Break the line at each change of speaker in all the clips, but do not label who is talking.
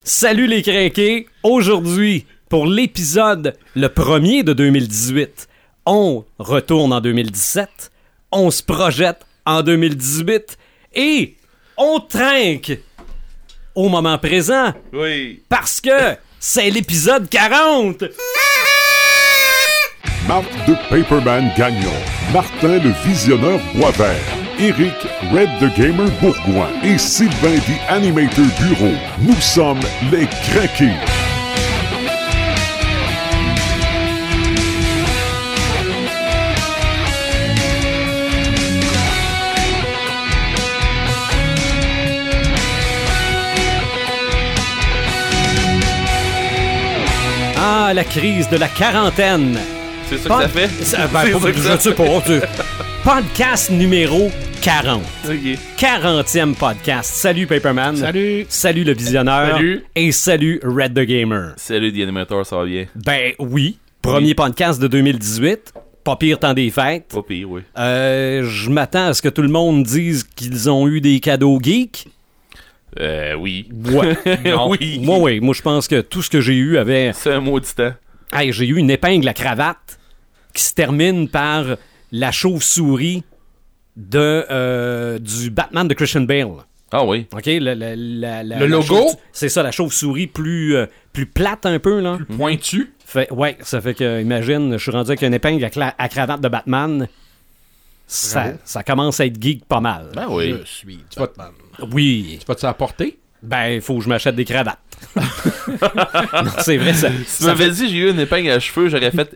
Salut les crinqués! Aujourd'hui, pour l'épisode le premier de 2018, on retourne en 2017, on se projette en 2018 et on trinque au moment présent.
Oui.
Parce que c'est l'épisode 40!
Marc de Paperman Gagnon, Martin le Visionneur Boisvert, Eric Red the Gamer Bourgoin et Sylvain the Animator Bureau. Nous sommes les Crinqués.
Ah, la crise de la quarantaine!
C'est ça que ça fait?
Je sais pas. Podcast numéro 40.
Ok.
40e podcast. Salut Paperman.
Salut.
Salut le Visionneur.
Salut.
Et salut Red the Gamer.
Salut The Animator, ça va bien?
Ben oui. Premier podcast de 2018. Pas pire temps des fêtes.
Pas pire, oui.
Je m'attends à ce que tout le monde dise qu'ils ont eu des cadeaux geeks.
Oui.
Ouais.
Non. Oui.
Moi, je pense que tout ce que j'ai eu avait...
C'est un maudit temps.
Hey, j'ai eu une épingle à cravate qui se termine par la chauve-souris du Batman de Christian Bale.
Ah oui.
OK?
Le logo?
C'est ça, la chauve-souris plus plate un peu, là.
Plus pointu.
Ouais, ça fait que, imagine, je suis rendu avec une épingle à cravate de Batman. Ça commence à être geek pas mal.
Ben oui.
Je suis Batman.
Oui.
Tu vas-tu apporter?
Ben, il faut que je m'achète des cravates. Non, c'est vrai, ça.
Si tu m'avais dit j'ai eu une épingle à cheveux, j'aurais fait...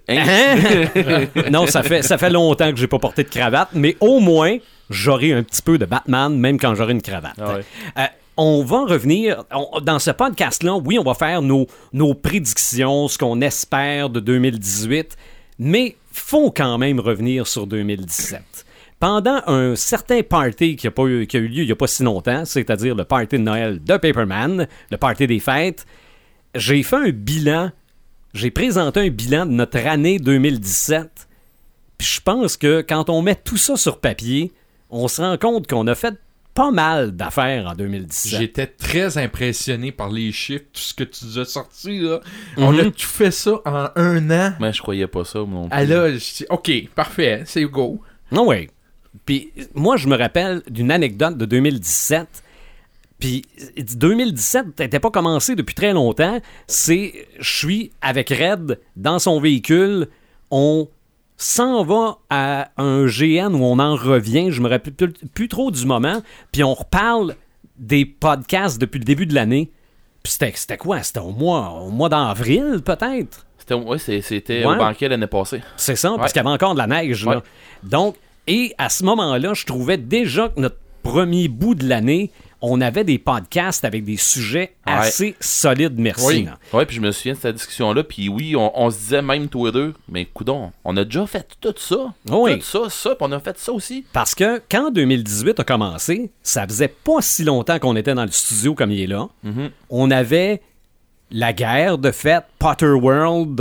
Non, ça fait longtemps que j'ai pas porté de cravate, mais au moins, j'aurai un petit peu de Batman, même quand j'aurai une cravate.
Ah ouais.
On va revenir, dans ce podcast-là, oui, on va faire nos prédictions, ce qu'on espère de 2018, mais faut quand même revenir sur 2017. Pendant un certain party qui a eu lieu il n'y a pas si longtemps, c'est-à-dire le party de Noël de Paperman, le party des fêtes, j'ai fait un bilan, j'ai présenté un bilan de notre année 2017, puis je pense que quand on met tout ça sur papier, on se rend compte qu'on a fait pas mal d'affaires en 2017.
J'étais très impressionné par les chiffres, tout ce que tu nous as sorti, là. On a tout fait ça en un an.
Mais je croyais pas ça, non plus.
Ah là, je dis, OK, parfait, c'est go.
Non, oui. Puis moi, je me rappelle d'une anecdote de 2017. Puis 2017 n'était pas commencé depuis très longtemps. Je suis avec Red dans son véhicule. On s'en va à un GN où on en revient. Je me rappelle plus trop du moment. Puis on reparle des podcasts depuis le début de l'année. Puis c'était quoi? C'était au mois d'avril, peut-être?
C'était
Ouais.
au banquet l'année passée.
C'est ça, parce qu'il y avait encore de la neige. Là.
Ouais.
Donc, et à ce moment-là, je trouvais déjà que notre premier bout de l'année, on avait des podcasts avec des sujets assez solides, merci.
Oui.
Là.
Ouais, puis je me souviens de cette discussion-là, puis oui, on se disait même tous les deux, mais coudonc, on a déjà fait tout ça.
Oui.
Tout ça, puis on a fait ça aussi.
Parce que quand 2018 a commencé, ça faisait pas si longtemps qu'on était dans le studio comme il est là.
Mm-hmm.
On avait la guerre de fait, Potterworld,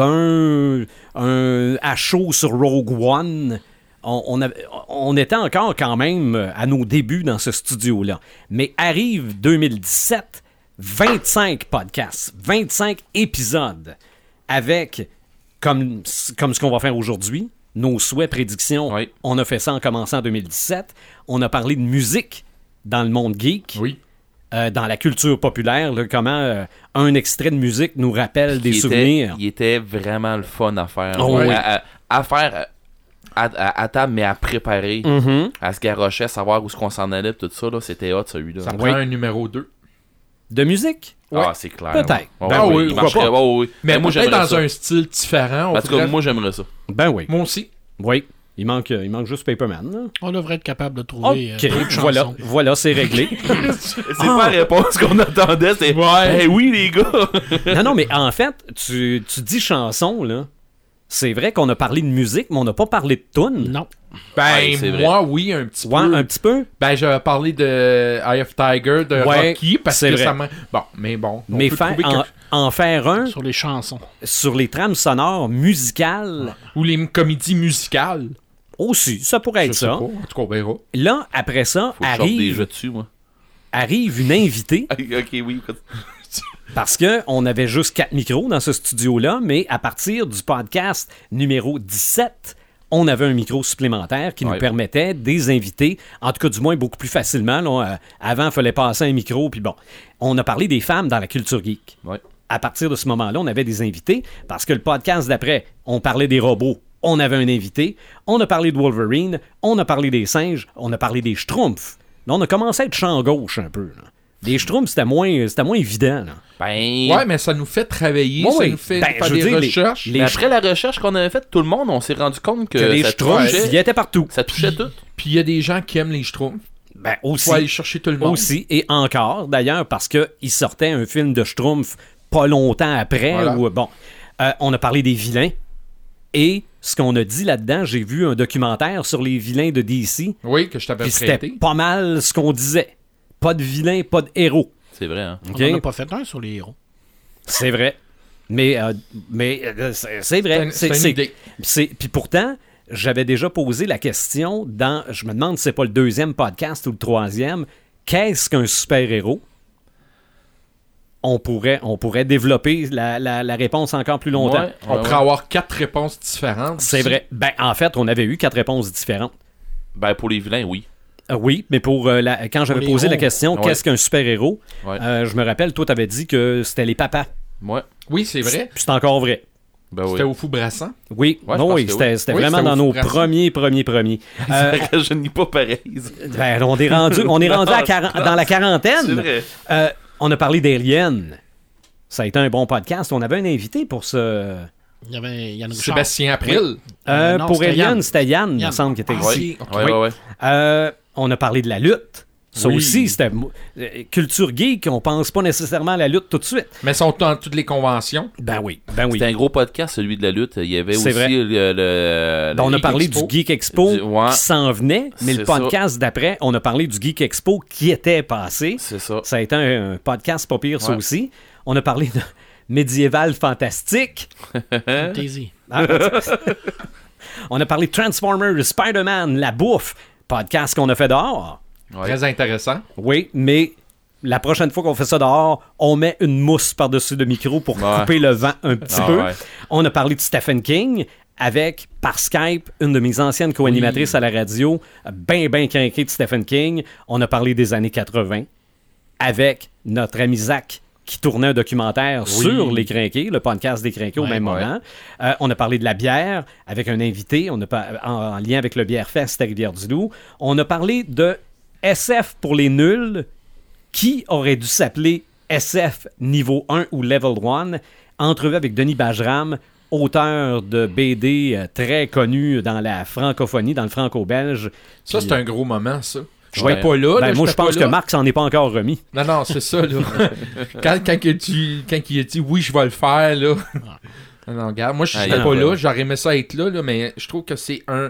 un à chaud sur Rogue One. On était encore quand même à nos débuts dans ce studio-là. Mais arrive 2017, 25 podcasts, 25 épisodes avec, comme ce qu'on va faire aujourd'hui, nos souhaits, prédictions.
Oui.
On a fait ça en commençant en 2017. On a parlé de musique dans le monde geek.
Oui.
Dans la culture populaire, là, comment un extrait de musique nous rappelle des souvenirs.
Il était vraiment le fun à faire.
Oh, oui.
À faire à table, mais à préparer,
Mm-hmm.
à se garrocher, à savoir où est-ce qu'on s'en allait, tout ça, là, c'était hot, celui-là.
Ça me
Oui.
prend un numéro 2.
De musique?
Ah, c'est clair.
Peut-être.
Ouais,
Ben oui,
il
pourquoi
marcherait.
pas.
Ouais, oui.
Mais
moi,
peut-être
j'aimerais
dans
ça.
un style différent.
En tout cas, moi, j'aimerais ça.
Ben oui.
Moi aussi.
Oui. Il manque juste Paperman. Là.
On devrait être capable de trouver
OK,
d'autres chansons.
voilà, c'est réglé.
C'est pas la réponse qu'on attendait, c'est
Ouais.
hey, oui, les gars!
Non, mais en fait, tu dis chanson, là. C'est vrai qu'on a parlé de musique, mais on n'a pas parlé de tunes.
Non.
Ben,
Ouais, c'est vrai.
moi, oui, un petit
Ouais,
peu.
un petit peu.
Ben, j'avais parlé de Eye of Tiger, de
Ouais,
Rocky, parce
c'est
que
vrai.
ça m'a... Bon, mais bon. on
Mais
peut trouver
en faire un
Sur les chansons.
sur les trames sonores musicales
Ou les comédies musicales.
aussi, ça pourrait
Je
être
sais
ça.
pas. En tout cas, on verra.
Là, après ça,
Faut que je sorte des jeux dessus, moi.
arrive une invitée.
Ok, oui.
Parce qu'on avait juste 4 micros dans ce studio-là, mais à partir du podcast numéro 17, on avait un micro supplémentaire qui nous permettait des invités, en tout cas du moins beaucoup plus facilement. Là, avant, il fallait passer un micro, puis bon. On a parlé des femmes dans la culture geek.
Ouais.
À partir de ce moment-là, on avait des invités, parce que le podcast d'après, on parlait des robots, on avait un invité. On a parlé de Wolverine, on a parlé des singes, on a parlé des Schtroumpfs. Là, on a commencé à être champ gauche un peu. Là. Les Schtroumpfs, c'était moins évident. Là.
Ouais, mais ça nous fait travailler, ça nous fait faire des recherches.
Mais après la recherche qu'on avait faite, tout le monde, on s'est rendu compte que
les
ça
Schtroumpfs,
touchait,
ils étaient partout.
Ça touchait tout.
Puis il y a des gens qui aiment les Schtroumpfs.
Ben, aussi.
Faut aller chercher tout le monde.
Aussi, et encore, d'ailleurs, parce qu'il sortait un film de Schtroumpf pas longtemps après.
Voilà.
Où, bon, on a parlé des vilains. Et ce qu'on a dit là-dedans, j'ai vu un documentaire sur les vilains de DC.
Oui, que je t'avais
Puis c'était
prêté.
pas mal ce qu'on disait. Pas de vilains, pas de héros.
C'est vrai, hein?
OK?
On n'en a pas fait un sur les héros.
C'est vrai. Mais c'est vrai.
C'est une idée.
Puis pourtant, j'avais déjà posé la question dans... Je me demande si c'est pas le 2e podcast ou le 3e. Qu'est-ce qu'un super-héros? On pourrait développer la réponse encore plus longtemps.
Ouais,
On pourrait avoir 4 réponses différentes.
C'est vrai. Ben, en fait, on avait eu 4 réponses différentes.
Ben, pour les vilains, oui.
Oui, mais pour quand j'avais
les
posé la
héros.
question, qu'est-ce qu'un super-héros?
Ouais.
Je me rappelle, toi, t'avais dit que c'était les papas.
Ouais.
Oui, c'est vrai.
Puis c'est encore vrai.
Ben oui.
C'était au Fou Brassant.
Oui,
Ouais, je
non,
pense
oui,
que
c'était
oui.
vraiment
Oui,
dans
c'était
nos
au Fou-Brassant.
premiers.
Je n'y pas pareil.
Ben, on est rendu dans la quarantaine.
C'est vrai.
On a parlé d'Alien. Ça a été un bon podcast. On avait un invité pour ce...
Il y avait Yann Richard.
Sébastien April.
Non,
pour
c'était
Alien,
Yann.
c'était Yann, il me
Yann.
semble, qui était
Ah,
ici.
si.
Ouais.
On a parlé de la lutte. Ça
Oui.
aussi, c'était... culture geek, on pense pas nécessairement à la lutte tout de suite.
Mais ils sont dans toutes les conventions.
Ben oui.
C'était un gros podcast, celui de la lutte. Il y avait
C'est
aussi
vrai.
le
On a
Geek
parlé
Expo.
du Geek Expo
Ouais.
qui s'en venait, mais le
C'est
podcast d'après, on a parlé du Geek Expo qui était passé.
C'est ça.
Ça a été un podcast pas pire, ça
Ouais.
aussi. On a parlé de médiéval fantastique.
Fantasy.
Ah, on a parlé de Transformers, Spider-Man, la bouffe. Podcast qu'on a fait dehors.
Ouais.
Très intéressant.
Oui, mais la prochaine fois qu'on fait ça dehors, on met une mousse par-dessus le micro pour
Ouais.
couper le vent un petit
Ah
peu.
ouais.
On a parlé de Stephen King avec, par Skype, une de mes anciennes co-animatrices à la radio, ben crinquée de Stephen King. On a parlé des années 80 avec notre ami Zach qui tournait un documentaire sur les crinqués, le podcast des crinqués au même moment. On a parlé de la bière avec un invité en lien avec le Bière Fest à Rivière-du-Loup. On a parlé de SF pour les nuls, qui aurait dû s'appeler SF niveau 1 ou Level 1. Entrevue avec Denis Bajram, auteur de BD très connu dans la francophonie, dans le franco-belge.
Ça,
Puis,
c'est un gros moment, ça. Je
Ouais.
n'étais pas là.
ben,
là,
moi, je
j'étais pas
pense que
là.
Marc s'en est pas encore remis.
Non, c'est ça, là. quand il a dit oui, je vais le faire, là. Non, regarde, moi, je
Ah,
n'étais
yeah.
pas là. J'aurais aimé ça être là, mais je trouve que c'est un.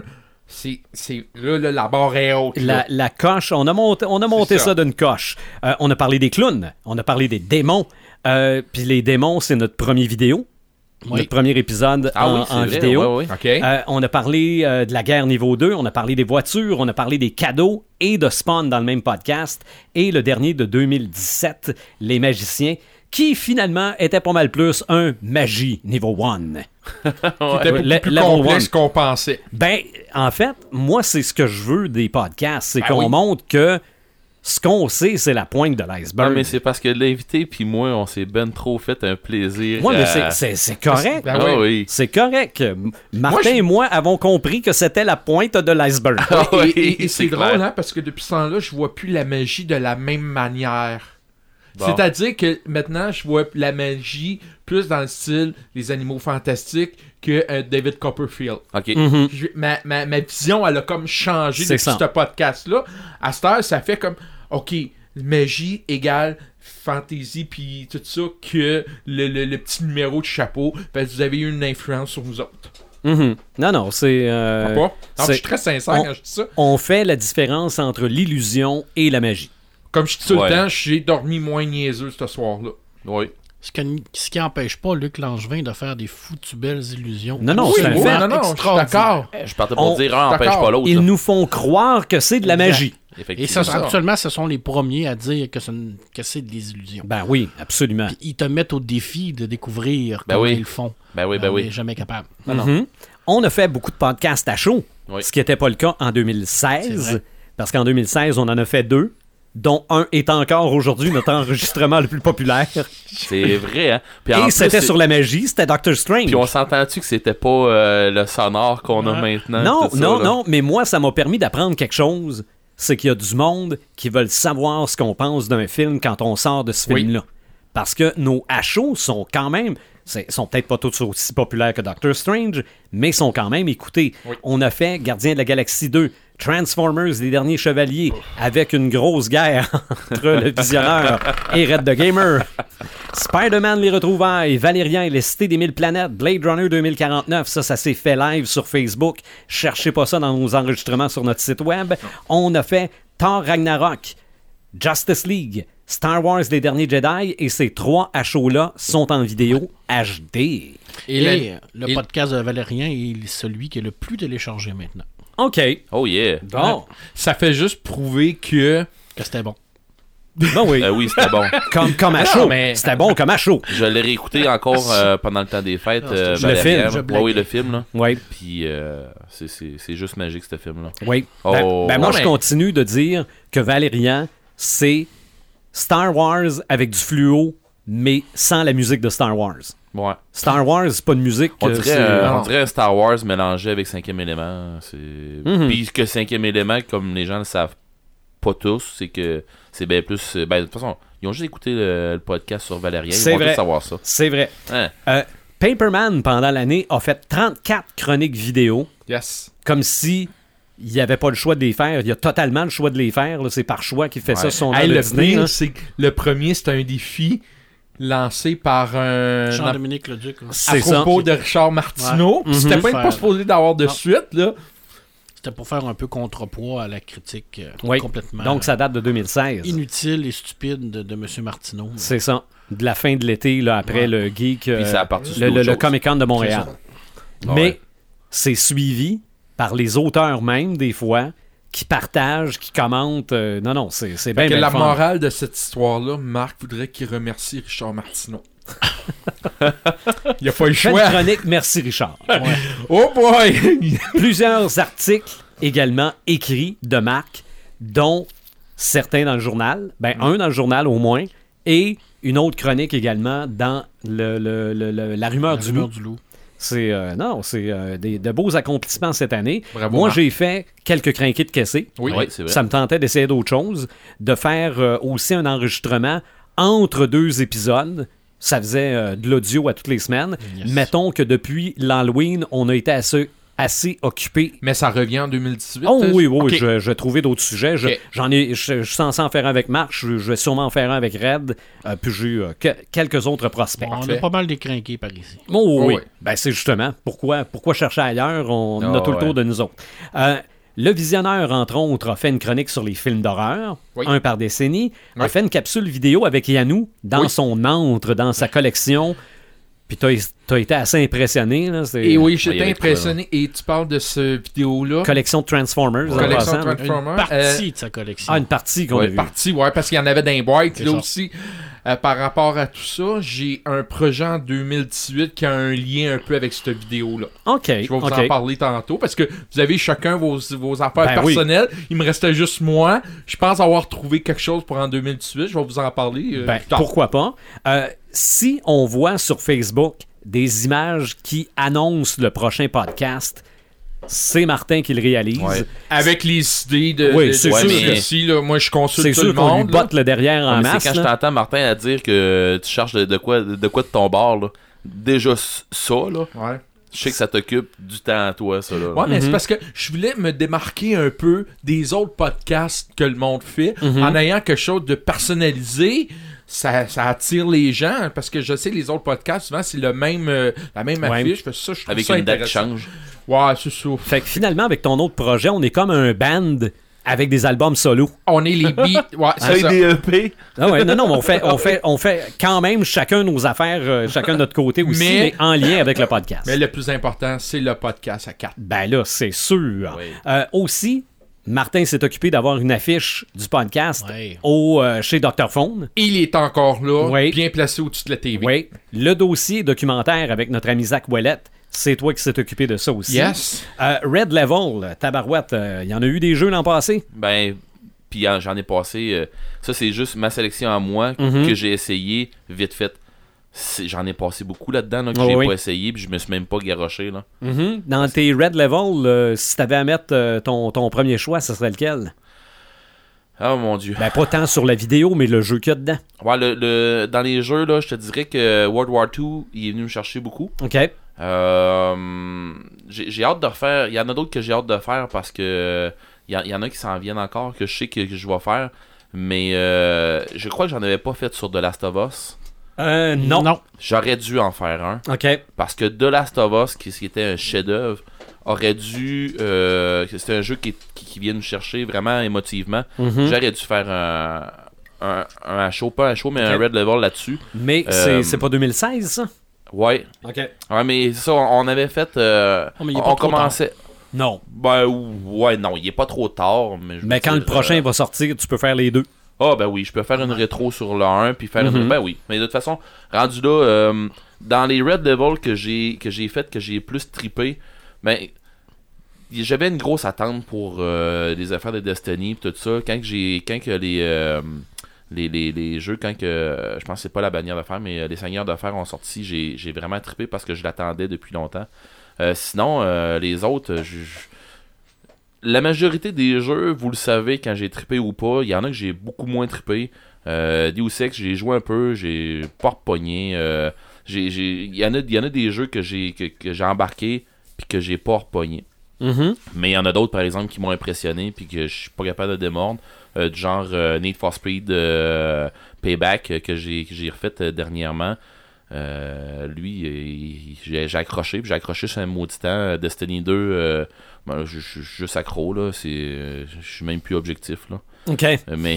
Là, la barre est haute. là.
La coche, on a monté
C'est
ça
ça.
d'une coche. On a parlé des clowns, on a parlé des démons. Puis les démons, c'est notre premier vidéo.
Oui.
Notre premier épisode en
c'est vrai,
vidéo.
ouais.
OK.
On a parlé de la guerre niveau 2, on a parlé des voitures, on a parlé des cadeaux et de Spawn dans le même podcast. Et le dernier de 2017, les magiciens, qui finalement était pas mal plus un magie niveau 1.
C'était beaucoup
le-
plus
level
complexe
one.
qu'on pensait.
Ben, en fait, moi, c'est ce que je veux des podcasts, c'est
Ben
qu'on
oui.
montre que ce qu'on sait, c'est la pointe de
Non,
l'iceberg.
mais c'est parce que l'invité puis moi, on s'est ben trop fait un plaisir.
Ouais, mais c'est correct.
Ben
Ah
oui.
oui.
C'est correct. Martin
je-
et moi avons compris que c'était la pointe de l'iceberg.
Ah oui,
Et c'est
clair.
drôle, hein, parce que depuis ce temps-là, je vois plus la magie de la même manière.
Bon.
C'est-à-dire que maintenant, je vois la magie plus dans le style Les Animaux Fantastiques que David Copperfield.
OK.
Mhm.
Ma vision, elle a comme changé
C'est
depuis
ça.
ce podcast-là. À cette heure, ça fait comme, OK, magie égale fantasy puis tout ça que le petit numéro de chapeau, parce que vous avez eu une influence sur vous autres.
Mhm. Non, c'est...
Pas? Non, je suis très sincère quand je dis ça.
On fait la différence entre l'illusion et la magie.
Comme je dis tout
Ouais.
le temps, j'ai dormi moins niaiseux ce soir-là.
Oui.
Ce qui empêche pas Luc Langevin de faire des foutues belles illusions.
Non, non,
Oui,
c'est un
oui,
fait.
non, je suis d'accord.
Je partais pour dire un
d'accord.
empêche pas l'autre.
Ils
là.
nous font croire que c'est de la magie.
Et
Effectivement.
habituellement, ce sont les premiers à dire que c'est des illusions.
Ben oui, absolument.
Puis ils te mettent au défi de découvrir
Ben
comment
oui.
ils le font.
Ben oui,
On
oui.
n'est jamais capable.
Mhm. On a fait beaucoup de podcasts à chaud,
Oui.
ce qui n'était pas le cas en
C'est
2016,
vrai.
parce qu'en 2016, on en a fait 2, dont un est encore aujourd'hui notre enregistrement le plus populaire.
C'est vrai, hein. Puis en
Et
plus,
c'était
c'est-
sur la magie, c'était Doctor Strange.
Puis on s'entend-tu que c'était pas le sonore qu'on a
Ouais.
maintenant?
Non,
tout ça,
non,
là?
non, mais moi, ça m'a permis d'apprendre quelque chose. C'est qu'il y a du monde qui veulent savoir ce qu'on pense d'un film quand on sort de ce
Oui.
film-là. Parce que nos HO sont quand même... sont peut-être pas tous aussi populaires que Doctor Strange, mais sont quand même écoutés.
Oui.
On a fait Gardiens de la Galaxie 2, Transformers, Les Derniers Chevaliers, avec une grosse guerre entre le Visionneur et Red the Gamer. Spider-Man, Les Retrouvailles, Valérian et les Cités des 1000 planètes, Blade Runner 2049, ça s'est fait live sur Facebook. Cherchez pas ça dans nos enregistrements sur notre site web. On a fait Thor Ragnarok, Justice League, Star Wars Les Derniers Jedi, et ces 3 HO-là sont en vidéo HD.
Et le podcast de Valérien est celui qui est le plus téléchargé maintenant.
OK.
Oh yeah.
Bon.
Ça fait juste prouver que...
Que c'était bon.
Ben oui.
Oui, c'était bon.
Comme à chaud.
mais-
C'était bon comme à chaud.
Je l'ai réécouté encore pendant le temps des fêtes.
Ah,
le film,
je
Oui, le film, là.
Oui.
Puis c'est juste magique, ce film-là.
Oui.
Oh.
Ben moi,
Non,
je
mais-
continue de dire que Valérian, c'est Star Wars avec du fluo, mais sans la musique de Star Wars.
Ouais.
Star Wars, c'est pas de musique.
On
c'est-
dirait un Star Wars mélangé avec 5e élément.
Mhm.
Puis que 5e élément, comme les gens le savent pas tous, c'est que c'est bien plus... Ben, de toute façon, ils ont juste écouté le podcast sur Valérien. Ils
C'est
vont
vrai.
tous savoir ça.
C'est vrai.
Hein?
Paperman, pendant l'année, a fait 34 chroniques vidéo,
Yes.
comme si il n'y avait pas le choix de les faire. Il y a totalement le choix de les faire. Là. C'est par choix qu'il fait ça
Ouais.
sur son
Hey,
heure de
le
dîner.
pire,
là.
c'est que le premier, c'est un défi lancé par un...
Jean-Dominique Leduc. là.
à
C'est ça.
propos de Richard Martineau.
Ouais.
C'était
Mhm.
même pas supposé d'avoir de
Non.
suite, là.
C'était pour faire un peu contrepoids à la critique
Oui.
complètement
Donc, ça date de 2016.
inutile et stupide de M. Martineau.
C'est ça. De la fin de l'été, là, après
Ouais.
le geek,
Puis ça a parti sur
le
d'autres choses.
Comic-Con de Montréal. Mais
Ouais.
c'est suivi par les auteurs même, des fois, qui partagent, qui commentent. Non, c'est bien,
Que
bien
la
le fun.
morale de cette histoire-là, Marc voudrait qu'il remercie Richard Martineau. Il a pas eu le
Fais une
choix.
chronique, merci Richard.
Oh boy!
Plusieurs articles également écrits de Marc, dont certains dans le journal, un dans le journal au moins, et une autre chronique également dans la rumeur du loup. C'est de beaux accomplissements cette année.
Bravo,
Moi,
Marc.
j'ai fait quelques crinqués de caisser.
Oui.
Ouais, c'est vrai.
Ça me tentait d'essayer d'autres choses, de faire aussi un enregistrement entre 2 épisodes. Ça faisait de l'audio à toutes les semaines.
Yes.
Mettons que depuis l'Halloween, on a été assez occupés.
Mais ça revient en 2018.
Oh oui,
Ok.
je vais trouver d'autres sujets.
Ok.
Je suis censé en faire un avec Marc, je vais sûrement en faire un avec Red, puis j'ai eu quelques autres prospects.
On a pas mal décrinqué par ici.
Oh, oui.
oui.
Ben, c'est justement pourquoi chercher ailleurs, on
Ah,
a tout le tour
ouais.
de nous autres. Le Visionneur, entre autres, a fait une chronique sur les films d'horreur,
Oui.
un par décennie. A
Oui.
fait une capsule vidéo avec Yannou dans
Oui.
son antre, dans sa collection. Puis t'as été assez impressionné. Là, c'est
Et oui,
il y
j'étais
avait
impressionné. Et tu parles de ce vidéo-là.
collection de Transformers. en
Collection
passant,
de
là.
Transformers.
Une partie de sa collection.
Ah, une partie qu'on
Ouais,
a vue.
Partie, ouais, parce qu'il y en avait dans les boîtes
C'est
là
ça.
aussi. Par rapport à tout ça, j'ai un projet en 2018 qui a un lien un peu avec cette vidéo-là.
OK.
Je vais vous
OK.
en parler tantôt parce que vous avez chacun vos affaires
Ben oui.
personnelles. Il me restait juste moi. Je pense avoir trouvé quelque chose pour en 2018. Je vais vous en parler
Ben,
plus tard.
pourquoi pas? Si on voit sur Facebook des images qui annoncent le prochain podcast, c'est Martin qui le réalise.
Ouais.
Avec les idées de
Oui,
de
c'est
sûr.
ceci, là, moi je consulte
C'est
tout
sûr
le
qu'on lui
monde. là.
botte le derrière en
Mais
masse.
c'est quand je
là.
t'entends, Martin, à dire que tu cherches de quoi de ton bord, là. Déjà ça, là.
Ouais.
Je sais que ça t'occupe du temps à toi, ça, là.
Ouais, mais
Mhm.
c'est parce que je voulais me démarquer un peu des autres podcasts que le monde fait
Mhm.
en ayant quelque chose de personnalisé. Ça attire les gens parce que je sais les autres podcasts souvent c'est la même
Ouais.
affiche. Fait que ça, je trouve
Avec
ça
une date qui
intéressant.
change.
Ouais, c'est ça.
Fait que finalement, avec ton autre projet, on est comme un band avec des albums solo.
On est les beats. Ouais, c'est ça.
EP.
Ah ouais, non, mais on fait quand même chacun nos affaires, chacun de notre côté aussi,
Mais-
mais en lien avec le podcast.
Mais le plus important, c'est le podcast à 4.
Ben là, c'est sûr.
Oui.
Aussi, Martin s'est occupé d'avoir une affiche du podcast
Ouais.
chez Dr. Phone.
Il est encore là,
Oui.
bien placé au-dessus de la TV.
Oui. Le dossier documentaire avec notre ami Zach Ouellette, c'est toi qui s'est occupé de ça aussi.
Yes.
Red Level, tabarouette, il y en a eu des jeux l'an passé?
Ben, puis j'en ai passé. Ça, c'est juste ma sélection à moi
Mhm.
que j'ai essayé vite fait. J'en ai passé beaucoup là-dedans là, que
Oh,
j'ai
oui.
pas essayé, puis je me suis même pas garoché. Là.
Mhm. Dans tes Red Level, si t'avais à mettre ton premier choix, ce serait lequel?
Oh mon Dieu.
Ben, pas tant sur la vidéo, mais le jeu qu'il y a dedans.
Ouais, dans les jeux, là, je te dirais que World War II, il est venu me chercher beaucoup.
OK.
J'ai hâte de refaire. Il y en a d'autres que j'ai hâte de faire parce que il y en a qui s'en viennent encore, que je sais que je vais faire. Mais je crois que j'en avais pas fait sur The Last of Us.
Non.
J'aurais dû en faire un.
OK.
Parce que The Last of Us, qui était un chef-d'œuvre, aurait dû. C'était un jeu qui vient nous chercher vraiment émotivement.
Mhm.
J'aurais dû faire un show, pas un show, mais un
Ok.
Red Level là-dessus.
Mais c'est pas 2016, ça?
Ouais.
OK.
Ouais, mais ça, on avait fait.
mais il est pas
on
trop
commençait.
Non.
Ben, ouais, non, il est pas trop tard. Mais, je
Mais
veux
quand
dire,
le prochain va sortir, tu peux faire les deux.
Ah, ben oui, je peux faire une rétro sur le 1 puis faire
Mhm.
une. Ben oui. Mais de toute façon, rendu là, dans les Red Level que j'ai fait, que j'ai plus trippé, ben. J'avais une grosse attente pour les affaires de Destiny et tout ça. Quand que les jeux, quand que je pense que c'est pas la bannière de fer, mais les Seigneurs de fer ont sorti, j'ai vraiment trippé parce que je l'attendais depuis longtemps. Sinon, les autres, la majorité des jeux, vous le savez, quand j'ai trippé ou pas, il y en a que j'ai beaucoup moins trippé. Deus Ex, j'ai joué un peu, j'ai pas repogné. Il y en a des jeux que j'ai embarqué puis que j'ai pas repogné.
Mhm.
Mais il y en a d'autres, par exemple, qui m'ont impressionné puis que je suis pas capable de démordre. Du genre Need for Speed Payback que j'ai refait dernièrement. Lui, j'ai accroché, puis j'ai accroché sur un maudit temps. Destiny 2, je suis juste accro, là. Je suis même plus objectif, là.
OK.
Mais,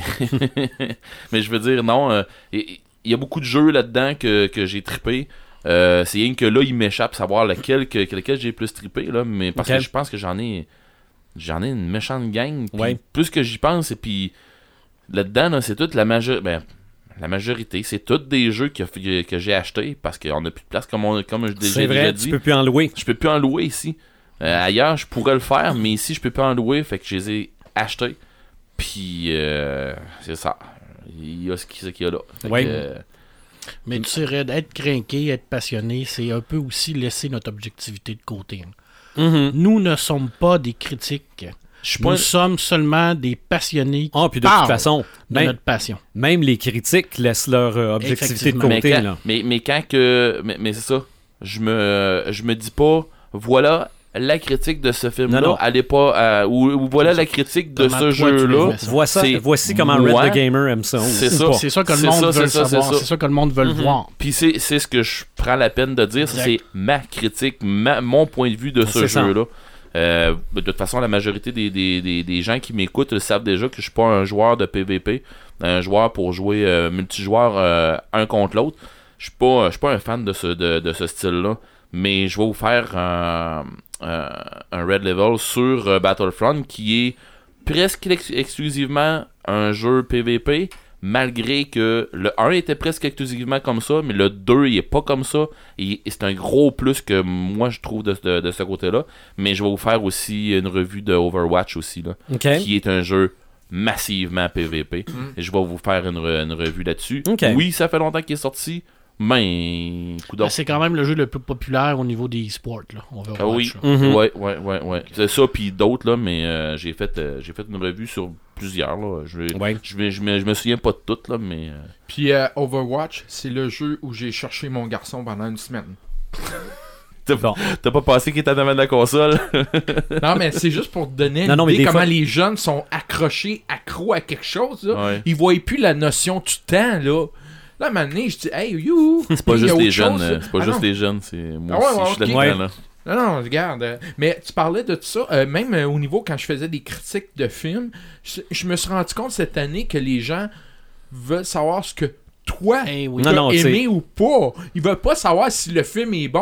mais je veux dire, non. Il y a beaucoup de jeux là-dedans que j'ai trippé. C'est rien que là, il m'échappe savoir lequel j'ai plus trippé, là. Mais parce
Ok.
que je pense que j'en ai une méchante gang. Puis
Ouais.
plus que j'y pense, et puis là-dedans, là, c'est toute la majorité, c'est tous des jeux que j'ai achetés parce qu'on n'a plus de place, comme je
C'est
l'ai
vrai,
déjà
tu
dit.
peux plus en louer.
Je peux plus en louer ici. Ailleurs, je pourrais le faire, mais ici, je peux plus en louer, fait que je les ai achetés. Puis, c'est ça. Il y a ce qu'il y a là. Fait
Ouais.
que,
Mais tu sais, Red, être craqué, être passionné, c'est un peu aussi laisser notre objectivité de côté. hein.
Mhm.
Nous ne sommes pas des critiques.
je suis
Nous
pas...
sommes seulement des passionnés qui
Ah, puis de toute
parlent
façon,
de notre passion.
même les critiques laissent leur objectivité de
Effectivement.
côté.
mais,
Là.
mais quand que... Mais c'est ça. Je me dis pas, voilà la critique de ce film-là,
Non, non.
allez pas... ou voilà la critique de
Comment
ce
toi, tu le
jeu-là.
vois.
Voici comment
moi,
Red the Gamer aime ça.
c'est
aussi.
ça.
C'est ça que le
C'est
monde
ça,
veut
c'est ça,
savoir.
c'est ça.
C'est ça que le monde veut le voir.
Puis c'est ce que je prends la peine de dire, ça,
Exact.
c'est ma critique, mon point de vue de ce
C'est ça.
jeu-là. De toute façon, la majorité des gens qui m'écoutent le savent déjà que je suis pas un joueur de PVP, un joueur pour jouer multijoueur un contre l'autre. Je suis pas un fan de ce style-là, mais je vais vous faire un Red Level sur Battlefront qui est presque exclusivement un jeu PVP, malgré que le 1 était presque exclusivement comme ça, mais le 2 il est pas comme ça, et c'est un gros plus que moi je trouve de ce côté-là. Mais je vais vous faire aussi une revue de Overwatch aussi, là,
OK.
qui est un jeu massivement PVP, et je vais vous faire une revue là-dessus.
Ok.
Oui, ça fait longtemps qu'il est sorti, mais coup
Ben,
d'or.
c'est quand même le jeu le plus populaire au niveau des e-sports. Là. On va
Ah oui,
Mhm.
ouais. C'est ça, puis d'autres, là, mais j'ai fait une revue sur plusieurs, là.
Ouais.
Je me souviens pas de toutes, là, mais...
Puis Overwatch, c'est le jeu où j'ai cherché mon garçon pendant une semaine.
Bon.
T'as pas pensé qu'il était en avant de la console?
Non, mais c'est juste pour te donner
Non,
une
mais
idée
des
comment
fois-
les jeunes sont accros à quelque chose. Là.
Ouais.
Ils voient plus la notion du temps. Là, à un moment donné, je dis, hey, you!
C'est pas
Il y a
juste
autre
les jeunes,
chose, là.
c'est pas
Ah
juste
non.
les jeunes, c'est moi
Ah ouais,
aussi,
ouais,
je suis
ok.
là-dedans, là.
Non, regarde. Mais tu parlais de tout ça, même au niveau quand je faisais des critiques de films, je me suis rendu compte cette année que les gens veulent savoir ce que toi
Eh oui.
Non,
t'as
non,
aimé ou pas. Ils veulent pas savoir si le film est bon.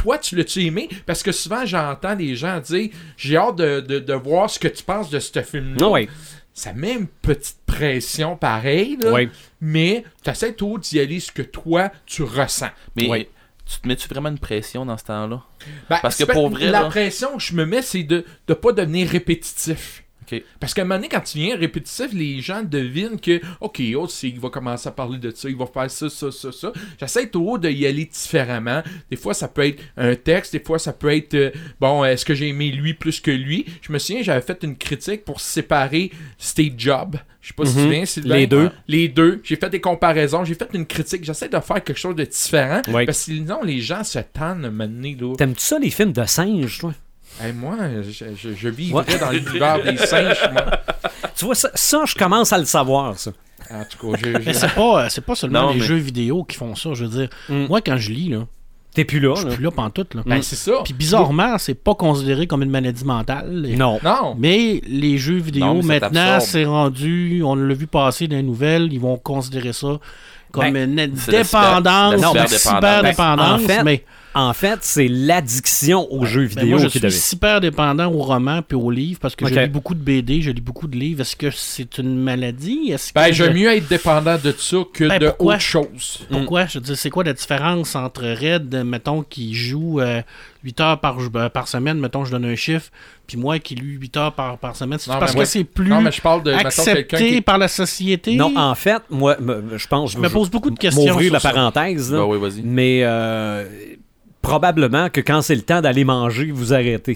toi, tu l'as-tu aimé? Parce que souvent, j'entends des gens dire j'ai hâte de voir ce que tu penses de ce film-là.
Oui.
Ça met une petite pression pareille, là,
Oui.
mais tu essaies toujours d'y aller ce que toi, tu ressens.
Mais
Oui.
tu te mets-tu vraiment une pression dans ce temps-là?
Ben,
Parce que
c'est
pour vrai,
la
là-
pression que je me mets, c'est de ne pas devenir répétitif.
Ok.
Parce qu'à un moment donné, quand tu viens répétitif, les gens devinent que, OK, il va commencer à parler de ça, il va faire ça. J'essaie toujours d'y aller différemment. Des fois, ça peut être un texte, des fois, ça peut être, est-ce que j'ai aimé lui plus que lui? Je me souviens, j'avais fait une critique pour séparer Steve Jobs. Je sais pas si tu te souviens, Sylvain.
Les deux.
Les deux. J'ai fait des comparaisons, j'ai fait une critique. J'essaie de faire quelque chose de différent.
Oui.
Parce que sinon, les gens se tannent à un moment donné, là.
T'aimes-tu ça, les films de singes, toi?
Hey, moi, je vivrais dans l'univers des singes, moi.
Tu vois, ça, je commence à le savoir, ça.
En tout cas,
Mais c'est pas seulement
Non,
les
mais-
jeux vidéo qui font ça. Je veux dire,
Mm.
moi, quand je lis, là,
T'es plus là,
je
là.
suis plus là pantoute. Là.
Ben, c'est ça.
Puis bizarrement, c'est pas considéré comme une maladie mentale.
Non.
Non.
Mais les jeux vidéo,
Non, mais ça
maintenant,
t'absorbe.
c'est rendu, on l'a vu passer dans les nouvelles, ils vont considérer ça comme
Ben,
une
c'est la
dépendance,
cyber- la
une cyberdépendance.
Ben, en fait,
mais
En fait, c'est l'addiction aux jeux
ben,
vidéo
moi, je
qui
suis
devient.
super dépendant aux romans puis aux livres parce que
Ok.
je lis beaucoup de BD, je lis beaucoup de livres. Est-ce que c'est une maladie? Est-ce que
Ben, j'aime mieux être dépendant de ça que
Ben,
de
pourquoi?
autre chose.
Pourquoi? Je veux dire, c'est quoi la différence entre Red, mettons, qui joue 8 heures par semaine, mettons, je donne un chiffre, puis moi qui lis 8 heures par semaine? C'est
Non,
parce
mais
que
ouais.
c'est plus
Non, mais je parle de, mettons, quelqu'un
accepté
qui...
par la société?
Non, en fait, moi, je pense...
Je me pose beaucoup de questions
M'ouvrir
sur
la
ça.
parenthèse, là.
Ben oui, vas-y.
Mais probablement que quand c'est le temps d'aller manger, vous arrêtez.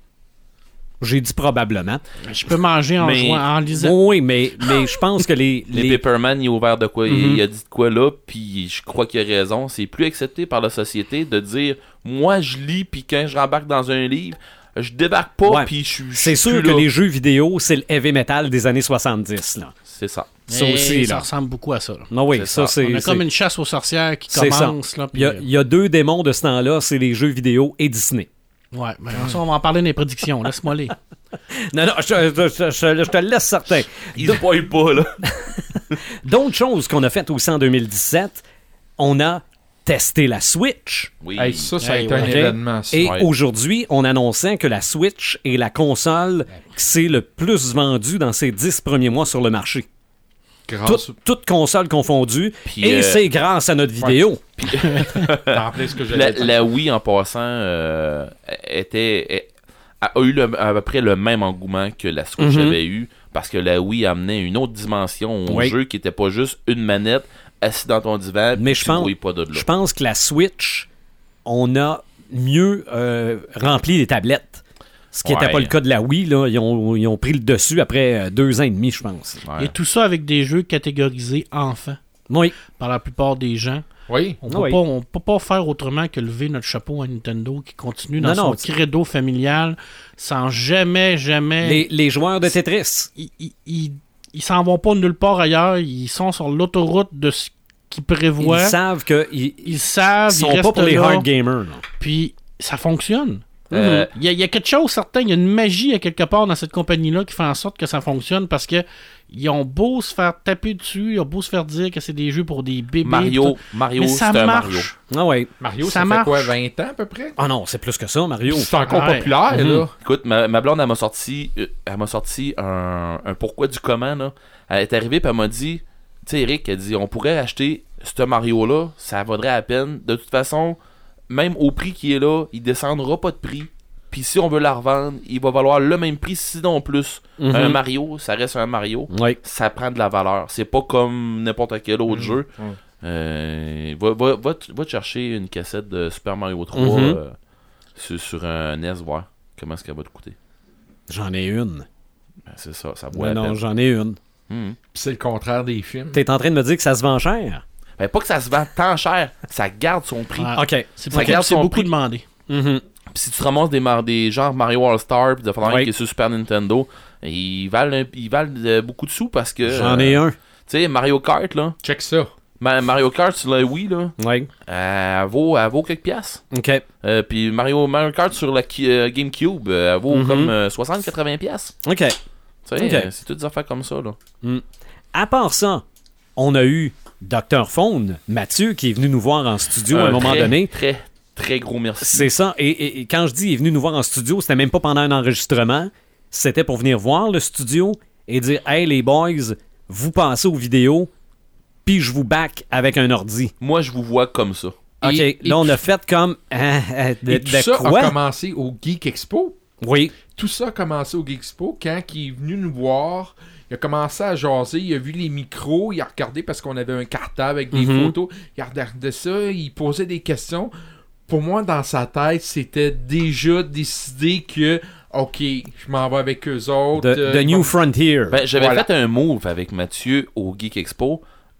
J'ai dit probablement.
Je peux manger en
Mais-
jouant, en lisant.
Oui, mais je pense que les
Paperman, il a ouvert de quoi?
Mhm.
Il a dit de quoi là, puis je crois qu'il a raison. C'est plus accepté par la société de dire moi je lis, puis quand je rembarque dans un livre, je débarque pas,
Ouais.
puis je suis.
C'est sûr
plus
que
là.
les jeux vidéo, c'est le heavy metal des années 70. Là.
C'est ça.
Ça
Mais
aussi,
ça
là.
ressemble beaucoup à ça. Là.
Non, oui,
C'est
ça,
ça.
c'est...
On a
c'est-
comme une chasse aux sorcières qui
c'est ça.
commence. Là,
Il y, a,
puis,
il y a deux démons de ce temps-là, c'est les jeux vidéo et Disney.
ouais, ben, ça, on va en parler dans les prédictions. Laisse-moi aller.
Non, je te le laisse certain.
Il spoil pas, là.
D'autres choses qu'on a faites aussi en 2017, on a testé la Switch.
Oui.
Hey, ça a
Hey,
été un
ouais.
événement, ça.
Et
Ouais.
aujourd'hui, on annonçait que la Switch est la console qui s'est le plus vendue dans ces 10 premiers mois sur le marché.
Grâce...
Toutes consoles confondues.
Puis,
Et c'est grâce à notre vidéo.
T'en rappelais ce que j'allais dire.
la Wii, en passant, a eu à peu près le même engouement que la Switch
Mhm.
avait eu, parce que la Wii amenait une autre dimension au
Oui.
jeu qui était pas juste une manette assis dans ton divan,
Mais
puis
je
tu
pense-
brouilles pas de là.
Je pense que la Switch, on a mieux rempli les tablettes. Ce qui n'était
Ouais.
pas le cas de la Wii. Là. Ils ont pris le dessus après 2 ans et demi, je pense.
Ouais.
Et tout ça avec des jeux catégorisés enfants
Oui.
par la plupart des gens.
Oui.
On
Oui.
ne peut pas faire autrement que lever notre chapeau à Nintendo qui continue dans
Non, non,
son credo familial sans jamais
Les joueurs de Tetris.
ils s'en vont pas nulle part ailleurs. Ils sont sur l'autoroute de ce qu'ils prévoient.
Ils savent qu'ils
Ils savent,
sont
ils
pas
restent
pour les
là,
hard gamers. là.
puis ça fonctionne.
Euh,
Il y a quelque chose certain, il y a une magie à quelque part dans cette compagnie-là qui fait en sorte que ça fonctionne parce que ils ont beau se faire taper dessus, ils ont beau se faire dire que c'est des jeux pour des bébés.
Mario,
tout,
Mario,
mais
c'est
ça
un
marche.
Mario.
Ah ouais.
Mario,
Ça
ça fait
marche.
quoi, 20 ans à peu près?
Ah non, c'est plus que ça, Mario.
C'est encore
Ouais.
populaire,
Mhm.
là.
Écoute, ma blonde, elle m'a sorti un pourquoi du comment, là. Elle est arrivée, puis elle m'a dit, tu sais, Eric, elle dit, on pourrait acheter ce Mario-là, ça vaudrait la peine. De toute façon, même au prix qui est là, il descendra pas de prix. Puis si on veut la revendre, il va valoir le même prix, sinon plus.
Mhm.
Un Mario, ça reste un Mario.
Oui.
Ça prend de la valeur. C'est pas comme n'importe quel autre jeu. Va te chercher une cassette de Super Mario 3
Mhm.
sur un NES, voir comment est-ce qu'elle va te coûter.
J'en ai une.
Ben, c'est ça, ça vaut
Ouais,
la
non,
peine.
j'en ai une.
Mhm.
Puis c'est le contraire des films.
T'es en train de me dire que ça se vend cher?
Ben, pas que ça se vend tant cher, ça garde son prix.
Ah,
OK.
c'est
Ça
beaucoup,
garde
c'est
son
beaucoup
prix.
demandé.
Mhm.
Puis si tu te ramasses des genres Mario All-Star pis de faire
Oui.
qui est sur Super Nintendo, ils valent beaucoup de sous parce que...
J'en ai un.
Tu sais, Mario Kart, là.
Check ça.
Mario Kart sur la Wii, là,
Oui.
elle vaut quelques piastres.
OK.
Puis Mario Kart sur la GameCube, elle vaut
Mhm.
comme 60-80 piastres.
OK.
Tu sais,
Ok.
c'est toutes des affaires comme ça, là.
À part ça, on a eu Dr. Phone, Mathieu, qui est venu nous voir en studio à un moment
très,
donné.
Très, très gros merci.
C'est ça. Et quand je dis il est venu nous voir en studio, c'était même pas pendant un enregistrement. C'était pour venir voir le studio et dire « Hey, les boys, vous pensez aux vidéos, puis je vous back avec un ordi. »
Moi, je vous vois comme ça.
OK, là, on a fait comme...
Et tout ça
quoi?
a commencé au Geek Expo.
Oui.
Tout ça a commencé au Geek Expo quand il est venu nous voir. Il a commencé à jaser, il a vu les micros, il a regardé parce qu'on avait un cartable avec des photos. Il a regardé ça, il posait des questions. Pour moi, dans sa tête, c'était déjà décidé que, OK, je m'en vais avec eux autres.
The New Frontier.
Ben, j'avais
Voilà.
fait un move avec Mathieu au Geek Expo.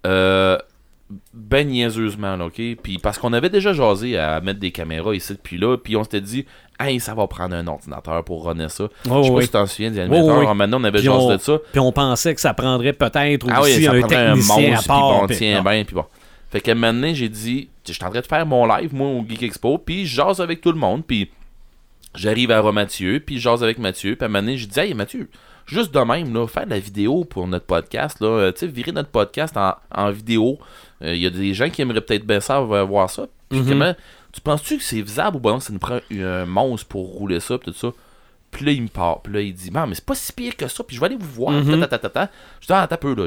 Ben niaiseusement, là, OK? Puis parce qu'on avait déjà jasé à mettre des caméras ici depuis là, puis on s'était dit, hey, ça va prendre un ordinateur pour runner ça.
Oh,
je sais pas
oui.
si t'en souviens des animateurs.
oui.
Maintenant, on avait
Puis
jasé de ça.
Puis on pensait que ça prendrait peut-être
Ah oui,
aussi
ça
un
prendrait un
technicien
monstre,
à
puis
part.
bon,
puis-
tiens
non.
bien, puis bon. Fait que maintenant, j'ai dit, je suis en train de faire mon live, moi, au Geek Expo, puis je jase avec tout le monde, puis j'arrive à Mathieu, puis je jase avec Mathieu, puis à un moment donné, j'ai dit, hey, Mathieu, juste de même, là, faire de la vidéo pour notre podcast, là, tu sais, virer notre podcast en vidéo. Il y a des gens qui aimeraient peut-être bien ça, voir ça. Puis comment, tu penses-tu que c'est faisable ou bon, ça nous prend un monstre pour rouler ça, puis tout ça? Puis là, il me part, puis là, il dit, mais c'est pas si pire que ça, puis je vais aller vous voir, Je dis, attends un peu, là,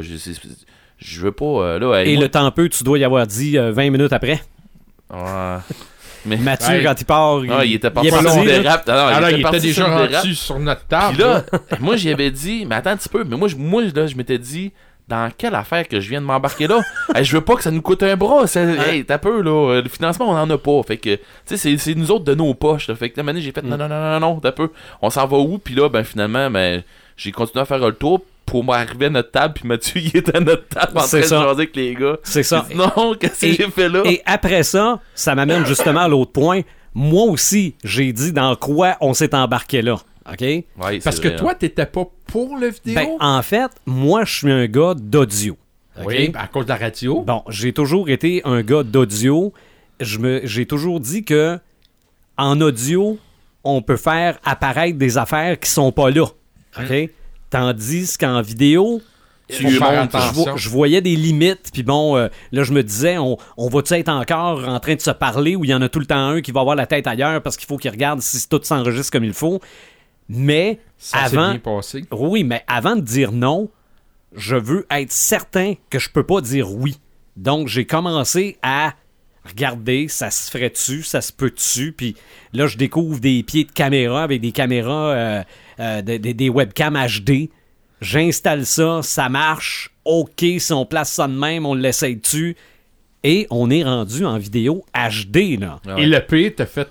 je veux pas, là, hey,
Et
moi-
le temps peu, tu dois y avoir dit 20 minutes après.
Ouais. Mais
Mathieu,
Ouais.
quand il part,
il était parti
est
sur
parti,
une
là.
dérape. Non,
Alors, il était
parti
déjà
sur une dérape.
rendu sur notre table.
Puis là, moi, j'y avais dit, mais attends un petit peu, mais moi, là, je m'étais dit, dans quelle affaire que je viens de m'embarquer là? Hey, je veux pas que ça nous coûte un bras. Hey, t'as peu, là. Le financement, on en a pas. Fait que, tu sais, c'est nous autres de nos poches. Là. Fait que, la manée, j'ai fait, non, t'as peu. On s'en va où? Puis là, ben, finalement, ben, j'ai continué à faire le tour pour m'arriver à notre table. Puis Mathieu, il était à notre table en train
C'est
de
ça.
jaser avec les gars.
C'est ça.
J'ai dit, non, qu'est-ce que
Et-
j'ai fait là?
Et après ça, ça m'amène justement à l'autre point. Moi aussi, j'ai dit dans quoi on s'est embarqué là. OK?
Ouais,
Parce
c'est
que
vrai,
toi, t'étais pas pour le vidéo.
Ben, en fait, moi, je suis un gars d'audio. OK?
Oui, à cause de la radio.
Bon, j'ai toujours été un gars d'audio. J'ai toujours dit que en audio, on peut faire apparaître des affaires qui sont pas là. OK? Tandis qu'en vidéo,
Tu
Faut faire
montes,
attention.
je voyais des limites. Puis bon, là, je me disais, on va-tu être encore en train de se parler ou il y en a tout le temps un qui va avoir la tête ailleurs parce qu'il faut qu'il regarde si tout s'enregistre comme il faut. Mais
Ça s'est
avant...
bien passé.
Oui, mais avant de dire non, je veux être certain que je peux pas dire oui. Donc, j'ai commencé à regarder, ça se ferait-tu, ça se peut-tu, puis là, je découvre des pieds de caméra avec des caméras, des webcams HD. J'installe ça, ça marche. OK, si on place ça de même, on l'essaye-tu. Et on est rendu en vidéo HD, là.
Ah ouais.
Et le P, t'as fait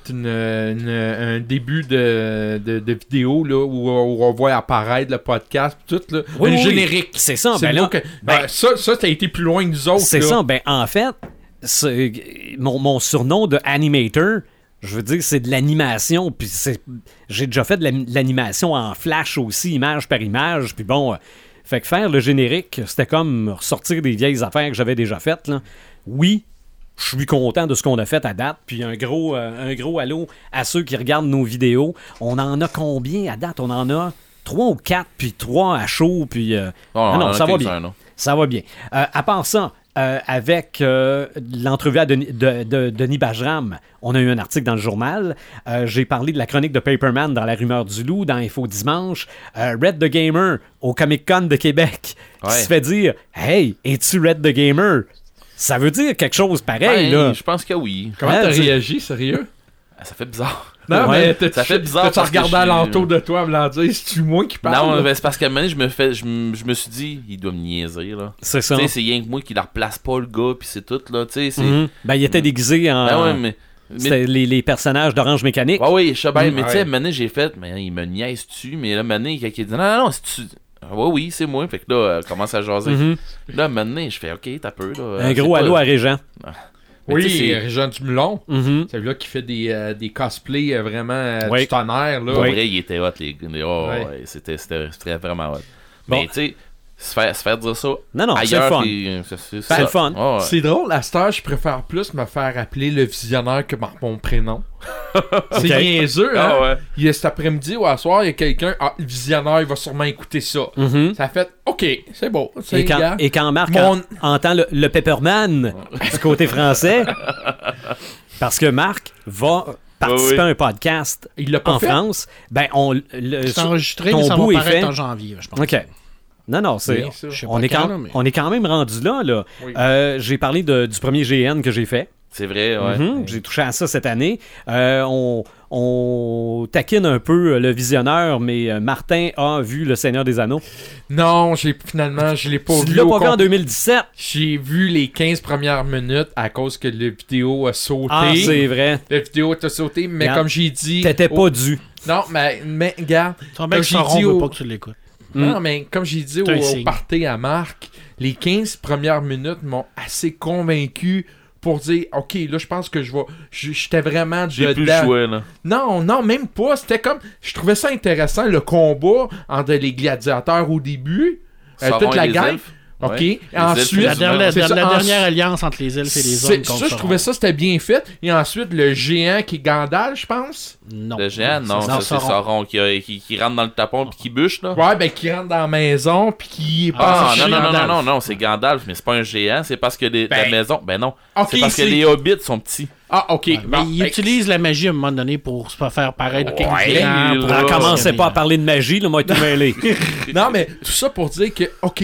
un début de vidéo là, où on voit apparaître le podcast pis tout, là.
Oui,
un
oui,
générique.
c'est ça,
C'est
ben
le
là,
mot que-
ben-
ça, t'as été plus loin que nous autres.
C'est
là.
ça. Ben, en fait, mon surnom de animator, je veux dire, c'est de l'animation. Puis j'ai déjà fait de l'animation en flash aussi, image par image. Puis bon, fait que faire le générique, c'était comme ressortir des vieilles affaires que j'avais déjà faites, là. Oui, je suis content de ce qu'on a fait à date. Puis un gros allô à ceux qui regardent nos vidéos. On en a combien à date? On en a 3 ou 4, puis 3 à chaud. Puis non, ça va bien. Ça va bien. À part ça, avec l'entrevue à de Denis Bajram, on a eu un article dans le journal. J'ai parlé de la chronique de Paperman dans La Rumeur du Loup, dans Info Dimanche. Red the Gamer au Comic-Con de Québec qui se fait dire « Hey, es-tu Red the Gamer? » Ça veut dire quelque chose pareil, là.
Je pense que oui.
Comment
Ouais,
t'as
c'est-
réagi, sérieux?
Ça fait bizarre.
Non,
Ouais.
mais t'as-tu
Ça fait bizarre
t'as-tu
parce que
regardé
je suis-
alentour de toi, me dire, c'est-tu moi qui parle?
Non,
là?
ben, c'est parce qu'à un moment donné, je me suis dit, il doit me niaiser, là.
C'est ça.
Tu sais, c'est rien que moi qui la replace pas, le gars, pis c'est tout, là. Tu sais, c'est.
Mhm. Ben, il était déguisé en...
Ben ouais, mais.
C'était les personnages d'Orange Mécanique.
Ouais, oui, je sais bien, mais tu sais, à
Ouais.
un moment donné, j'ai fait, mais il me niaise-tu, mais là, à un moment donné, quelqu'un dit, non, c'est tu. Oui, c'est moi. Fait que là, commence à jaser.
Mhm.
Là, à un moment donné, je fais, ok, t'as peu, là.
Un gros allô à Régent.
Mais tu sais,
Oui,
c'est-
Régent Dumoulin.
Mhm.
C'est là qui fait des cosplays vraiment
Oui.
du tonnerre, là.
Pour
Oui.
vrai, il était hot, les gars. Oh,
Ouais.
ouais, c'était vraiment hot.
Bon.
Mais tu sais, se faire dire ça
Non, c'est le
ailleurs,
fun.
c'est
C'est le fun.
Oh, ouais.
C'est drôle, à cette heure, je préfère plus me faire appeler le visionnaire que par mon prénom. C'est
Ok.
niaiseux, hein?
Ah ouais.
Il y a cet après-midi ou à soir, il y a quelqu'un, le visionnaire, il va sûrement écouter ça.
Mhm.
Ça fait, OK, c'est beau. C'est
Et quand,
gars.
et quand Marc
Mon-
entend le Pepperman du côté français, parce que Marc, va participer
Oui.
à un podcast
Il l'a pas
en
fait?
France, ben
C'est enregistré,
ton
mais ça va
bout est
paraître
fait.
en janvier, je pense.
OK. Non, c'est...
Bien sûr.
Je sais
On
pas
est,
quand, là, mais-
on est quand même rendu là.
Oui.
J'ai parlé du premier GN que j'ai fait.
C'est vrai, ouais.
J'ai touché à ça cette année. On taquine un peu le visionneur, mais Martin a vu Le Seigneur des Anneaux.
Non, finalement, je l'ai pas
Tu
vu.
l'as
au
pas vu en
complet.
2017?
J'ai vu les 15 premières minutes à cause que la vidéo a sauté.
Ah, c'est vrai.
La vidéo a sauté, mais
Regarde,
comme j'ai dit...
T'étais
au-
pas dû.
Non, mais regarde,
Ton mec
Comme j'ai
Sauron
dit
veut
au-
pas que tu l'écoutes.
non, mais comme j'ai dit
C'est un
au
signe.
party à Marc, les 15 premières minutes m'ont assez convaincu pour dire, OK, là, je pense que j'étais vraiment
J'ai plus le
dedans.
choix, là.
Non, même pas. C'était comme, je trouvais ça intéressant, le combat entre les gladiateurs au début,
Sauron
toute la
et les
gang.
elfes.
OK.
Ouais. Les
Ensuite,
elfes,
La, dernière,
c'est ça,
la
en-
dernière alliance entre les elfes et les hommes contre
ça, je trouvais ça, c'était bien fait. Et ensuite, le géant qui est Gandalf, je pense.
Non.
Le géant, non, ça c'est Sauron qui rentre dans le tapon puis qui bûche, là.
Ouais, ben, qui rentre dans la maison, puis qui est
Ah,
passé
non,
chez
non, non,
Gandalf.
non, non, c'est Gandalf, mais c'est pas un géant, c'est parce que la
Ben,
maison. Ben non.
ok,
C'est parce que
c'est-
les hobbits sont petits.
Ah, OK.
Mais
Bon,
il
ben,
utilise la magie à un moment donné pour se faire paraître quelque
Ouais,
grand,
là.
pour
On commençait
impressionner.
pas à parler de magie, là, moi, tout mêlé.
Non, mais tout ça pour dire que, OK,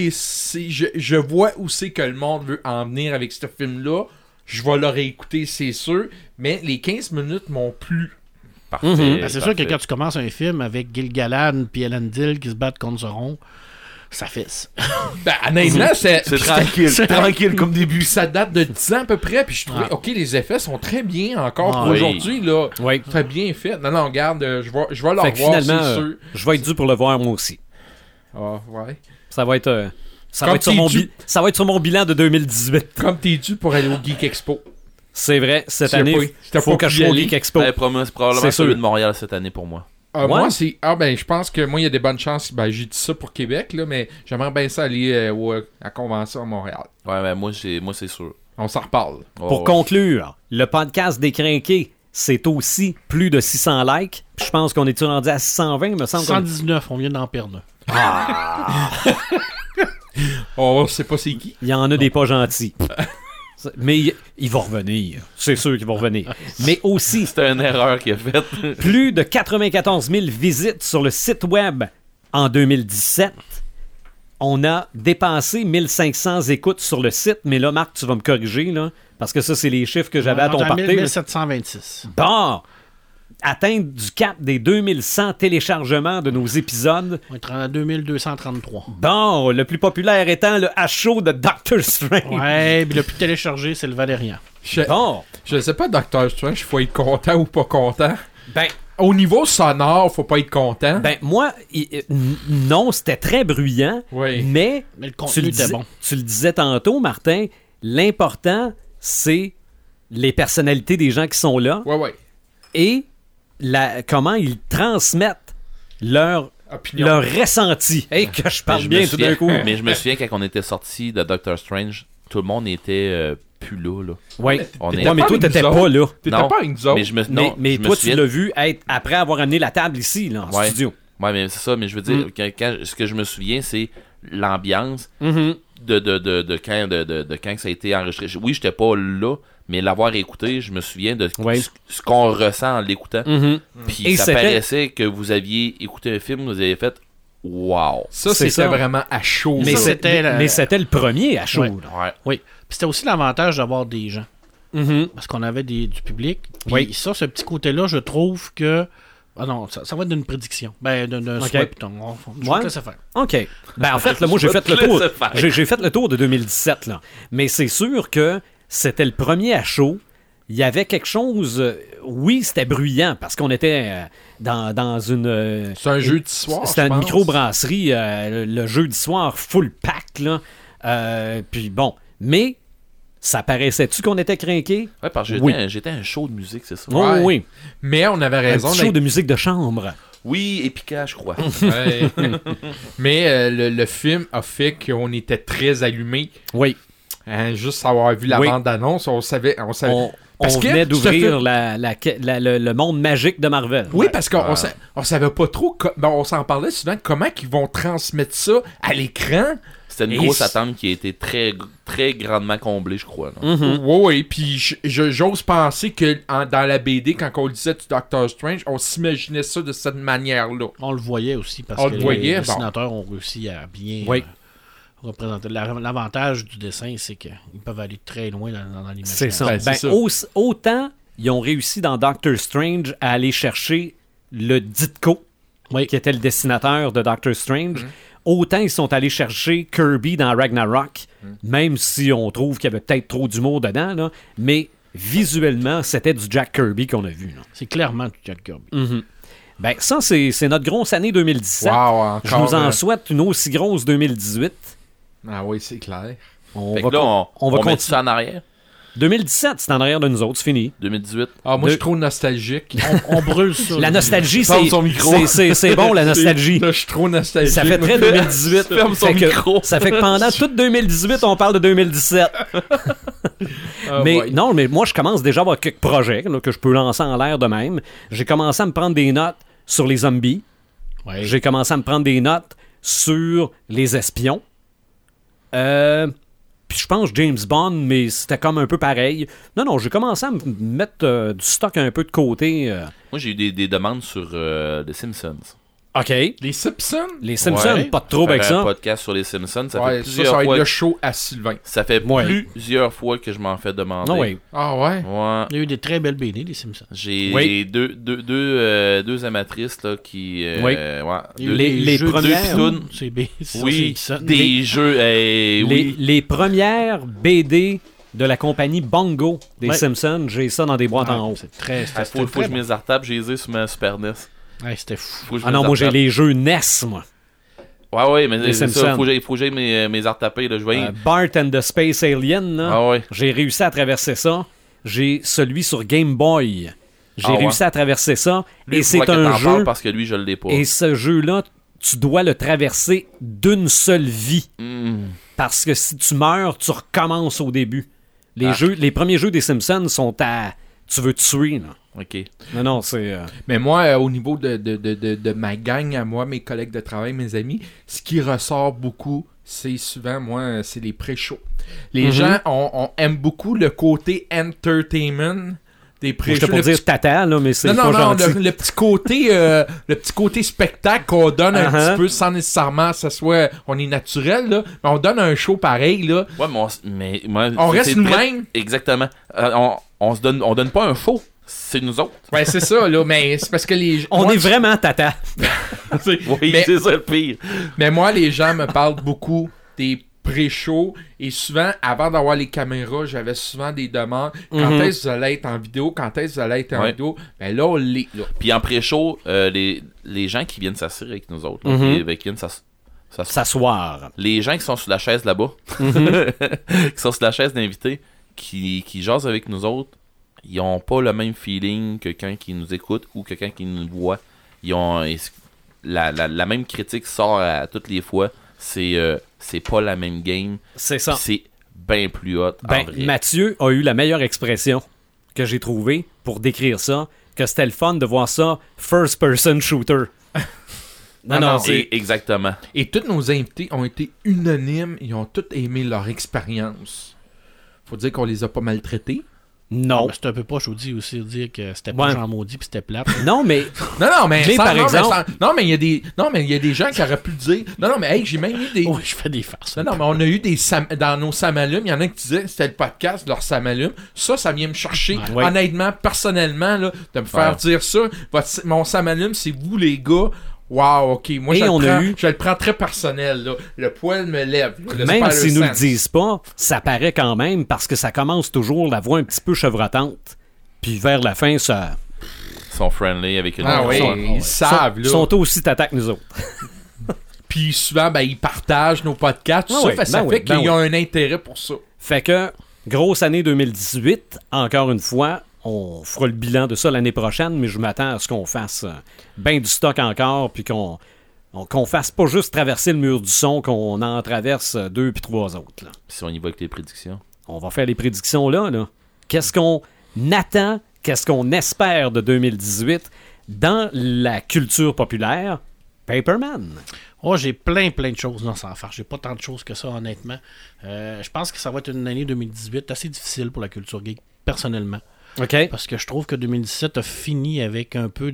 je vois où c'est que le monde veut en venir avec ce film-là. Je vais le réécouter, c'est sûr. Mais les 15 minutes m'ont plu.
Parfait.
Ben, c'est sûr que quand tu commences un film avec Gil-galad et Elendil qui se battent contre Sauron, ça fesse.
Ben, honnêtement, c'est
tranquille comme début.
ça date de 10 ans à peu près. Puis je trouvais,
Ah.
OK, les effets sont très bien encore
Ah,
pour
oui.
aujourd'hui. Là.
Oui.
Très bien fait. Non, regarde, je vais le
Fait que
revoir,
finalement,
c'est sûr.
je vais être dû pour le voir, moi aussi.
Ah, ouais.
Ça va être... ça
Comme
va être sur
t'es
mon
dû.
ça va être sur mon bilan de 2018.
Comme t'es dû pour aller au Geek Expo.
C'est vrai, cette
Tu as
année,
pas- t'as
faut
pas
que
pu
je sois
y
au
aller.
Geek Expo.
C'est probablement
C'est
celui
sûr.
de Montréal cette année pour moi.
Ouais.
Moi, c'est. Ah, ben, je pense que moi, il y a des bonnes chances. Ben, j'ai dit ça pour Québec, là, mais j'aimerais bien ça aller à la convention à Montréal.
Ouais, ben moi c'est sûr.
On s'en reparle.
Oh,
Pour
ouais.
conclure, le podcast Décrinqué, c'est aussi plus de 600 likes. Puis je pense qu'on est rendu à 620, me semble.
119, on vient d'en perdre.
On sait pas c'est qui.
Il y en a des pas gentils. Mais il va revenir. C'est sûr qu'il va revenir. Mais aussi,
C'était une erreur qu'il a faite.
plus de 94 000 visites sur le site web en 2017. On a dépassé 1500 écoutes sur le site. Mais là, Marc, tu vas me corriger, là, parce que ça, c'est les chiffres que j'avais à ton
On est
party. là.
1726.
Bon! Atteindre du cap des 2100 téléchargements de nos épisodes.
On est à 2233.
Bon, le plus populaire étant le H-Show de Doctor Strange.
Ouais, puis le plus téléchargé, c'est le Valérian.
Bon,
Je sais pas, Docteur Strange, il faut être content ou pas content.
ben,
Au niveau sonore, faut pas être content.
moi, non, c'était très bruyant,
Oui.
mais
Mais le
tu
contenu
le,
était
dis-
bon.
tu le disais tantôt, Martin, l'important, c'est les personnalités des gens qui sont là
Ouais.
et comment ils transmettent leur
Opinion.
ressenti. Hey, que je parle
Mais
bien
me
tout
souviens-
d'un coup.
Mais je me souviens quand on était sorti de Doctor Strange, tout le monde était plus là.
Oui.
On
T'étais
est...
Ouais, mais
pas
toi,
avec
t'étais
nous
pas là.
T'étais
Non,
pas avec nous autres.
Mais, non,
mais
je me
toi, tu
souviens-
l'as vu être après avoir amené la table ici, là, en
Ouais.
studio.
Ouais, mais c'est ça, mais je veux dire, ce que je me souviens, c'est l'ambiance
Mhm.
de quand ça a été enregistré. Oui, j'étais pas là, mais l'avoir écouté, je me souviens de
Ouais.
ce qu'on ressent en l'écoutant.
Mhm.
Puis
Et
ça
c'était-
paraissait que vous aviez écouté un film, vous avez fait wow.
Ça,
c'est
c'était
ça.
vraiment à chaud.
Mais
Ça,
ça.
c'était la-
mais c'était le premier à chaud.
Ouais.
là.
Ouais.
Oui. Puis c'était aussi l'avantage d'avoir des gens.
Mhm.
Parce qu'on avait du public. Puis
Oui.
ça, ce petit côté-là, je trouve que. Ah non, ça va être d'une prédiction. Ben, d'un
Ok.
souhait, plutôt. Je vais
Ouais.
te laisser faire.
OK. Ben, en fait, là, moi, j'ai
Je
fait
vais
le
te
tour.
laisser faire.
J'ai fait le tour de 2017, là. Mais c'est sûr que c'était le premier à chaud. Il y avait quelque chose... oui, c'était bruyant, parce qu'on était dans une...
C'est un jeudi soir.
C'était
je
une
pense.
microbrasserie le jeudi soir, full pack, là. Puis bon, mais ça paraissait-tu qu'on était crinqués?
Ouais, parce que
Oui.
j'étais un show de musique, c'est ça.
Oh,
Ouais.
oui.
Mais on avait
Un
raison.
petit show de musique de chambre.
Oui, Epica, je crois.
Ouais. Mais le film a fait qu'on était très allumés.
Oui.
Hein, juste avoir vu la
Oui.
bande-annonce, on savait.
On
Parce que
venait
ce
d'ouvrir
film-
le monde magique de Marvel.
Oui, parce qu'on on savait pas trop. On s'en parlait souvent comment ils vont transmettre ça à l'écran.
c'était une grosse attente qui a été très, très grandement comblée, je crois. là.
Oui, puis j'ose penser que dans la BD, quand on lisait du Doctor Strange, on s'imaginait ça de cette manière-là.
On le voyait aussi parce
On
que
le voyait,
les
bon.
dessinateurs ont réussi à bien
Oui.
représenter. L'avantage du dessin, c'est qu'ils peuvent aller très loin dans l'image.
C'est ça.
Ben, c'est
Ben,
ça.
Autant ils ont réussi dans Doctor Strange à aller chercher le Ditko,
Oui.
qui était le dessinateur de Doctor Strange, autant ils sont allés chercher Kirby dans Ragnarok, même si on trouve qu'il y avait peut-être trop d'humour dedans, là, mais visuellement, c'était du Jack Kirby qu'on a vu. Là.
C'est clairement du Jack Kirby.
Ben, ça, c'est notre grosse année 2017.
Wow, encore,
Je nous en souhaite une aussi grosse 2018.
Ah oui, c'est clair.
On
Fait
va,
que là, on
va
met
continuer.
ça en arrière.
2017, c'est en arrière de nous autres, c'est fini.
2018.
Ah, moi, je suis trop nostalgique.
On brûle ça.
La nostalgie,
Ferme son micro.
c'est bon, la nostalgie.
Là, je suis trop nostalgique.
Ça fait très 2018.
Ferme son
Fait que-
micro.
Ça fait que pendant toute 2018, on parle de 2017.
Ah,
Mais
ouais.
non, mais moi, je commence déjà à avoir quelques projets là, que je peux lancer en l'air de même. J'ai commencé à me prendre des notes sur les zombies.
Ouais.
J'ai commencé à me prendre des notes sur les espions. Puis je pense James Bond, mais c'était comme un peu pareil. Non, j'ai commencé à me mettre du stock un peu de côté.
Moi, j'ai eu des demandes sur The Simpsons.
OK.
Les Simpsons?
Les Simpsons,
Ouais.
pas de trouble avec
Faire un
ça.
podcast sur les Simpsons. Ça fait
Ouais, ça
plusieurs
va être
fois.
le show à Sylvain.
Ça fait
Ouais.
plusieurs fois que je m'en fais demander.
Non, oui.
Ah ouais?
Ouais.
Il y a eu des très belles BD, les Simpsons.
J'ai
Oui.
deux amatrices là, qui.
Oui.
Ouais.
Il y a eu
Les
jeux de
premières-
pitounes, c'est ça,
Oui,
c'est ça.
des jeux. Oui.
Les premières BD de la compagnie Bongo des
Ouais.
Simpsons, j'ai ça dans des boîtes en haut.
C'est très.
Ah, faut que je me les retape, j'ai les ai sur ma Super NES.
Ouais, c'était fou.
Faut que je
Ah
me
non,
les
moi j'ai
retape.
les jeux NES, moi.
Ouais, mais
Les
c'est
Simpsons.
ça. Faut que j'aille mes retaper. Là, je vais.
Bart and the Space Alien, là,
Ah ouais.
j'ai réussi à traverser ça. J'ai celui sur Game Boy. J'ai
Ah ouais.
réussi à traverser ça.
Lui,
Et
il faudra
c'est
que
un
t'en parles
jeu.
parce que lui, je l'ai pas.
Et ce jeu-là, tu dois le traverser d'une seule vie.
Hmm.
Parce que si tu meurs, tu recommences au début.
Ah.
Les premiers jeux des Simpsons sont à... Tu veux tuer, là.
Ok.
Non, c'est...
Mais moi, au niveau de ma gang, à moi, mes collègues de travail, mes amis, ce qui ressort beaucoup, c'est souvent, moi, c'est les pré-shows. Les gens aiment beaucoup le côté entertainment des
Je
pré-shows.
te pour dire tata, là, mais c'est
Non,
pas gentil.
le petit côté spectacle qu'on donne un petit peu sans nécessairement que ça soit on est naturel là, mais on donne un show pareil là.
Ouais, mais
On
c'est-
reste
c'est
nous-mêmes.
Exactement. On donne pas un faux. C'est nous autres.
Ouais, c'est ça là, mais c'est parce que les
On
moi,
est vraiment tata.
Oui,
Mais-
c'est ça le pire.
Mais moi, les gens me parlent beaucoup des pré-shows et souvent, avant d'avoir les caméras, j'avais souvent des demandes. Quand est-ce que vous allez être en vidéo? Quand est-ce que vous allez être en
Ouais.
vidéo? Ben là, on l'est. Là.
Puis en pré-show, les gens qui viennent s'asseoir avec nous autres, là, qui viennent
S'asseoir.
les gens qui sont sur la chaise là-bas, qui sont sur la chaise d'invités, qui jasent avec nous autres, ils ont pas le même feeling que quelqu'un qui nous écoute ou quelqu'un qui nous voit. Ils ont la même critique sort à toutes les fois. C'est pas la même game.
C'est ça.
C'est bien plus hot en
Ben,
vrai.
Mathieu a eu la meilleure expression que j'ai trouvée pour décrire ça, que c'était le fun de voir ça first-person shooter. Non, c'est...
Exactement.
Et tous nos invités ont été unanimes. Ils ont tous aimé leur expérience. Faut dire qu'on les a pas maltraités.
Non.
C'est un peu poche aussi de dire que c'était
Ouais.
pas Jean Maudit puis c'était plate.
Non, mais...
Non, mais
Mais par exemple-
il y a des il y a des gens qui auraient pu le dire. Non, mais hey, j'ai même eu des
Oui, je fais des farces.
Non, mais on a eu des dans nos samalumes, il y en a qui disaient c'était le podcast, leur samalume. Ça vient me chercher.
Ouais.
Honnêtement, personnellement, là, de me faire
Ouais.
dire ça. Mon samalume, c'est vous, les gars. Wow, ok. Moi,
Et
je
on a eu-
le prends très personnel. Là. Le poil me lève. Le
Même
Spider
s'ils nous le
Sense.
disent pas, ça paraît quand même parce que ça commence toujours la voix un petit peu chevrotante. Puis vers la fin, ça...
Ils sont friendly avec une
Ah oui,
personne.
ils savent.
Ils
Là.
sont aussi tata que nous autres.
Puis souvent, ben, ils partagent nos podcasts. Tout
Ah
ça
oui,
fait, ça
ben
fait
oui, ben
qu'il y a un intérêt pour ça.
Fait que, grosse année 2018, encore une fois, on fera le bilan de ça l'année prochaine, mais je m'attends à ce qu'on fasse bien du stock encore, puis qu'on fasse pas juste traverser le mur du son, qu'on en traverse 2 puis 3 autres. Là.
Si on y va avec les prédictions.
On va faire les prédictions là. Qu'est-ce qu'on attend, qu'est-ce qu'on espère de 2018 dans la culture populaire? Paperman.
Oh, j'ai plein de choses. Non, sans faire. J'ai pas tant de choses que ça, honnêtement. Je pense que ça va être une année 2018 assez difficile pour la culture geek, personnellement.
OK.
Parce que je trouve que 2017 a fini avec un peu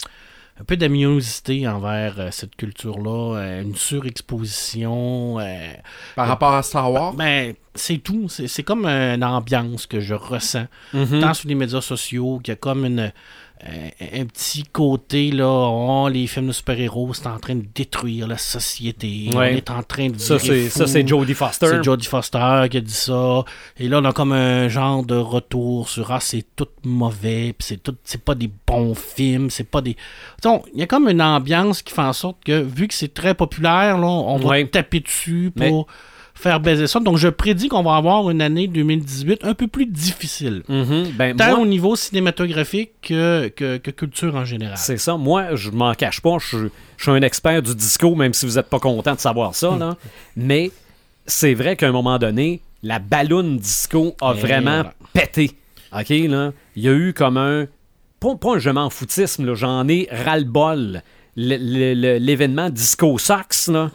d'amiosité envers cette culture-là, une surexposition.
Par rapport à Star Wars?
Ben, c'est tout. C'est comme une ambiance que je ressens, tant sur les médias sociaux, qu'il y a comme un petit côté, là, les films de super-héros, c'est en train de détruire la société.
Ouais.
On est en train de
Ça,
virer
c'est
fou.
Jodie Foster.
C'est Jodie Foster qui a dit ça. Et là, on a comme un genre de retour sur c'est tout mauvais, puis c'est pas des bons films, c'est pas des. Il y a comme une ambiance qui fait en sorte que, vu que c'est très populaire, là, on va taper dessus pour faire baiser ça. Donc, je prédis qu'on va avoir une année 2018 un peu plus difficile.
Ben,
Tant
moi,
au niveau cinématographique que culture en général.
c'est ça. Moi, je m'en cache pas. Je suis un expert du disco, même si vous n'êtes pas content de savoir ça. Là. Mais c'est vrai qu'à un moment donné, la balloune disco a vraiment pété. OK, là? Il y a eu comme un... Pas un je m'en foutisme, là. J'en ai ras-le-bol. L'événement Disco Sox, là,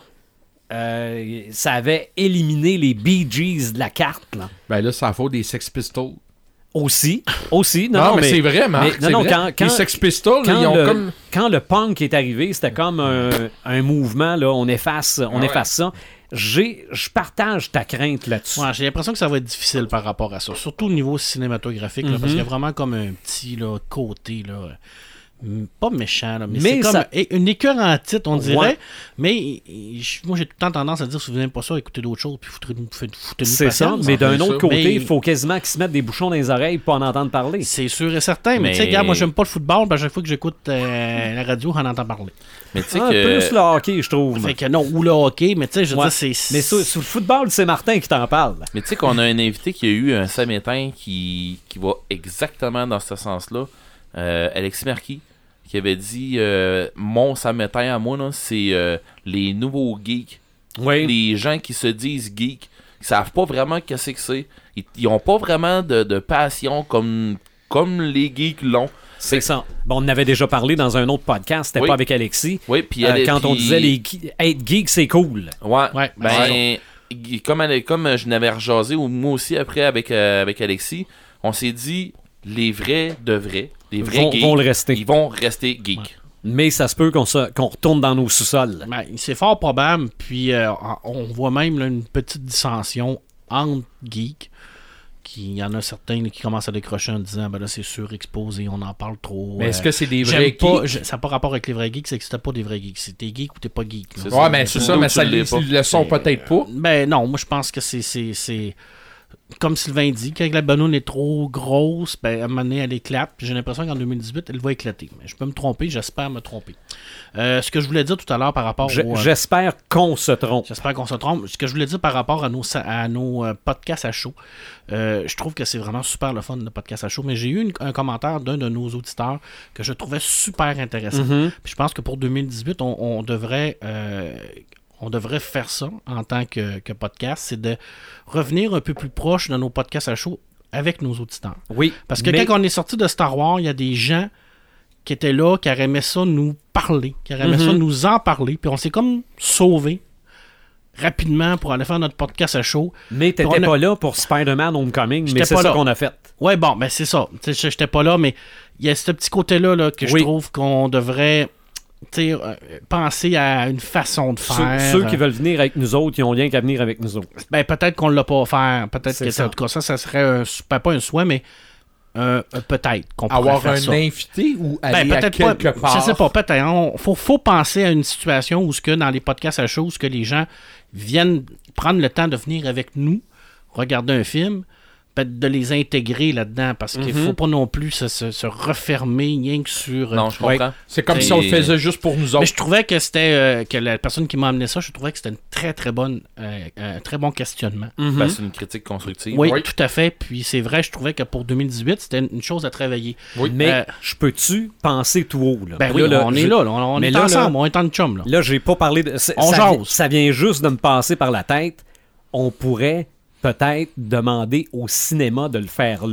ça avait éliminé les Bee Gees de la carte. Là.
Ben là, ça faute des Sex Pistols.
Aussi.
Non, mais c'est vrai, Marc.
mais non,
c'est vrai.
quand
les Sex Pistols, ils ont comme...
Quand le punk est arrivé, c'était comme un mouvement, là, on efface ça. Je partage ta crainte là-dessus.
Ouais, j'ai l'impression que ça va être difficile par rapport à ça. Surtout au niveau cinématographique, là, parce qu'il y a vraiment comme un petit là, côté... là. Pas méchant, là, mais c'est comme une écœur en titre, on dirait.
Ouais.
Mais moi, j'ai tout le temps tendance à dire si vous n'aimez pas ça, écoutez d'autres choses, puis foutez-nous
c'est ça,
patience.
mais d'un autre côté,
Mais-
il faut quasiment qu'ils se mettent des bouchons dans les oreilles pour en entendre parler.
C'est sûr et certain. Mais tu sais,
Mais-
regarde, moi, j'aime pas le football, puis à chaque fois que j'écoute la radio, on entend parler.
Mais tu sais
Plus
que.
le hockey, je trouve.
Fait que non, ou le hockey, mais tu sais, je veux
Ouais.
dire, c'est.
Mais sur le football, c'est Martin qui t'en parle.
Mais tu sais qu'on a un invité qui a eu un samétain qui va exactement dans ce sens-là. Alexis Marquis, qui avait dit mon samétain à moi, là, c'est les nouveaux geeks.
Oui.
Les gens qui se disent geeks, qui savent pas vraiment qu'est-ce que c'est. Ils ont pas vraiment de passion comme les geeks l'ont.
C'est ça. Bon, on en avait déjà parlé dans un autre podcast, c'était
Oui.
pas avec Alexis.
Oui, puis
Quand on disait être geek, c'est cool.
Ouais.
Ouais,
Ben, comme je n'avais rejasé, ou moi aussi après avec Alexis, on s'est dit les vrais de vrais, les vrais geeks,
vont le rester.
ils vont rester geeks.
Ouais.
Mais ça se peut qu'on retourne dans nos sous-sols.
Ben, c'est fort probable. Puis on voit même là, une petite dissension entre geeks. Il y en a certains là, qui commencent à décrocher en disant ben là c'est surexposé, on en parle trop.
Mais est-ce que c'est des
j'aime
vrais
pas,
geeks?
ça n'a pas rapport avec les vrais geeks, c'est que c'était pas des vrais geeks. C'est t'es geek ou t'es pas geek. là.
C'est
Ouais, mais c'est ça,
Ou
mais
tu
ça
l'es
ils
pas.
le sont peut-être pas.
Ben non, moi je pense que c'est comme Sylvain dit, quand la balloune est trop grosse, ben, à un moment donné, elle éclate. Puis j'ai l'impression qu'en 2018, elle va éclater. Mais je peux me tromper, j'espère me tromper. Ce que je voulais dire tout à l'heure par rapport au...
J'espère qu'on se trompe.
J'espère qu'on se trompe. Ce que je voulais dire par rapport à nos podcasts à chaud, je trouve que c'est vraiment super le fun, le podcast à chaud. Mais j'ai eu un commentaire d'un de nos auditeurs que je trouvais super intéressant. Puis je pense que pour 2018, on devrait faire ça en tant que podcast, c'est de revenir un peu plus proche de nos podcasts à chaud avec nos auditeurs.
Oui.
Parce que
mais-
quand on est sorti de Star Wars, il y a des gens qui étaient là, qui auraient aimé ça nous parler, qui auraient aimé ça nous en parler, puis on s'est comme sauvés rapidement pour aller faire notre podcast à chaud.
Mais t'étais
On a-
pas là pour Spider-Man Homecoming,
J'étais
mais c'est
pas
ça
là.
qu'on a fait.
Ouais, bon, ben c'est ça. Tu sais, j'étais pas là, mais il y a ce petit côté-là là, que je
Oui.
trouve qu'on devrait tu sais, penser à une façon de faire.
Ceux qui veulent venir avec nous autres, ils ont rien qu'à venir avec nous autres.
Ben, peut-être qu'on l'a pas offert. Peut-être
C'est
que
ça.
en tout cas, ça serait pas un souhait, mais peut-être qu'on pourrait
Avoir
faire
un
ça.
invité ou
Ben,
aller à
peut-être
quelque
pas.
part.
Je sais pas, peut-être. Faut penser à une situation où ce que dans les podcasts à chaud, où ce que les gens viennent prendre le temps de venir avec nous, regarder un film, peut-être de les intégrer là-dedans, parce qu'il faut pas non plus se refermer rien que sur...
Non, je comprends.
C'est comme
Et-
si on le faisait juste pour nous
Mais
autres.
je trouvais que c'était que la personne qui m'a amené ça, je trouvais que c'était une très très bonne un très bon questionnement.
Ben, c'est une critique constructive.
Oui,
Oui.
tout à fait. Puis c'est vrai, je trouvais que pour 2018, c'était une chose à travailler.
Mais je peux-tu penser tout haut? Là?
Ben
Là,
oui,
là,
on est
je-
là, on
mais
est
là,
ensemble,
là-
on est en chum. Là.
Là, j'ai pas parlé de.
On jase.
Ça vient juste de me passer par la tête. On pourrait peut-être demander au cinéma de le faire là.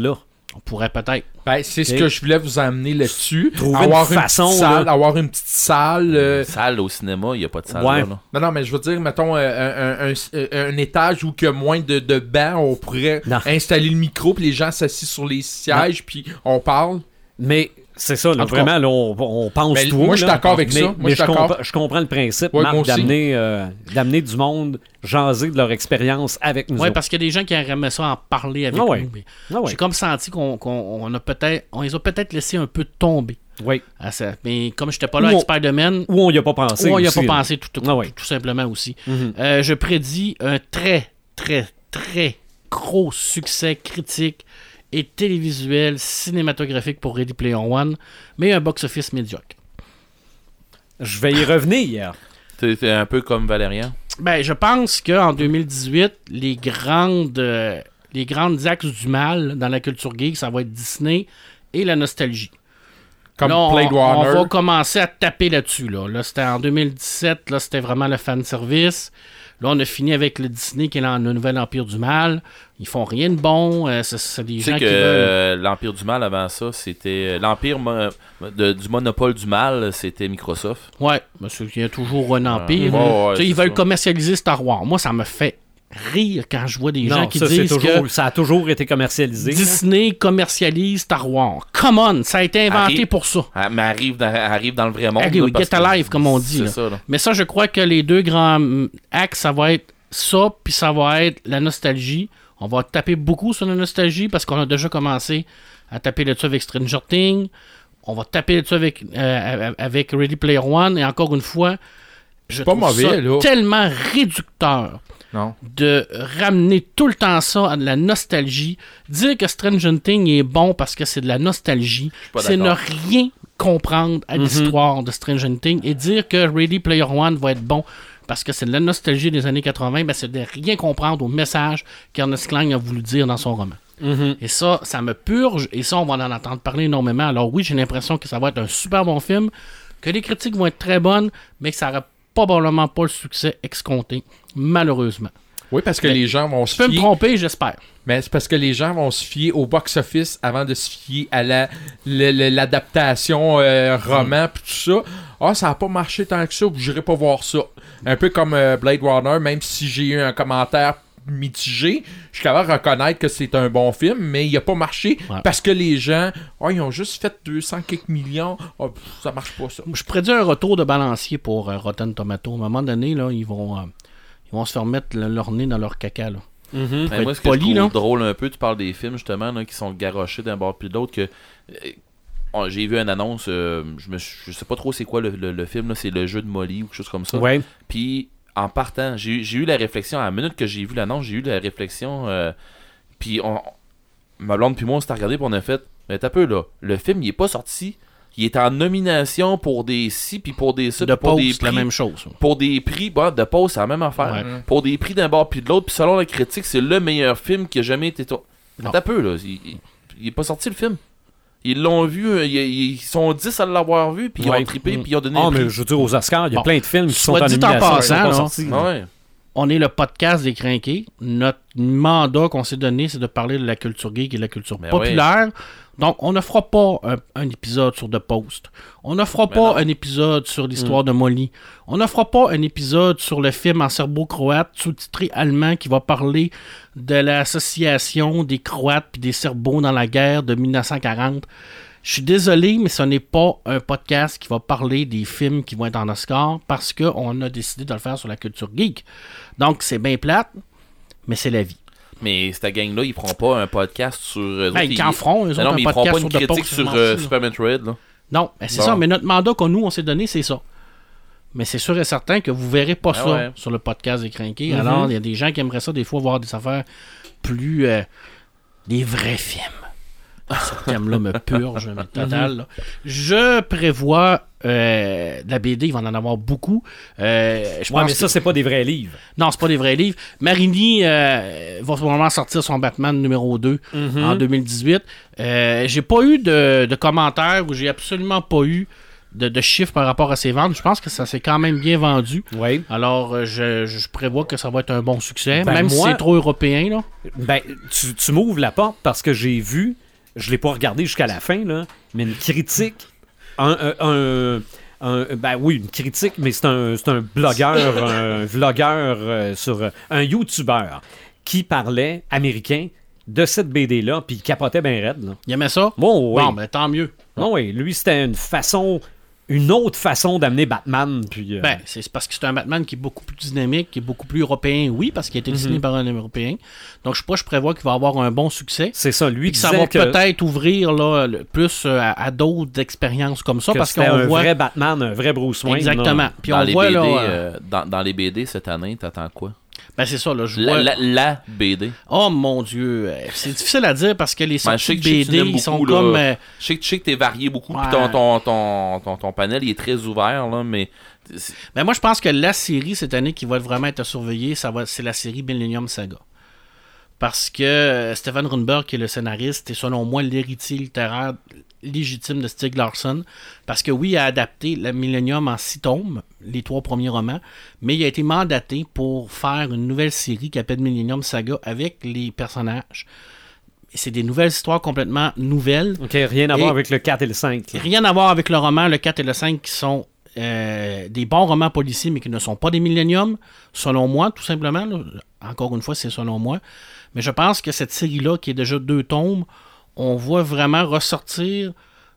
On pourrait peut-être.
Ben, c'est ce que je voulais vous amener là-dessus.
Trouver une façon,
avoir une petite salle.
Salle au cinéma, il n'y a pas de salle
Ouais.
là.
Non, mais je veux dire, mettons, un étage où il y a moins de bancs, on pourrait installer le micro, puis les gens s'assient sur les sièges, puis on parle.
Mais c'est ça, là,
En tout
vraiment, là, on pense
Mais
tout.
moi, je suis
là.
d'accord avec ça. Moi,
Mais
je suis d'accord.
je comprends le principe,
Ouais,
Marc,
moi aussi.
d'amener du monde jaser de leur expérience avec nous
Oui,
autres.
parce qu'il y a des gens qui aimeraient ça en parler avec
Ah ouais.
nous. Mais
Ah ouais.
j'ai comme senti qu'on a peut-être, on les a peut-être laissé un peu tomber.
Oui.
À ça. Mais comme je n'étais pas là
Ou
avec
on-
Spider-Man,
Ou on n'y a pas pensé.
on n'y a
aussi,
pas
là.
pensé tout simplement aussi.
Mhm.
Je prédis un très, très, très gros succès critique et télévisuel, cinématographique pour Ready Player One, mais un box-office médiocre.
Je vais y revenir.
T'es un peu comme Valérian.
Ben, je pense qu'en 2018, les grandes axes du mal dans la culture geek, ça va être Disney et la nostalgie.
Comme
Là,
Blade
on
Runner.
va commencer à taper là-dessus. Là, c'était en 2017, là, c'était vraiment le fanservice. Là, on a fini avec le Disney qui est dans le nouvel Empire du Mal. Ils font rien de bon. C'est des
Tu
gens
sais
qui
que
veulent...
l'Empire du Mal avant ça, c'était l'Empire du monopole du mal, c'était Microsoft.
Ouais, parce qu'il y a toujours un empire.
Ouais,
Tu sais, ils
c'est
veulent
ça.
commercialiser Star Wars. Moi, ça me fait rire quand je vois des gens
Non,
qui
ça,
disent que
ça a toujours été commercialisé. là.
Disney commercialise Star Wars. Come on, ça a été inventé
Arrive-
pour ça.
Ah, mais arrive dans le vrai monde.
Ok,
là,
oui,
parce
get
que
alive, comme on dit,
C'est
là.
ça, là.
Mais ça, je crois que les deux grands axes, ça va être ça, puis ça va être la nostalgie. On va taper beaucoup sur la nostalgie parce qu'on a déjà commencé à taper là-dessus avec Stranger Things. On va taper là-dessus avec Ready Player One. Et encore une fois, je
pas
trouve
mauvais,
ça
là.
tellement réducteur
Non.
de ramener tout le temps ça à de la nostalgie. Dire que Stranger Things est bon parce que c'est de la nostalgie,
pas
c'est ne
d'accord.
rien comprendre à l'histoire de Stranger Things et dire que Ready Player One va être bon parce que c'est de la nostalgie des années 80, ben c'est de rien comprendre au message qu'Ernest Cline a voulu dire dans son roman. Et ça me purge, et ça, on va en entendre parler énormément. Alors oui, j'ai l'impression que ça va être un super bon film, que les critiques vont être très bonnes, mais que ça n'aura probablement pas le succès escompté, malheureusement.
Oui, parce que
Mais
les gens vont
Je
se
peux me
fier.
tromper, j'espère.
Mais c'est parce que les gens vont se fier au box-office avant de se fier à l'adaptation roman pis tout ça. Ah, ça a pas marché tant que ça, j'irai pas voir ça. Un peu comme Blade Runner, même si j'ai eu un commentaire mitigé, je suis capable de reconnaître que c'est un bon film, mais il a pas marché parce que les gens, ils ont juste fait 200 quelques millions. Ça marche pas ça.
Je prédis un retour de balancier pour Rotten Tomato. À un moment donné, là, ils vont se faire mettre leur nez dans leur caca. Là.
Mais moi,
être
ce que
poli,
je trouve
là.
drôle un peu, tu parles des films justement là, qui sont garochés d'un bord puis de l'autre, que j'ai vu une annonce, je sais pas trop c'est quoi le film, là, c'est le jeu de Molly ou quelque chose comme ça.
Ouais.
Puis en partant, j'ai eu la réflexion, à la minute que j'ai vu l'annonce, j'ai eu la réflexion, puis ma blonde puis moi on s'est regardé puis on a fait, mais t'as peu là, le film il est pas sorti, il est en nomination pour des ci puis pour des ça,
De
puis pour des
Post, la
prix.
même chose.
Pour des prix, de pause, c'est la même affaire.
Ouais.
Pour des prix d'un bord puis de l'autre, puis selon la critique, c'est le meilleur film qui a jamais été.
Non.
T'as peu, là. Il est pas sorti le film. Ils l'ont vu, ils sont 10 à l'avoir vu, puis ils
Ouais.
ont trippé, puis ils ont donné
Ah,
un
mais
prix.
je veux dire, aux Oscars, il y a
Bon.
plein de films qui sont
Soit
en
dit en
nomination.
passant,
qui sont pas
là.
sortis.
Ah ouais.
On est le podcast des crinqués. Notre mandat qu'on s'est donné, c'est de parler de la culture geek et de la culture
Ben
populaire. Donc, on ne fera pas un épisode sur The Post. On ne fera pas
non.
un épisode sur l'histoire de Molly. On ne fera pas un épisode sur le film en serbo-croate sous-titré allemand qui va parler de l'association des Croates puis des Serbos dans la guerre de 1940. Je suis désolé, mais ce n'est pas un podcast qui va parler des films qui vont être en Oscar parce qu'on a décidé de le faire sur la culture geek. Donc, c'est bien plate, mais c'est la vie.
Mais cette gang-là, ils feront pas un podcast sur.
Ben, ils en feront, eux autres,
non,
un
mais ils feront
podcast
pas
sur
une
The
critique
Post,
sur
je m'en fous, là.
Super Metroid, là.
Non, ben c'est
Bon.
ça, mais notre mandat qu'on nous, on s'est donné, c'est ça. Mais c'est sûr et certain que vous verrez pas ça
ouais.
sur le podcast des crinqués. Alors, il y a des gens qui aimeraient ça des fois voir des affaires plus... des vrais films. Ce thème-là me purge, mais total. Là. Je prévois de la BD, il va en avoir beaucoup. Je
Ouais,
pense
mais ça, c'est pas des vrais livres.
Non, c'est pas des vrais livres. Marini va probablement sortir son Batman numéro 2 en 2018. J'ai pas eu de commentaires ou j'ai absolument pas eu de chiffres par rapport à ses ventes. Je pense que ça s'est quand même bien vendu.
Oui.
Alors, je prévois que ça va être un bon succès,
Ben,
même si
moi-
c'est trop européen. Là.
Ben, tu m'ouvres la porte parce que j'ai vu je l'ai pas regardé jusqu'à la fin, là, mais une critique, ben oui, une critique, mais c'est un blogueur, un vlogueur un YouTuber qui parlait américain de cette BD-là, puis il capotait bien raide. Là.
Il aimait ça?
Bon, oui.
Bon, ben tant mieux.
Non, oui, lui, c'était une autre façon d'amener Batman. Puis,
Ben, c'est parce que c'est un Batman qui est beaucoup plus dynamique, qui est beaucoup plus européen, oui, parce qu'il a été dessiné par un Européen. Donc, je prévois qu'il va avoir un bon succès.
c'est ça, lui
Puis que ça va
disait que
peut-être ouvrir là, plus à d'autres expériences comme ça, parce
c'était
qu'on
un
voit...
vrai Batman, un vrai Bruce Wayne.
Exactement.
Là.
Puis
Dans
on
les
voit
BD,
là...
dans les BD cette année, t'attends quoi?
Ben c'est ça, là, je vois...
La BD.
Oh mon Dieu, c'est difficile à dire parce que les
Ben, je sais
sorties
que tu
BD,
l'aimes
ils sont
beaucoup, là.
comme...
Je sais que t'es varié beaucoup,
Ouais.
puis ton panel il est très ouvert, là, mais...
Ben moi, je pense que la série cette année qui va vraiment être surveillée, c'est la série Millennium Saga. Parce que Stephen Grunberg, qui est le scénariste, est selon moi l'héritier littéraire légitime de Stieg Larsson. Parce que oui, il a adapté la Millennium en 6 tomes, les 3 premiers romans, mais il a été mandaté pour faire une nouvelle série qui s'appelle Millennium Saga avec les personnages. C'est des nouvelles histoires complètement nouvelles.
OK, rien à
Et-
voir avec le 4 et le 5. là.
Rien à voir avec le roman, le 4 et le 5, qui sont des bons romans policiers, mais qui ne sont pas des Millennium, selon moi, tout simplement. Là. Encore une fois, c'est selon moi. Mais je pense que cette série-là, qui est déjà 2 tomes, on voit vraiment ressortir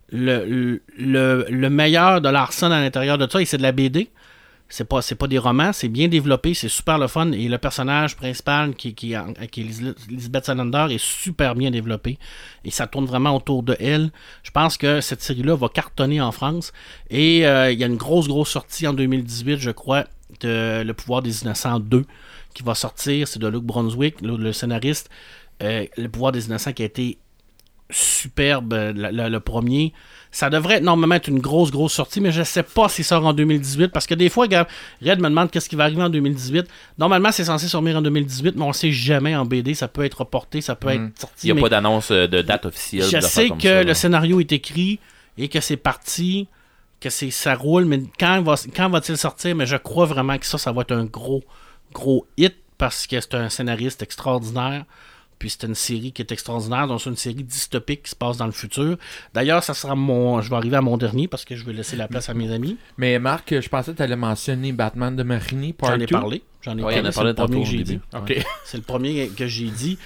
le meilleur de Larson à l'intérieur de ça, et c'est de la BD. C'est pas des romans, c'est bien développé, c'est super le fun, et le personnage principal qui est Elizabeth Salander est super bien développé, et ça tourne vraiment autour de elle. Je pense que cette série-là va cartonner en France, et il y a une grosse sortie en 2018, je crois, de Le pouvoir des innocents 2, qui va sortir, c'est de Luke Brunswick, le scénariste. Le pouvoir des innocents qui a été superbe, le premier. Ça devrait normalement être une grosse sortie, mais je ne sais pas s'il sort en 2018, parce que des fois, Red me demande qu'est-ce qui va arriver en 2018. Normalement, c'est censé sortir en 2018, mais on ne sait jamais en BD. Ça peut être reporté, ça peut être sorti.
Il n'y a
mais
pas d'annonce de date officielle.
je sais que le scénario est écrit et que c'est parti, que ça roule, mais quand va-t-il sortir? Mais je crois vraiment que ça va être un gros hit, parce que c'est un scénariste extraordinaire. Puis c'est une série qui est extraordinaire, donc c'est une série dystopique qui se passe dans le futur. D'ailleurs, ça sera je vais arriver à mon dernier parce que je vais laisser la place à mes amis.
Mais Marc, je pensais que tu allais mentionner Batman de Marini, Part
J'en ai
2.
parlé.
Ouais, on a
c'est
parlé
le
tantôt
premier
au
que j'ai
début.
dit.
Ok.
C'est le premier que j'ai dit.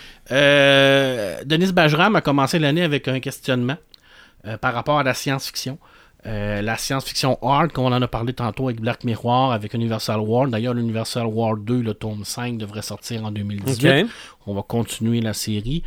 Denis Bajram a commencé l'année avec un questionnement par rapport à la science-fiction. La science-fiction hard, comme on en a parlé tantôt avec Black Mirror, avec Universal War. D'ailleurs, l'Universal War 2, le tome 5, devrait sortir en 2018.
OK.
On va continuer la série.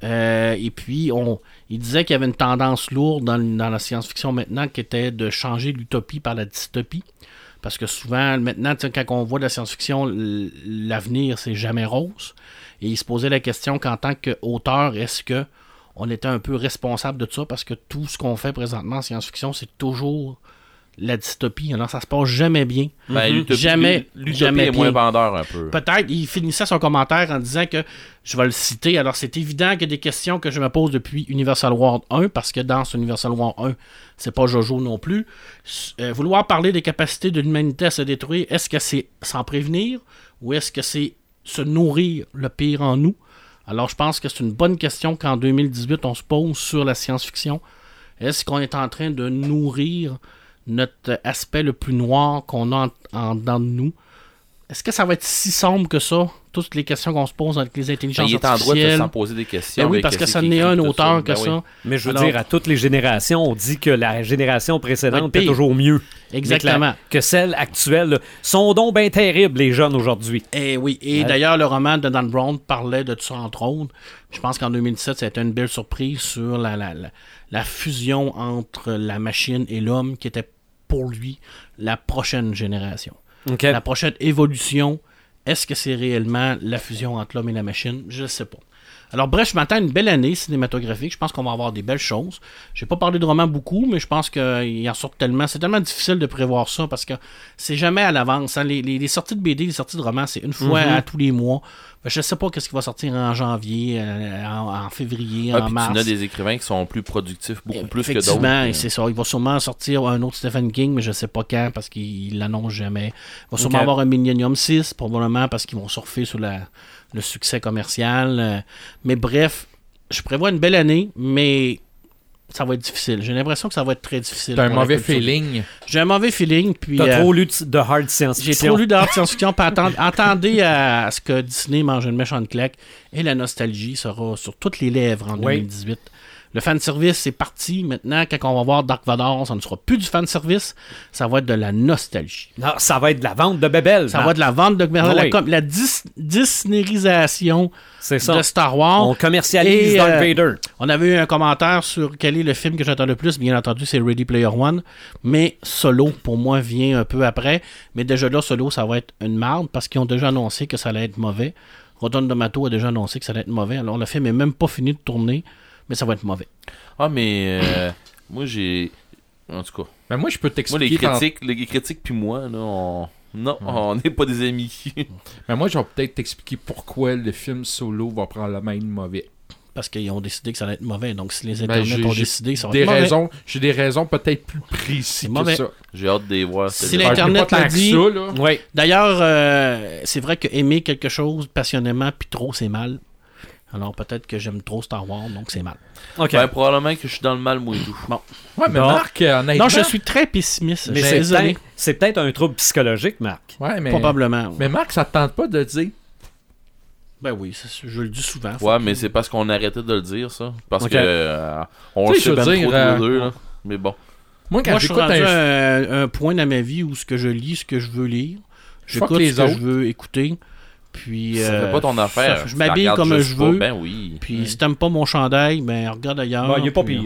Et puis, il disait qu'il y avait une tendance lourde dans la science-fiction maintenant qui était de changer l'utopie par la dystopie. Parce que souvent, maintenant, quand on voit de la science-fiction, l'avenir, c'est jamais rose. Et il se posait la question qu'en tant qu'auteur, est-ce que on était un peu responsable de ça? Parce que tout ce qu'on fait présentement en science-fiction, c'est toujours la dystopie. Alors, ça se passe jamais bien.
Ben, l'utopie
Jamais
est moins
bien.
vendeur un peu.
Peut-être, il finissait son commentaire en disant que, je vais le citer, alors c'est évident qu'il y a des questions que je me pose depuis Universal War 1, parce que dans ce Universal War 1, c'est pas Jojo non plus. Vouloir parler des capacités de l'humanité à se détruire, est-ce que c'est s'en prévenir, ou est-ce que c'est se nourrir le pire en nous? Alors je pense que c'est une bonne question qu'en 2018, on se pose sur la science-fiction. Est-ce qu'on est en train de nourrir notre aspect le plus noir qu'on a en dedans de nous? Est-ce que ça va être si sombre que ça? Toutes les questions qu'on se pose avec les intelligences
Il est en droit de
artificielles.
s'en poser des questions.
Ben oui,
avec
parce que
ce
ça
qui
n'est
écrit,
un
tout
auteur
ça.
que
Ben
ça.
oui.
Mais je veux
Alors-
dire, à toutes les générations, on dit que la génération précédente était
pire.
toujours mieux.
Exactement.
Que celle actuelle. Là, sont donc bien terribles, les jeunes, aujourd'hui.
Et oui, et
Ouais.
d'ailleurs, le roman de Dan Brown parlait de ça, entre autres. Je pense qu'en 2017, ça a été une belle surprise sur la fusion entre la machine et l'homme, qui était pour lui la prochaine génération.
OK.
La prochaine évolution, est-ce que c'est réellement la fusion entre l'homme et la machine? Je ne sais pas. Alors bref, je m'attends à une belle année cinématographique. Je pense qu'on va avoir des belles choses. J'ai pas parlé de romans beaucoup, mais je pense qu'il en sort tellement. C'est tellement difficile de prévoir ça parce que c'est jamais à l'avance. Hein. Les sorties de BD, les sorties de romans, c'est une fois à tous les mois. Je sais pas qu'est-ce qui va sortir en janvier, en février,
Ah,
en
puis
mars.
tu as des écrivains qui sont plus productifs, beaucoup plus que d'autres.
Effectivement, et c'est ça. Il va sûrement sortir un autre Stephen King, mais je sais pas quand, parce qu'il l'annonce jamais. Il va sûrement
Ok.
avoir un Millennium 6, probablement, parce qu'ils vont surfer sur le succès commercial. Mais bref, je prévois une belle année, mais ça va être difficile. J'ai l'impression que ça va être très difficile.
T'as un
pour la
mauvais
culture.
feeling.
J'ai un mauvais feeling, puis...
T'as trop lu de hard
J'ai
science-fiction.
trop lu d'art science-fiction. Puis attendez à ce que Disney mange une méchante claque et la nostalgie sera sur toutes les lèvres en 2018. Le fanservice, c'est parti. Maintenant, quand on va voir Dark Vador, ça ne sera plus du fanservice. Ça va être de la nostalgie.
Non, ça va être de la vente de bébelles.
Ça va être de la vente de...
Oui.
La Disneyisation
C'est ça.
de Star Wars.
On commercialise
Et,
Darth Vader.
On avait eu un commentaire sur quel est le film que j'attends le plus. Bien entendu, c'est Ready Player One. Mais Solo, pour moi, vient un peu après. Mais déjà là, Solo, ça va être une marde parce qu'ils ont déjà annoncé que ça allait être mauvais. Rotten Tomato a déjà annoncé que ça allait être mauvais. Alors, le film n'est même pas fini de tourner, mais ça va être mauvais.
Ah, mais moi, j'ai... En tout cas,
Ben moi, je peux
moi,
t'expliquer.
les critiques puis moi, là, on n'est pas des amis.
Ben moi, je vais peut-être t'expliquer pourquoi le film Solo va probablement être mauvais.
Parce qu'ils ont décidé que ça allait être mauvais. Donc, si les
Ben,
internets ont décidé, ça va
des
être mauvais.
raisons, j'ai des raisons peut-être plus précises
C'est
que
mauvais.
ça.
J'ai hâte de les voir.
Si
celle-là.
l'Internet
pas tant
l'a
que
dit.
ça, là.
Oui.
D'ailleurs, c'est vrai que aimer quelque chose passionnément puis trop, c'est mal. Alors, peut-être que j'aime trop Star Wars, donc c'est mal.
OK.
Ben, probablement que je suis dans le mal, moi et tout.
Bon.
Ouais, mais
Non.
Marc, honnêtement...
Non, je suis très pessimiste.
Mais
Je suis désolé.
c'est peut-être un trouble psychologique, Marc.
Ouais, mais...
Probablement.
Mais Marc, ça te tente pas de dire...
Ben oui, je le dis souvent.
Ouais, mais c'est parce qu'on a arrêté de le dire, ça. Parce
Ok.
que on
Tu
le
sais,
sait
je veux
ben
dire,
trop tous les deux, là. Mais bon.
Moi, quand
Moi, je suis
j'écoute
rendu
un...
à un point dans ma vie où ce que je lis, ce que je veux lire.
Fuck
J'écoute
les
ce que
autres.
je veux écouter. Puis,
Ça fait pas ton affaire.
Je
Tu
m'habille
regardes
comme
juste
je
pas,
veux.
Ben oui.
Puis si t'aimes pas mon chandail, ben regarde ailleurs.
Bon, il est pas
puis,
pire.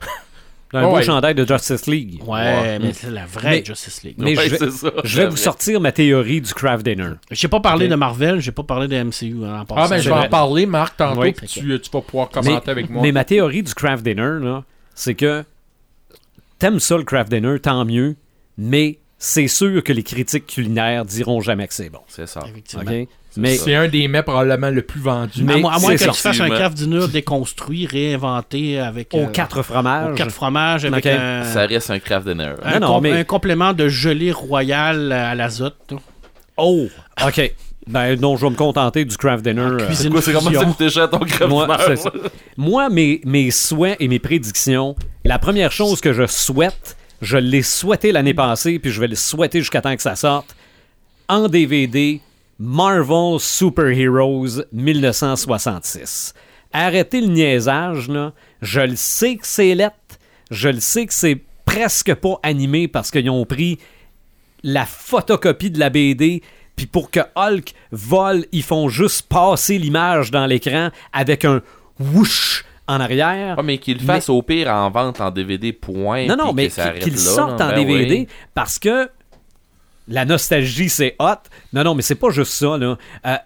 Un beau
Ouais.
chandail de Justice League.
Ouais, mais c'est la vraie
Mais-
Justice League.
Mais
Ouais,
je vais-
c'est ça.
Je vais vous sortir ma théorie du craft dinner.
J'ai pas parlé
Ok.
de Marvel, j'ai pas parlé de MCU en
Ah,
passant.
ben je
C'est
vais
vrai.
en parler, Marc, tantôt,
Oui.
puis tu vas pouvoir commenter avec moi.
Mais ma théorie du craft dinner, là, c'est que t'aimes ça le craft dinner, tant mieux, mais c'est sûr que les critiques culinaires diront jamais que c'est bon.
C'est ça.
Effectivement.
OK? Mais
C'est un des mets probablement le plus vendu.
Mais
à moins
c'est
que
ça.
tu fasses un
Effectivement.
craft dinner déconstruit, réinventé avec
aux 4 fromages.
aux 4 fromages, avec
Ok.
Ça reste un craft dinner.
mais-
un complément de gelée royale à l'azote. là.
Oh! OK. Ben non, je vais me contenter du craft dinner.
cuisine.
C'est comment ça
fusion.
coûtait cher ton craft
Moi,
dinner?
c'est ça. Moi, mes souhaits et mes prédictions, la première chose que je souhaite, je l'ai souhaité l'année passée, puis je vais le souhaiter jusqu'à temps que ça sorte, en DVD, Marvel Super Heroes 1966. Arrêtez le niaisage, là. Je le sais que c'est lettre, je le sais que c'est presque pas animé parce qu'ils ont pris la photocopie de la BD, puis pour que Hulk vole, ils font juste passer l'image dans l'écran avec un whoosh en arrière.
Ah, mais qu'il le fasse au pire en vente en DVD, point.
Non, non,
puis
mais
que ça arrête
qu'ils
là,
sortent
là.
en
Ben
DVD
oui.
parce que la nostalgie, c'est hot. Non, non, mais c'est pas juste ça, là.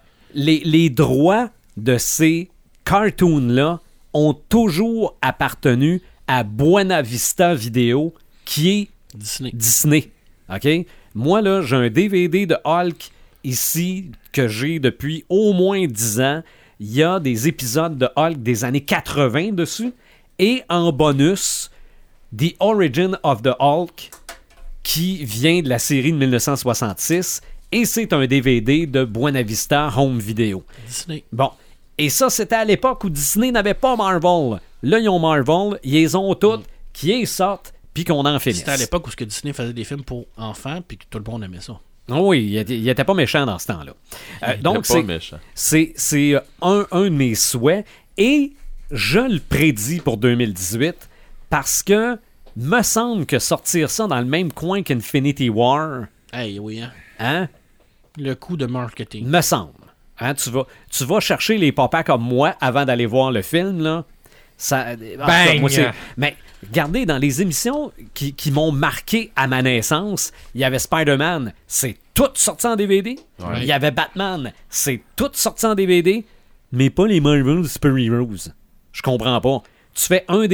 Les droits de ces cartoons-là ont toujours appartenu à Buena Vista Video, qui est
Disney.
Disney. OK? Moi, là, j'ai un DVD de Hulk ici que j'ai depuis au moins 10 ans. Il y a des épisodes de Hulk des années 80 dessus. Et en bonus, The Origin of the Hulk, qui vient de la série de 1966. Et c'est un DVD de Buena Vista Home Video.
Disney.
Bon. Et ça, c'était à l'époque où Disney n'avait pas Marvel. Là, ils ont Marvel, ils les ont toutes, qui les sortent, puis qu'on en finisse.
C'était à l'époque où ce que Disney faisait des films pour enfants puis que tout le monde aimait ça.
Oui, il était pas méchant dans ce temps-là. Donc,
C'est pas méchant.
c'est un de mes souhaits. Et je le prédis pour 2018 parce que me semble que sortir ça dans le même coin qu'Infinity War,
Hey, oui, hein?
hein,
Le coup de marketing.
me semble. Hein, tu vas chercher les papas comme moi avant d'aller voir le film, là. Ça, en tout cas,
Bang!
moi, mais regardez, dans les émissions qui m'ont marqué à ma naissance, il y avait Spider-Man, c'est tout sorti en DVD.
Ouais.
Il y avait Batman, c'est tout sorti en DVD, mais pas les Marvel Super Heroes. Je comprends pas. Tu fais un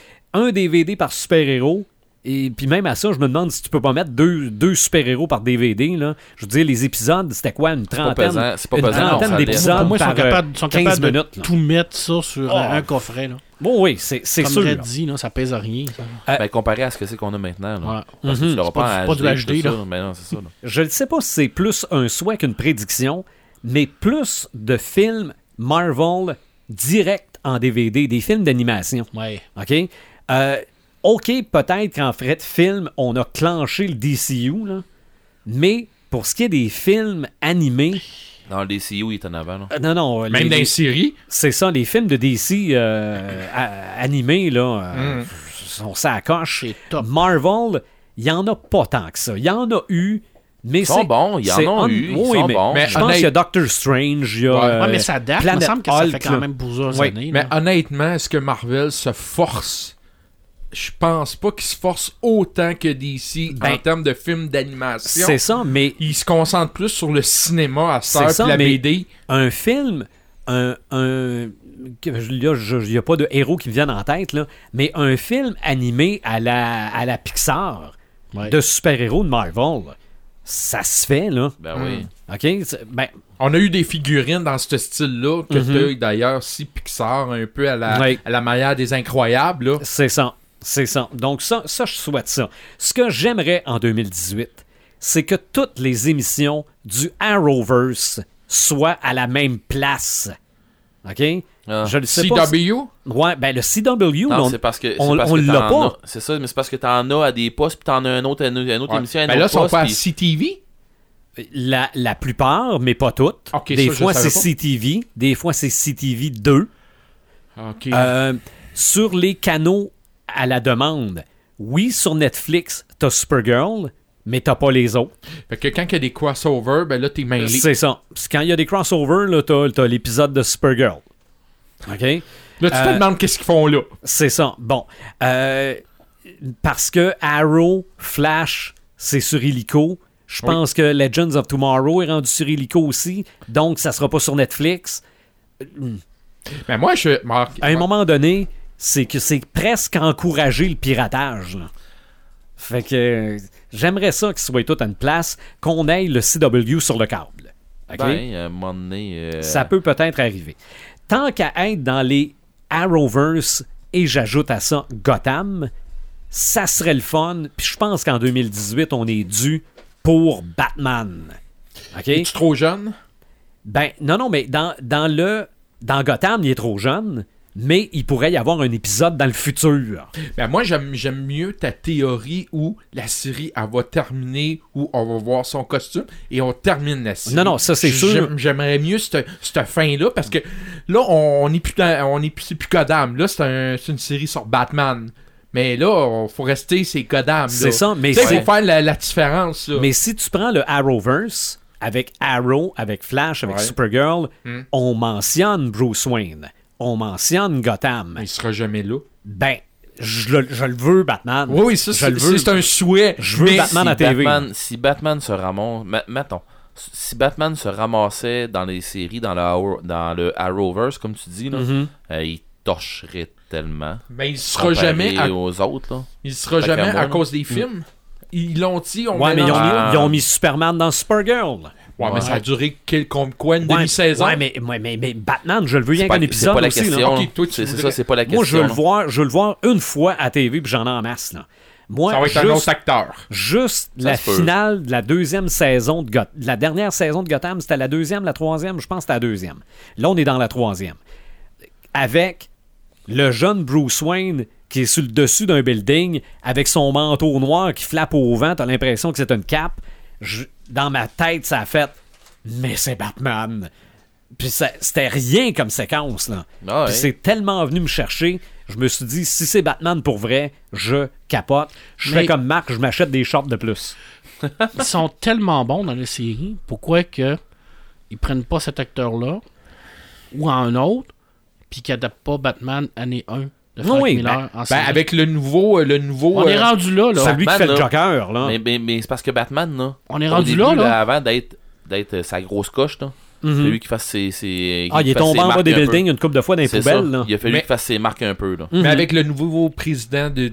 DVD par super-héros, et puis même à ça, je me demande si tu peux pas mettre deux super-héros par DVD. Là. Je veux dire, les épisodes, c'était quoi, une trentaine?
pesant, c'est pas
une
pesant, non,
trentaine
ça
d'épisodes
Pour moi, ils sont
par
capables,
15
de
minutes. là.
tout mettre ça sur
Oh.
un coffret. Là.
Bon, oui, c'est
Comme
sûr.
Red dit, là, ça pèse à rien. Ça.
Ben, comparé à ce que c'est qu'on a maintenant. Là.
Ouais.
Parce que tu l'auras
C'est pas
pas
du
en
HD,
tout
là.
ça. Mais non, c'est ça. Là.
Je ne sais pas si c'est plus un souhait qu'une prédiction, mais plus de films Marvel direct en DVD, des films d'animation.
Ouais.
OK? OK, peut-être qu'en fait film, on a clenché le DCU, là, mais pour ce qui est des films animés...
Dans le DCU, il est en avant. Là.
Non,
Même dans les séries.
c'est ça, les films de DC animés, là, sont ça à coche.
C'est top.
Marvel, il n'y en a pas tant que ça. Il y en a eu, mais
Ils sont bons, il y en a eu, ils sont bons.
Mais je pense qu'il y a Doctor Strange, il y a...
Ouais, mais ça date. Il me
Planet
semble que ça
Hulk,
fait quand
là.
même plusieurs
Oui,
années.
Mais
là.
honnêtement, est-ce que Marvel se force? Je pense pas qu'il se force autant que DC en termes de films d'animation.
C'est ça, mais
Il se concentre plus sur le cinéma à cette heure,
ça,
puis la
mais
BD.
un film, il n'y a pas de héros qui me viennent en tête, là, mais un film animé à la Pixar
Ouais.
de super-héros de Marvel, ça se fait, là.
Ben oui.
OK?
On a eu des figurines dans ce style-là, que
Mhm.
t'as d'ailleurs si Pixar, un peu à
Ouais.
la manière des Incroyables. Là.
C'est ça. C'est ça. Donc ça, je souhaite ça. Ce que j'aimerais en 2018, c'est que toutes les émissions du Arrowverse soient à la même place. OK?
Ah.
Je le sais pas.
CW?
Ouais, ben le CW,
Non,
là,
c'est parce que
on
que
l'a
t'en
pas.
as. C'est ça, mais c'est parce que t'en as à des postes, puis t'en as une autre émission à un
Ben
autre
là, ils sont
poste.
pas à
puis-
CTV?
la plupart, mais pas toutes.
Ok,
des
ça, je
fois, c'est
savais pas.
CTV, des fois, c'est CTV 2.
OK.
Sur les canaux à la demande, oui, sur Netflix, t'as Supergirl, mais t'as pas les autres.
Fait que quand il y a des crossovers, ben là, t'es mêlé.
C'est ça. Quand il y a des crossovers, là, t'as l'épisode de Supergirl. OK?
Là, tu te demandes qu'est-ce qu'ils font là.
C'est ça. Bon. Parce que Arrow, Flash, c'est sur Illico. Je pense que Legends of Tomorrow est rendu sur Illico aussi. Donc, ça sera pas sur Netflix.
Ben moi, je... Marc,
À un moment donné, c'est que c'est presque encourager le piratage, là. Fait que j'aimerais ça qu'ils soient tous à une place, qu'on aille le CW sur le câble. OK?
Ben, à un moment donné.
Ça peut peut-être arriver. Tant qu'à être dans les Arrowverse, et j'ajoute à ça Gotham, ça serait le fun. Puis je pense qu'en 2018, on est dû pour Batman. OK?
es-tu trop jeune?
Ben, non, mais dans Gotham, il est trop jeune, mais il pourrait y avoir un épisode dans le futur.
Ben moi, j'aime mieux ta théorie où la série, elle va terminer, où on va voir son costume, et on termine la série.
Non, ça, c'est sûr.
J'aimerais mieux cette fin-là, parce que là, on n'est plus c'est plus Gotham. Là, c'est une série sur Batman. Mais là, il faut rester, c'est Gotham.
C'est ça, mais
il faut
c'est...
faire la différence. Là.
Mais si tu prends le Arrowverse, avec Arrow, avec Flash, avec
Ouais.
Supergirl, on mentionne Bruce Wayne, on mentionne Gotham.
Il sera jamais là.
Ben, je le veux, Batman.
Oui, ça,
je le veux.
c'est un souhait.
Je veux
mais
Batman à TV.
Si Batman se ramasse. Mettons. Si Batman se ramassait dans les séries, dans le Arrowverse, comme tu dis, là, il torcherait tellement.
Mais il sera jamais
aux autres, là.
Il sera
Fait
jamais
qu'à moi,
à
là.
cause des films. Ils l'ont dit, on
Ouais, mais
mélange-
ils ont mis Superman dans Supergirl.
Ouais, mais ça a duré une demi-saison.
Ouais, mais Batman, je le veux rien qu'un
C'est
épisode
pas la
aussi.
question.
Là.
Ok, toi, tu
c'est
voudrais-
ça, c'est pas la question.
Moi, je veux
là.
le voir une fois à TV, puis j'en ai en masse. Là. Moi,
Ça va être un autre acteur.
juste la
se peut.
finale de la deuxième saison de Gotham. La dernière saison de Gotham, c'était la deuxième, la troisième, je pense que c'était la deuxième. Là, on est dans la troisième. Avec le jeune Bruce Wayne qui est sur le dessus d'un building avec son manteau noir qui flappe au vent, t'as l'impression que c'est une cape. Dans ma tête, ça a fait « Mais c'est Batman! » Puis c'était rien comme séquence, là.
Ah ouais.
Puis c'est tellement venu me chercher, je me suis dit, si c'est Batman pour vrai, je capote. Je fais
Mais-
comme Marc, je m'achète des shorts de plus.
Ils sont tellement bons dans la série, pourquoi que ils prennent pas cet acteur-là ou un autre, puis qu'ils n'adaptent pas Batman année 1 de Frank
Oui,
Miller en
Ben,
série.
avec le nouveau
On est rendu là, là.
Celui qui fait le
là.
Joker, là.
Mais c'est parce que Batman, là.
On est
au
rendu
début,
là, là.
avant d'être sa grosse coche, là.
Mhm.
C'est lui qui fasse ses
Ah, il est tombé en bas des buildings une couple de fois dans les
C'est
poubelles,
ça.
là.
Il a fallu
Mais-
qu'il fasse ses marques un peu, là.
Mais avec le nouveau président du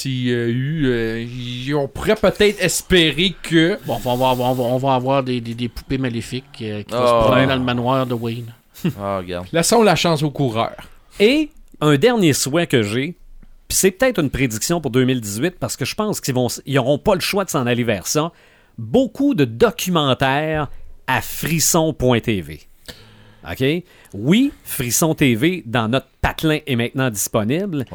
DCU, on pourrait peut-être espérer que...
Bon, on va avoir des poupées maléfiques qui vont
Oh.
se promener
Ouais.
dans le manoir de Wayne.
Ah, regarde.
Laissons la chance aux coureurs.
Et un dernier souhait que j'ai, puis c'est peut-être une prédiction pour 2018, parce que je pense qu'ils n'auront pas le choix de s'en aller vers ça, beaucoup de documentaires à frisson.tv. OK? Oui, Frisson TV, dans notre patelin, est maintenant disponible.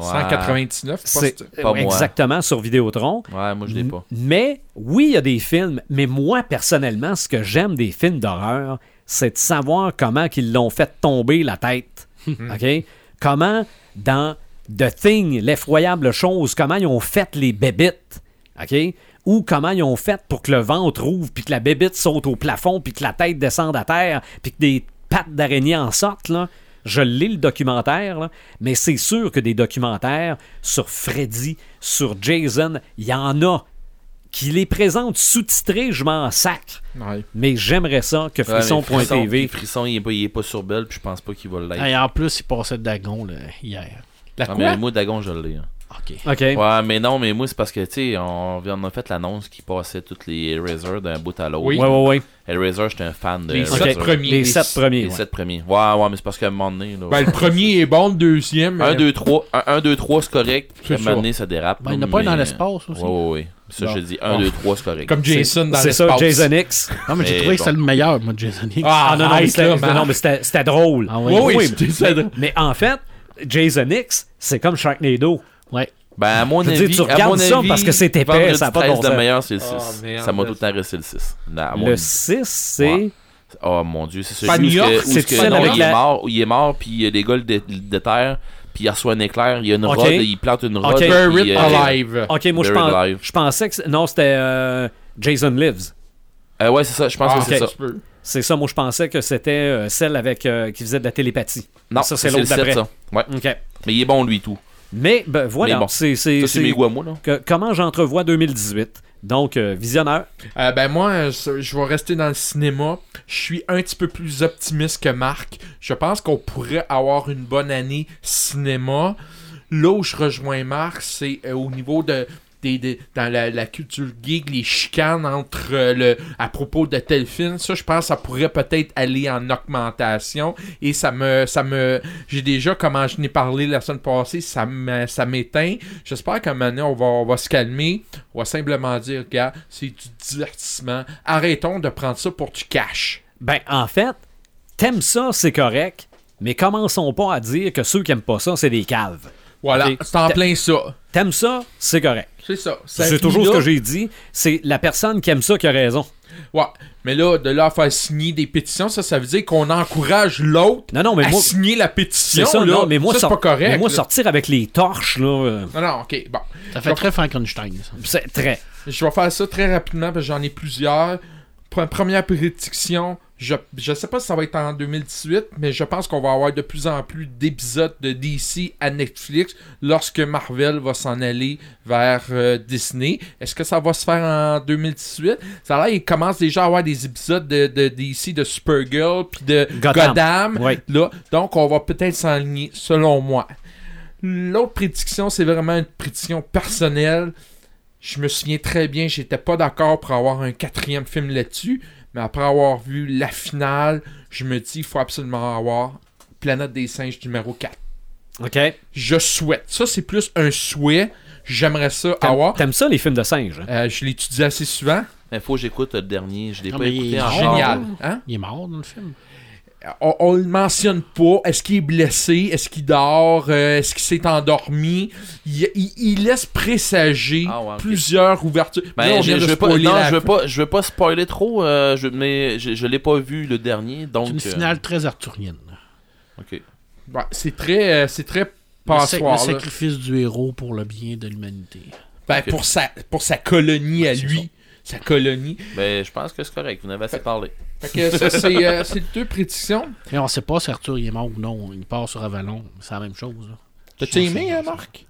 199 postes.
Pas moi.
Exactement, sur Vidéotron.
Ouais, moi, je l'ai pas.
Mais oui, il y a des films, mais moi, personnellement, ce que j'aime des films d'horreur, c'est de savoir comment ils l'ont fait tomber la tête. OK? Comment, dans The Thing, l'effroyable chose, comment ils ont fait les bébites. OK? Ou comment ils ont fait pour que le ventre ouvre, puis que la bébite saute au plafond, puis que la tête descende à terre, puis que des pattes d'araignée en sortent, là. Je lis le documentaire, là, mais c'est sûr que des documentaires sur Freddy, sur Jason, il y en a qui les présentent sous-titrés, je m'en sacre.
Ouais.
Mais j'aimerais ça que Frisson.tv...
Frisson, il est pas sur Belle, puis je pense pas qu'il va l'être.
Et en plus, il passait de Dagon là, hier.
La
Non,
quoi?
mais moi, Dagon, je l'ai. Hein.
OK.
OK.
Ouais, mais non, mais moi, c'est parce que, tu sais, on a fait l'annonce qui passait toutes les Hellraiser d'un bout à l'autre.
Oui.
Ouais.
Hellraiser, j'étais un fan de
Les
Hellraiser.
7 premiers.
Les 7 premiers.
Les
ouais.
7 premiers. Ouais, mais c'est parce qu'à un moment donné, là.
Ben, le premier est bon, le deuxième...
1, 2, 3, c'est correct.
C'est
À un moment donné,
ça.
ça dérape.
Ben, il n'y en a pas un dans
mais-
l'espace aussi.
Ouais. Ça,
Non.
je dis 1, 2, 3, c'est correct.
Comme Jason dans
C'est ça,
l'espace.
Jason X.
Non, mais j'ai
Mais
trouvé que c'était
bon.
le meilleur, moi, Jason X.
Ah,
non,
arrête, là,
mais
Marc.
c'était drôle.
Ah oui.
Oui,
Oui,
c'était ça.
Mais en fait, Jason X, c'est comme Sharknado.
Ouais.
Ben, à mon
Je veux dire,
avis,
tu regardes ça
avis,
parce que c'est épais,
vendredi
ça a pas de
13,
bon
le
sens.
meilleur, c'est le 6.
Oh, merde.
Ça m'a tout le temps resté le 6. À mon
Le
avis.
6, c'est...
Ouais. Oh mon dieu, c'est
Pas
celui
New York,
c'est
que
celle
non,
avec la-
il est mort, puis les gars de terre, puis il reçoit un éclair, il y a une
Ok.
rod, il plante une rod.
Ok.
puis,
Buried Alive.
OK, moi,
Buried Alive.
je pensais que... Non, c'était Jason Lives.
Ouais, c'est ça, je pense
Ah,
que c'est
ok.
ça.
C'est ça, moi, je pensais que c'était celle avec qui faisait de la télépathie.
Non,
Ça,
c'est
c'est l'autre
le 7,
d'après.
ça. Ouais.
OK.
Mais il est bon, lui, tout.
Mais, ben, voilà,
Mais bon,
c'est
Ça, c'est mes goûts à moi, là.
comment j'entrevois 2018. Donc, visionneur.
Ben moi, je vais rester dans le cinéma. Je suis un petit peu plus optimiste que Marc. Je pense qu'on pourrait avoir une bonne année cinéma. Là où je rejoins Marc, c'est au niveau de dans la culture geek, les chicanes entre à propos de tel film. Ça, je pense que ça pourrait peut-être aller en augmentation. Et ça me j'ai déjà, comment je n'ai parlé la semaine passée, ça m'éteint. J'espère qu'à un moment donné, on va se calmer. On va simplement dire, gars, c'est du divertissement. Arrêtons de prendre ça pour du cash.
Ben, en fait, t'aimes ça, c'est correct, mais commençons pas à dire que ceux qui aiment pas ça, c'est des caves.
Voilà,
Ok.
c'est en plein ça.
T'aimes ça, c'est correct.
C'est ça.
C'est toujours ce que j'ai dit. C'est la personne qui aime ça qui a raison.
Ouais, mais là, de là à faire signer des pétitions, ça veut dire qu'on encourage l'autre
Non, mais
à
moi...
signer la pétition.
C'est ça,
là.
non, mais moi,
ça, c'est pas correct.
mais moi
là.
sortir avec les torches, là,
Non, ok, bon.
Ça fait très Frankenstein, ça.
c'est très...
Je vais faire ça très rapidement parce que j'en ai plusieurs. Première prédiction, je sais pas si ça va être en 2018, mais je pense qu'on va avoir de plus en plus d'épisodes de DC à Netflix lorsque Marvel va s'en aller vers Disney. Est-ce que ça va se faire en 2018? Ça a l'air, il commence déjà à avoir des épisodes de DC, de Supergirl, puis de Gotham.
Ouais.
Là, donc, on va peut-être s'enligner, selon moi. L'autre prédiction, c'est vraiment une prédiction personnelle. Je me souviens très bien, j'étais pas d'accord pour avoir un 4e film là-dessus, mais après avoir vu la finale, je me dis il faut absolument avoir Planète des singes numéro 4.
OK.
Je souhaite. Ça, c'est plus un souhait. J'aimerais ça avoir.
T'aimes ça, les films de singes? Hein?
Je l'étudie assez souvent.
Il faut que j'écoute le dernier. Je l'ai
Non,
pas
mais il
écouté
est
encore.
Génial. Hein?
Il est mort dans le film.
On le mentionne pas. Est-ce qu'il est blessé? Est-ce qu'il dort? Est-ce qu'il s'est endormi? Il laisse présager
Ah ouais, ok.
plusieurs ouvertures. Là,
Ben,
on
je
vient de
veux pas,
spoiler
non,
la
je veux
fin.
pas, je veux pas spoiler trop, mais je l'ai pas vu le dernier, donc.
C'est une finale très arthurienne.
Ok.
Ouais, c'est très
Le
passoire. là.
sacrifice du héros pour le bien de l'humanité.
Ben,
Ok.
pour sa colonie à
c'est
lui. Sa colonie.
Ben, je pense que c'est correct. Vous en avez assez parlé.
Fait que ça, c'est deux prédictions.
Et on sait pas si Arthur il est mort ou non. Il part sur Avalon. C'est la même chose. Là.
T'as-tu
Je
aimé,
sais,
Marc?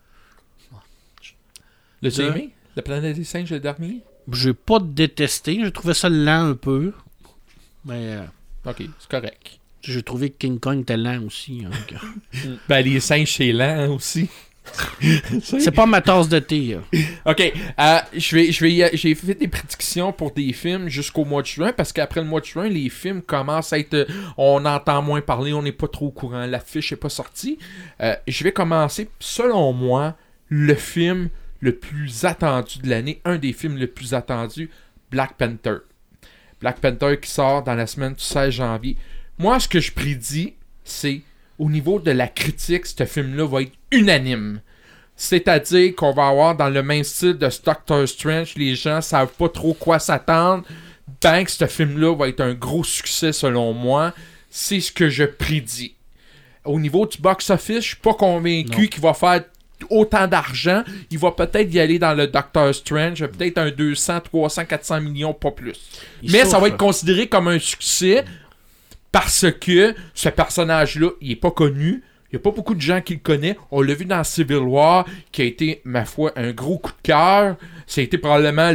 L'as-tu aimé? La planète des singes, le dernier?
J'ai pas détesté. J'ai trouvé ça lent un peu. Mais
Ok, c'est correct.
j'ai trouvé que King Kong était lent aussi. Hein,
Ben, les singes, c'est lent aussi.
c'est pas ma tasse de thé. Là.
Ok, j'ai fait des prédictions pour des films jusqu'au mois de juin parce qu'après le mois de juin, les films commencent à être. On entend moins parler, on n'est pas trop au courant, l'affiche n'est pas sortie. Je vais commencer, selon moi, le film le plus attendu de l'année, un des films les plus attendus, Black Panther. Black Panther qui sort dans la semaine du 16 janvier. Moi, ce que je prédis, c'est au niveau de la critique, ce film-là va être unanime. C'est-à-dire qu'on va avoir dans le même style de Doctor Strange, les gens savent pas trop quoi s'attendre. Ben, ce film-là va être un gros succès selon moi. C'est ce que je prédis. Au niveau du box-office, je suis pas convaincu qu'il va faire autant d'argent. Il va peut-être y aller dans le Doctor Strange, peut-être un 200, 300, 400 millions, pas plus. Mais ça va être considéré comme un succès parce que ce personnage-là, il est pas connu. Il n'y a pas beaucoup de gens qui le connaissent. On l'a vu dans Civil War, qui a été, ma foi, un gros coup de cœur. Ça a été probablement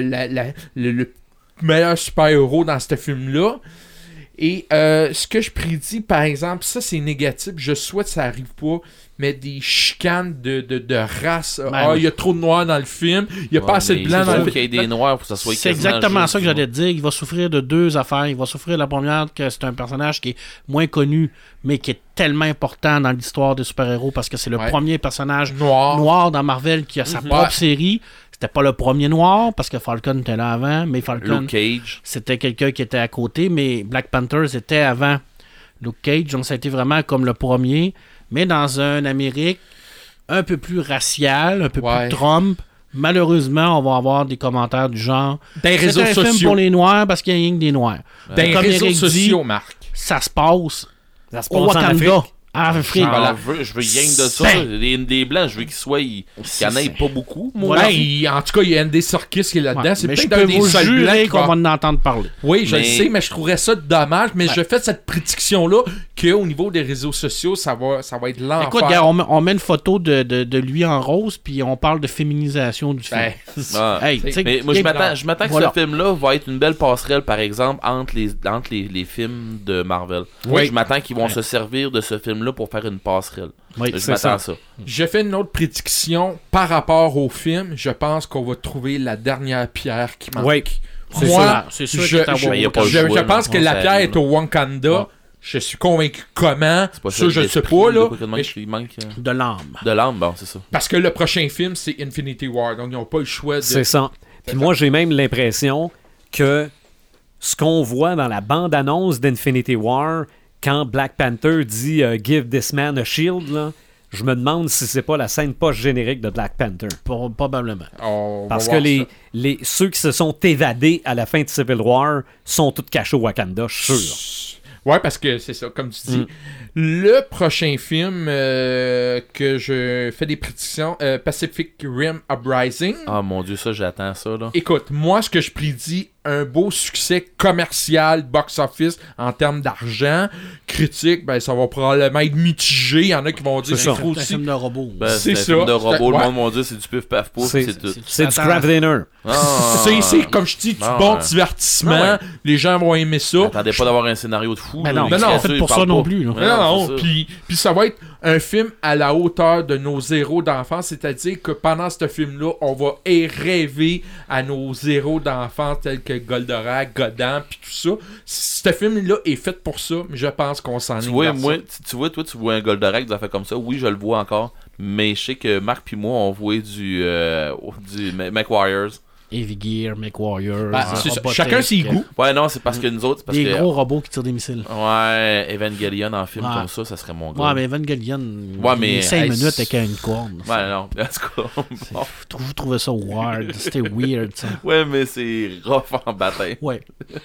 le meilleur super-héros dans ce film-là. Et ce que je prédis, par exemple, ça c'est négatif, je souhaite que ça arrive pas, mais des chicanes de race. Il y a trop de noirs dans le film, il n'y a pas assez de blancs dans le film.
Il faut qu'il y ait des noirs pour que ça soit
C'est exactement ça que j'allais te dire. Il va souffrir de deux affaires. Il va souffrir, la première, que c'est un personnage qui est moins connu, mais qui est tellement important dans l'histoire des super-héros parce que c'est le premier personnage noir dans Marvel qui a sa propre série. C'était pas le premier noir parce que Falcon était là avant, mais Falcon,
Luke Cage,
c'était quelqu'un qui était à côté, mais Black Panther c'était avant Luke Cage, donc ça a été vraiment comme le premier, mais dans une Amérique un peu plus raciale, un peu plus Trump. Malheureusement, on va avoir des commentaires du genre
des réseaux sociaux.
C'est un film pour les noirs parce qu'il y a rien que des noirs.
Des réseaux sociaux, Marc.
Ça se passe au Wakanda.
Je veux rien de ça. Les blancs, je veux qu'il y en ait pas beaucoup.
En tout cas, il y a Andy Serkis qui est là-dedans. C'est peut-être un des seuls blancs
qu'on va en entendre parler.
Oui, je le sais, mais je trouverais ça dommage. Mais je fais cette prédiction-là qu'au niveau des réseaux sociaux, ça va être l'enfer.
Écoute, regarde, on met une photo de lui en rose, puis on parle de féminisation du film.
Mais moi, je m'attends que ce film-là va être une belle passerelle, par exemple, entre les films de Marvel. Je m'attends qu'ils vont se servir de ce film-là pour faire une passerelle.
Oui,
je m'attends à ça.
Je fais une autre prédiction par rapport au film. Je pense qu'on va trouver la dernière pierre qui manque.
Oui,
c'est sûr.
Je pense que la pierre est au Wakanda. Je suis convaincu comment. Ça, je ne sais pas. Là,
il manque
de l'âme.
De l'âme, bon, c'est ça.
Parce que le prochain film, c'est Infinity War. Donc, ils n'ont pas le choix de...
C'est ça. Puis moi, j'ai même l'impression que ce qu'on voit dans la bande-annonce d'Infinity War... Quand Black Panther dit Give this man a shield, là, je me demande si c'est pas la scène post-générique de Black Panther.
Probablement.
Parce que ceux qui se sont évadés à la fin de Civil War sont tous cachés au Wakanda, je suis sûr.
Ouais, parce que c'est ça, comme tu dis. Le prochain film que je fais des prédictions, Pacific Rim Uprising.
Ah mon Dieu, ça, j'attends ça, là.
Écoute, moi, ce que je prédis, un beau succès commercial, box-office, en termes d'argent. Critique, ben ça va probablement être mitigé. Il y en a qui vont dire
c'est un film de robot.
C'est ça. Un film de robot, le monde va dire c'est du pif paf pouf, c'est tout.
C'est du craft dinner.
C'est, comme je dis, du bon divertissement. Les gens vont aimer ça.
Attendez pas d'avoir un scénario de fou.
Mais non, c'est fait pour ça non plus.
Non, puis ça va être un film à la hauteur de nos héros d'enfance, c'est-à-dire que pendant ce film-là, on va rêver à nos héros d'enfance tels que Goldorak, Godan, puis tout ça. Ce film-là est fait pour ça, mais je pense qu'on s'en est.
Tu vois un Goldorak des affaires comme ça, oui, je le vois encore, mais je sais que Marc puis moi, on voit du McWarriors.
Heavy Gear, McWarriors.
Chacun ses goûts.
Ouais, non, c'est parce que nous autres.
Des gros robots qui tirent des missiles.
Ouais, Evangelion en film comme ça serait mon gars.
Ouais, mais Evangelion,
mais
5 minutes avec une corne.
Ouais, non, en tout cas.
Vous trouvez ça weird. C'était weird, ça.
Ouais, mais c'est rough en bataille.
Ouais.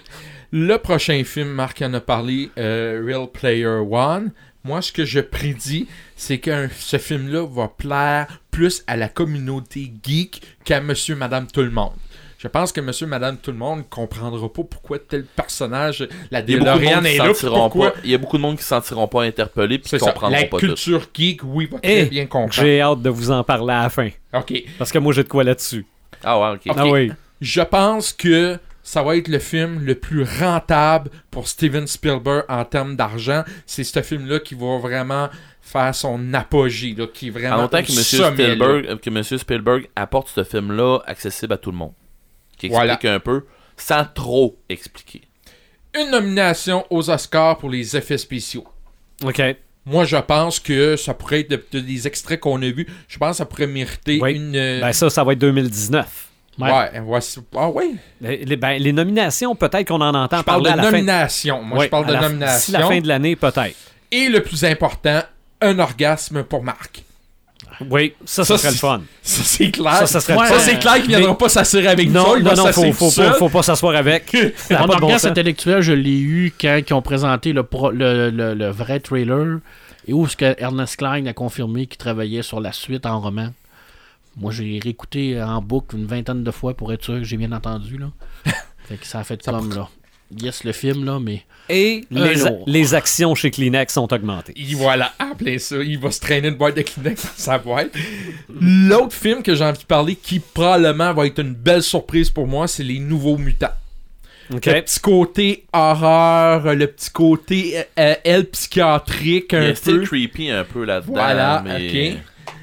Le prochain film, Marc en a parlé, Real Player One. Moi, ce que je prédis, c'est que ce film-là va plaire plus à la communauté geek qu'à Monsieur, Madame, tout le monde. Je pense que Monsieur, Madame, tout le monde ne comprendra pas pourquoi tel personnage, la DeLorean est là.
Il y a beaucoup de monde qui ne se sentiront pas interpellés et qui ne comprendront pas tout.
La culture geek, oui, va très bien comprendre.
J'ai hâte de vous en parler à la fin.
OK.
Parce que moi, j'ai de quoi là-dessus.
Ah ouais, OK.
Ah oui.
Je pense que ça va être le film le plus rentable pour Steven Spielberg en termes d'argent. C'est ce film-là qui va vraiment faire son apogée, là, qui est vraiment
en autant que M. Spielberg apporte ce film-là accessible à tout le monde. Qui explique un peu, sans trop expliquer.
Une nomination aux Oscars pour les effets spéciaux.
OK.
Moi, je pense que ça pourrait être des extraits qu'on a vus. Je pense que ça pourrait mériter une...
Ben ça va être 2019.
Ah oui?
Les nominations, peut-être qu'on en entend
Je parle
parler
de
à la
nomination. Moi,
Ouais,
je parle de nomination.
D'ici la fin de l'année, peut-être.
Et le plus important, un orgasme pour Marc.
Oui, ça serait le fun.
Ça, c'est clair.
Ça serait le
Ouais,
fun.
Ça, c'est clair qu'il ne viendra pas s'assurer avec nous.
Non,
Il va
non,
s'asseoir tout seul.
faut pas s'asseoir avec. Ça a
Mon
pas de bon
orgasme
sens.
intellectuel, je l'ai eu quand ils ont présenté le vrai trailer et où ce que Ernest Cline a confirmé qu'il travaillait sur la suite en roman. Moi, j'ai réécouté en boucle une 20aine de fois pour être sûr que j'ai bien entendu. Là. Fait que ça a fait comme là. Yes, le film, là, mais.
Et les actions chez Kleenex sont augmentées.
Et voilà, en plein ça, il va se traîner une boîte de Kleenex dans sa boîte. L'autre film que j'ai envie de parler, qui probablement va être une belle surprise pour moi, c'est Les Nouveaux Mutants.
OK.
Le petit côté horreur, le petit côté psychiatrique un
Il est still
peu.
creepy un peu là-dedans.
Voilà,
mais...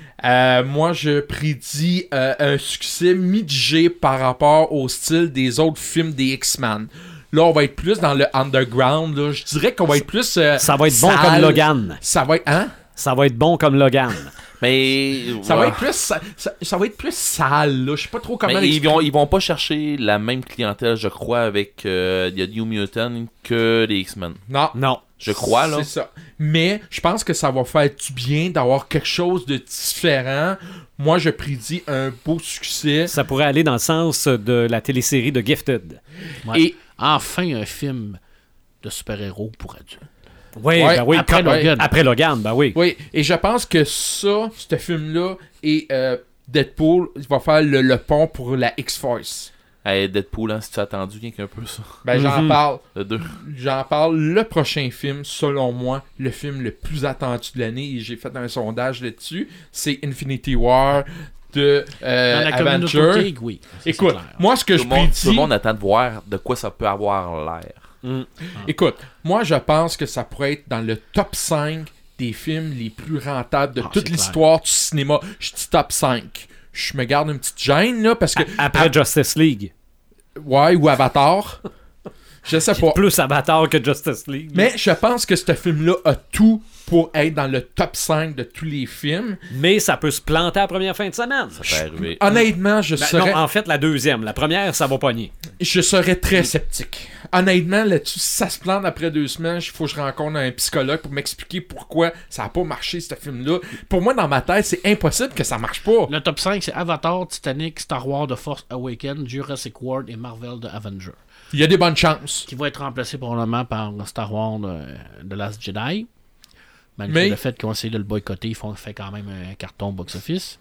ok. Moi, je prédis un succès mitigé par rapport au style des autres films des X-Men. Là, on va être plus dans le underground. Là. Je dirais qu'on va être plus.
Ça va être bon
sale.
comme Logan.
Ça va être. Hein?
Ça va être bon comme Logan.
Mais
Ça va être plus. Ça va être plus sale. Là. Je sais pas trop comment.
mais
l'expliquer.
ils vont pas chercher la même clientèle, je crois, avec The New Mutant que les X-Men.
Non.
Non.
Je crois, là.
C'est ça. Mais je pense que ça va faire du bien d'avoir quelque chose de différent. Moi, je prédis un beau succès.
Ça pourrait aller dans le sens de la télésérie de Gifted.
Ouais.
Et
Enfin, un film de super-héros pour adultes.
Oui,
Ouais,
ben oui.
après Logan.
Après Logan, ben oui.
oui, et je pense que ce film-là et Deadpool, il va faire le pont pour la X-Force.
Hey, Deadpool, hein, si tu as attendu rien qu'un peu ça.
Ben, j'en
parle.
Le prochain film, selon moi, le film le plus attendu de l'année, et j'ai fait un sondage là-dessus, c'est Infinity War de
Dans la communauté
Avenger.
geek, oui. Ça, c'est
Écoute,
clair.
moi, ce que
Tout
je
le monde
prédis...
attend de voir de quoi ça peut avoir l'air.
Écoute, moi, je pense que ça pourrait être dans le top 5 des films les plus rentables de
Ah,
toute
c'est
l'histoire du cinéma. Je dis top 5. Je me garde une petite gêne, là, parce que...
Après Justice League.
Ouais, ou Avatar. Je sais pas.
Plus Avatar que Justice League.
Mais je pense que ce film-là a tout pour être dans le top 5 de tous les films.
Mais ça peut se planter à la première fin de semaine.
Ça peut arriver.
Honnêtement, je
Ben,
serais...
non, en fait, la deuxième. La première, ça va pogner.
Je serais très sceptique. Honnêtement, là-dessus, si ça se plante après 2 semaines, il faut que je rencontre un psychologue pour m'expliquer pourquoi ça n'a pas marché, ce film-là. Pour moi, dans ma tête, c'est impossible que ça marche pas.
Le top 5, c'est Avatar, Titanic, Star Wars, The Force Awakens, Jurassic World et Marvel de Avenger.
Il y a des bonnes chances.
Qui va être remplacé probablement par Star Wars de Last Jedi. Malgré
Mais-
le fait qu'on essaie de le boycotter, ils fait quand même un carton box-office.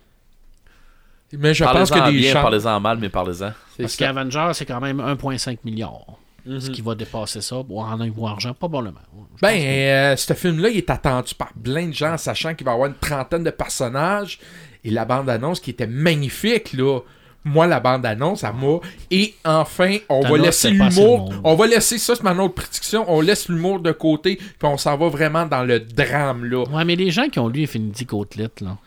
Mais je pense
Parlez-en
que des
bien,
chances...
parlez-en mal, mais parlez-en.
C'est
Parce
ça.
qu'Avenger, c'est quand même 1,5 milliard. Ce qui va dépasser ça. Bon, en niveau argent, probablement. Je pense que-
Ce film-là, il est attendu par plein de gens, sachant qu'il va y avoir une trentaine de personnages. Et la bande-annonce qui était magnifique, là. Moi, la bande-annonce, ça m'a... Et enfin, on va
Thanos,
laisser
c'est pas assez
l'humour...
de monde.
On va laisser ça, c'est ma autre prédiction. On laisse l'humour de côté, puis on s'en va vraiment dans le drame, là.
Ouais, mais les gens qui ont lu Infinity Gauntlet, là,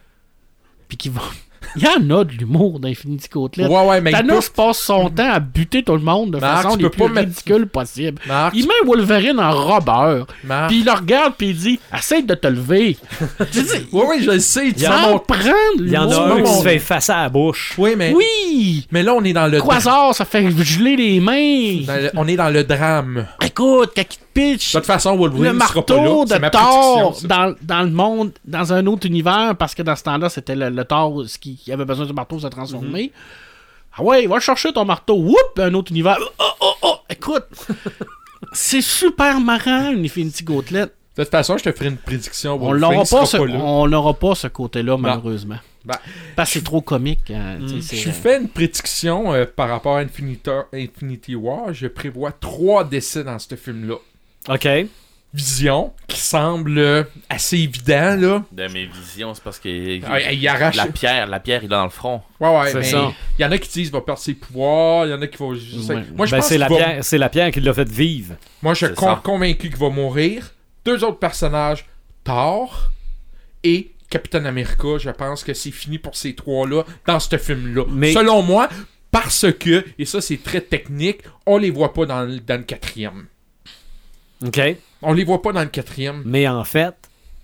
puis qui vont... Il y en a de l'humour d'Infinity Gauntlet.
Ouais, mais
Thanos passe son temps à buter tout le monde de
Marc,
façon
tu
les
peux
plus
pas mettre-
ridicules possible.
Marc,
Il met Wolverine en robeur,
Marc...
puis il le regarde, puis il dit « Essaye de te lever. » Tu dis,
Oui, je le sais. Tu
y en
m'as
a-
montré.
prendre
Il y en a
l'humour.
un qui se fait effacer à la bouche.
Oui, mais...
Oui!
Mais là, on est dans le...
Quasar, ça fait geler les mains.
On est dans le drame.
Écoute, quand il te pitch
De toute façon, Wolverine
le
ne sera pas là.
marteau
C'est
de
ma
Thor
prédiction, ça.
dans le monde, dans un autre univers, parce que dans ce temps-là, c'était le Thor qui avait besoin du marteau pour se transformer. Ah ouais, va chercher ton marteau. Whoop, un autre univers. Oh. Écoute, c'est super marrant, une Infinity Gauntlet.
De toute façon, je te ferai une prédiction.
On
Wolverine
n'aura
sera là.
on n'aura pas ce côté-là, malheureusement.
Ben,
Parce que c'est trop comique. Hein, tu sais,
je fais une prédiction par rapport à Infinity War. Je prévois 3 décès dans ce film-là.
OK.
Vision, qui semble assez évident, là.
De mes visions, c'est parce que
Il arrache...
la pierre, il est dans le front.
Ouais,
C'est
mais
ça.
il y en a qui disent qu'il va perdre ses pouvoirs, il y en a qui vont...
Ouais.
Moi, je
Ben,
pense
c'est la
qu'il va-
pierre, c'est la pierre qui l'a fait vivre.
Moi, je suis
C'est ça.
convaincu qu'il va mourir. 2 autres personnages, Thor et Captain America. Je pense que c'est fini pour ces 3-là dans ce film-là.
Mais-
Selon moi, parce que, et ça c'est très technique, on les voit pas dans le 4e.
OK.
On les voit pas dans le 4e.
Mais en fait,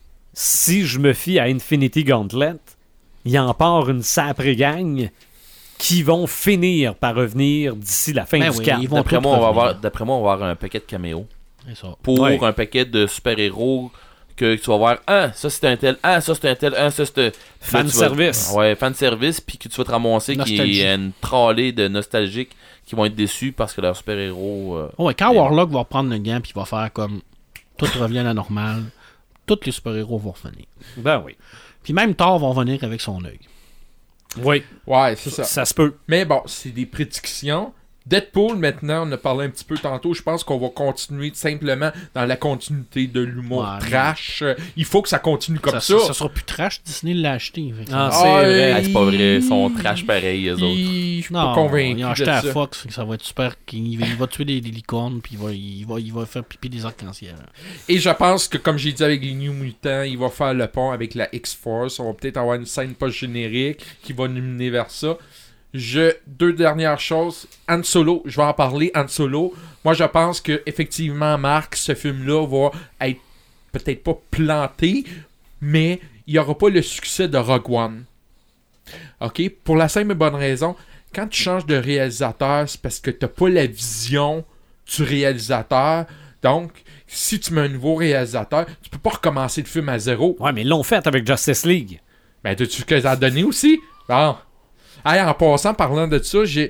si je me fie à Infinity Gauntlet, il en part une sacrée gang qui vont finir par revenir d'ici la fin
Ben
du
oui,
camp.
ils vont
D'après
tous
moi, on va
revenir.
avoir un paquet de caméos.
C'est ça.
Pour
Ouais.
un paquet de super-héros que tu vas voir, ça c'est un tel, ça c'est un tel, ça c'est un...
Fan
Là, tu vas-
service.
Ouais, fan service, puis que tu vas te ramasser
Nostalgie.
qu'il y a une tralée de nostalgiques qui vont être déçus parce que leur super-héros...
Ouais, quand Warlock va reprendre le gant puis il va faire comme tout revient à la normale, tous les super-héros vont revenir.
Ben oui.
Puis même Thor va revenir avec son œil.
Oui,
Ouais, c'est ça.
ça se peut.
Mais bon, c'est des prédictions. Deadpool, maintenant, on a parlé un petit peu tantôt. Je pense qu'on va continuer simplement dans la continuité de l'humour
Ouais,
trash. Il faut que ça continue comme ça.
Ça sera plus trash, Disney l'a acheté. Fait que
Ah,
ça-
c'est
Ah,
vrai.
c'est pas vrai, ils sont trash pareil, eux autres.
Je suis pas
Non,
convaincu.
ils ont acheté
de
à
ça.
Fox, fait que ça va être super. Il va tuer des licornes, puis il va faire pipi des arcs-en-ciel.
Et je pense que, comme j'ai dit avec les New Mutants, il va faire le pont avec la X-Force. On va peut-être avoir une scène post-générique qui va nous mener vers ça. Deux dernières choses. Han Solo, je vais en parler. Han Solo, moi je pense que effectivement, Marc, ce film-là va être peut-être pas planté, mais il n'y aura pas le succès de Rogue One. OK? Pour la simple et bonne raison, quand tu changes de réalisateur, c'est parce que tu n'as pas la vision du réalisateur. Donc, si tu mets un nouveau réalisateur, tu peux pas recommencer le film à zéro.
Ouais, mais ils l'ont fait avec Justice League.
Ben, t'as-tu ce que ça a donné aussi? Bon. Hey, en passant, parlant de ça, je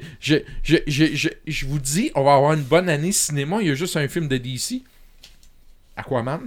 vous dis, on va avoir une bonne année cinéma. Il y a juste un film de DC. Aquaman.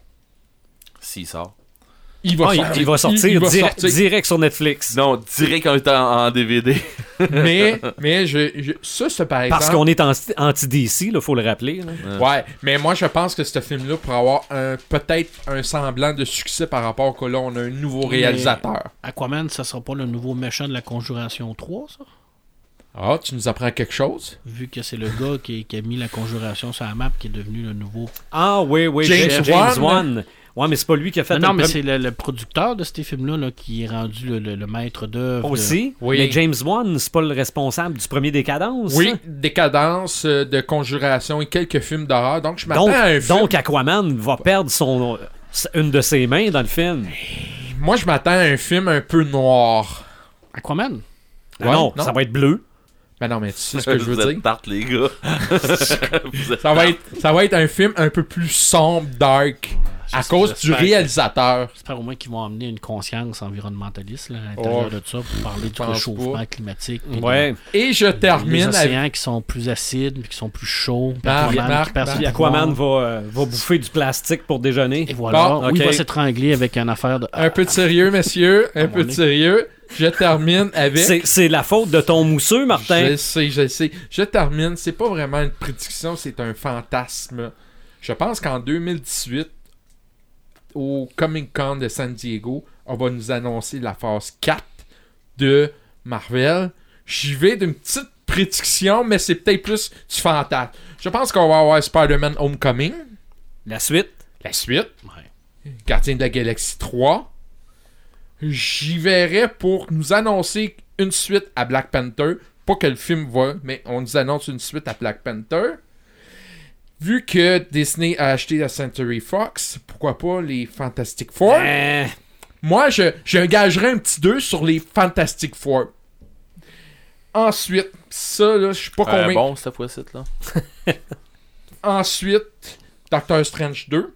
S'il sort.
Il
Il va sortir
il va
direct,
sortir.
direct sur Netflix.
Non, direct quand il est en DVD.
Mais ça, par exemple...
Parce qu'on est anti-DC, il faut le rappeler. Là.
Ouais, mais moi, je pense que ce film-là pourrait avoir peut-être un semblant de succès par rapport que là, on a un nouveau réalisateur.
Aquaman, ça sera pas le nouveau méchant de la Conjuration 3, ça?
Ah, tu nous apprends quelque chose?
Vu que c'est le gars qui a mis la Conjuration sur la map qui est devenu le nouveau...
Ah oui, oui,
James
James
Wan.
Wan. Ouais, mais c'est pas lui qui a fait
Non, mais
le
c'est le producteur de ces films-là là, qui est rendu le maître d'œuvre.
aussi.
Oui.
Mais James Wan, c'est pas le responsable du premier Décadence.
Oui,
ça?
Décadence, de Conjuration et quelques films d'horreur. Donc, je m'attends
Donc,
à un film...
donc Aquaman va perdre une de ses mains dans le film.
Moi, je m'attends à un film un peu noir.
Aquaman?
Ah
Ouais,
non,
non.
ça va être bleu.
Ben non, mais tu sais ce que je
Vous
veux
êtes
dire.
tarte, les gars. Vous êtes
Ça va être un film un peu plus sombre, dark, à cause du
j'espère que-
réalisateur.
J'espère au moins qu'ils vont amener une conscience environnementaliste là, à l'intérieur
Oh,
de ça pour parler du
pense
réchauffement
pas.
climatique. puis
Ouais.
Et je
Les
termine avec...
océans qui sont plus acides, puis qui sont plus chauds. puis
Marc,
Aquaman
Marc,
qui perd
Marc.
ses
Puis
pouvoirs.
Aquaman va bouffer du plastique pour déjeuner.
Et voilà.
Bon,
Ou il
ok.
va s'étrangler avec une affaire de...
Un peu de sérieux, messieurs. Un
À
peu
mon
de
nez.
sérieux. Je termine avec...
C'est la faute de ton mousseux, Martin.
Je sais. Je termine. C'est pas vraiment une prédiction, c'est un fantasme. Je pense qu'en 2018, au Comic-Con de San Diego, on va nous annoncer la phase 4 de Marvel. J'y vais d'une petite prédiction, mais c'est peut-être plus du fantasme. Je pense qu'on va avoir Spider-Man Homecoming,
La suite.
la suite,
Ouais.
Gardien de la Galaxie 3. J'y verrai pour nous annoncer une suite à Black Panther. Pas que le film va, mais on nous annonce une suite à Black Panther. Vu que Disney a acheté la Century Fox, pourquoi pas les Fantastic Four? Moi, je gagerais un petit 2 sur les Fantastic Four. Ensuite, ça, là, je suis pas convaincu.
bon, cette fois-ci, là.
Ensuite, Doctor Strange 2.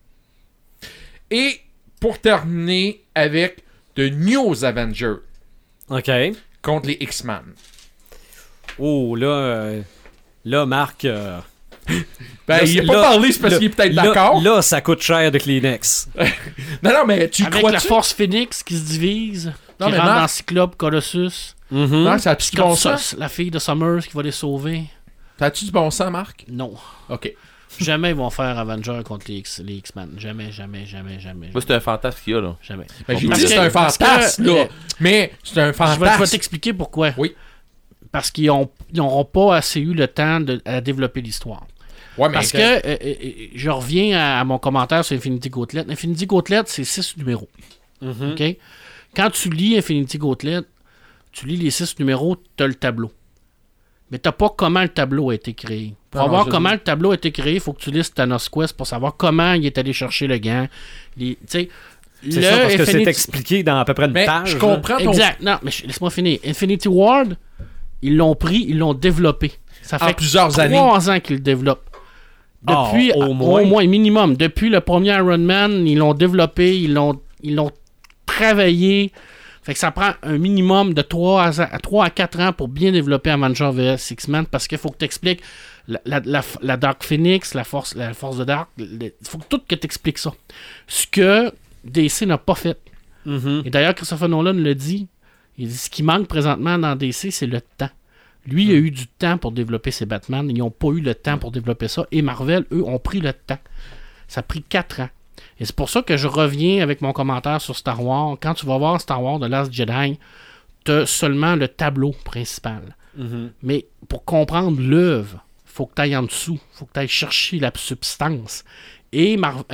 Et pour terminer avec The New Avengers
OK.
contre les X-Men.
Oh, là, Marc...
Ben,
là,
il a pas
là,
parlé, c'est parce
là,
qu'il est peut-être
là,
d'accord.
Là, ça coûte cher de Kleenex.
Non, mais tu y
Avec la
crois-tu?
Force Phoenix qui se divise,
Non,
qui
mais
rentre
Marc-
dans Cyclope, Colossus,
Mhm.
Marc, ça a-tu du bon sens?
la fille de Summers qui va les sauver.
Ça a-tu du bon sens, Marc?
Non.
Ok.
Jamais ils vont faire Avengers contre les X-Men. Jamais.
Moi, c'est un fantasme qu'il y a, là.
Jamais.
Ben, j'ai
Parce
dit
que-
c'est un
parce que,
fantasme, là.
euh,
Mais c'est un
Je vais
fantasme.
t'expliquer pourquoi.
Oui.
Parce qu'ils n'auront pas assez eu le temps à développer l'histoire.
Ouais, mais
Parce que je reviens à mon commentaire sur Infinity Gauntlet. Infinity Gauntlet, c'est 6 numéros.
Mhm.
OK? Quand tu lis Infinity Gauntlet, tu lis les 6 numéros, tu as le tableau. Mais tu n'as pas comment le tableau a été créé. Pour
Non,
voir
je
comment
sais.
le tableau a été créé, il faut que tu lises Thanos Quest pour savoir comment il est allé chercher le gant. Tu sais,
C'est ça, parce que c'est expliqué dans à peu près une
Mais
page.
je
là.
comprends ton...
Exact. Non, mais laisse-moi finir. Infinity Ward, ils l'ont pris, ils l'ont développé. Ça fait
plusieurs années.
3 ans qu'ils le développent. Depuis,
au moins
minimum. Depuis le premier Iron Man, ils l'ont développé, ils l'ont travaillé. Fait que ça prend un minimum de 3 à 4 ans pour bien développer Avengers vs X-Men parce qu'il faut que tu expliques la Dark Phoenix, la force de Dark. Il faut que tu expliques ça. Ce que DC n'a pas fait. Et d'ailleurs, Christopher Nolan le dit. Il dit ce qui manque présentement dans DC, c'est le temps. Lui, il a eu du temps pour développer ses Batman. Ils n'ont pas eu le temps pour développer ça. Et Marvel, eux, ont pris le temps. Ça a pris 4 ans. Et c'est pour ça que je reviens avec mon commentaire sur Star Wars. Quand tu vas voir Star Wars The Last Jedi, tu as seulement le tableau principal. Mais pour comprendre l'œuvre, il faut que tu ailles en dessous. Il faut que tu ailles chercher la substance. Et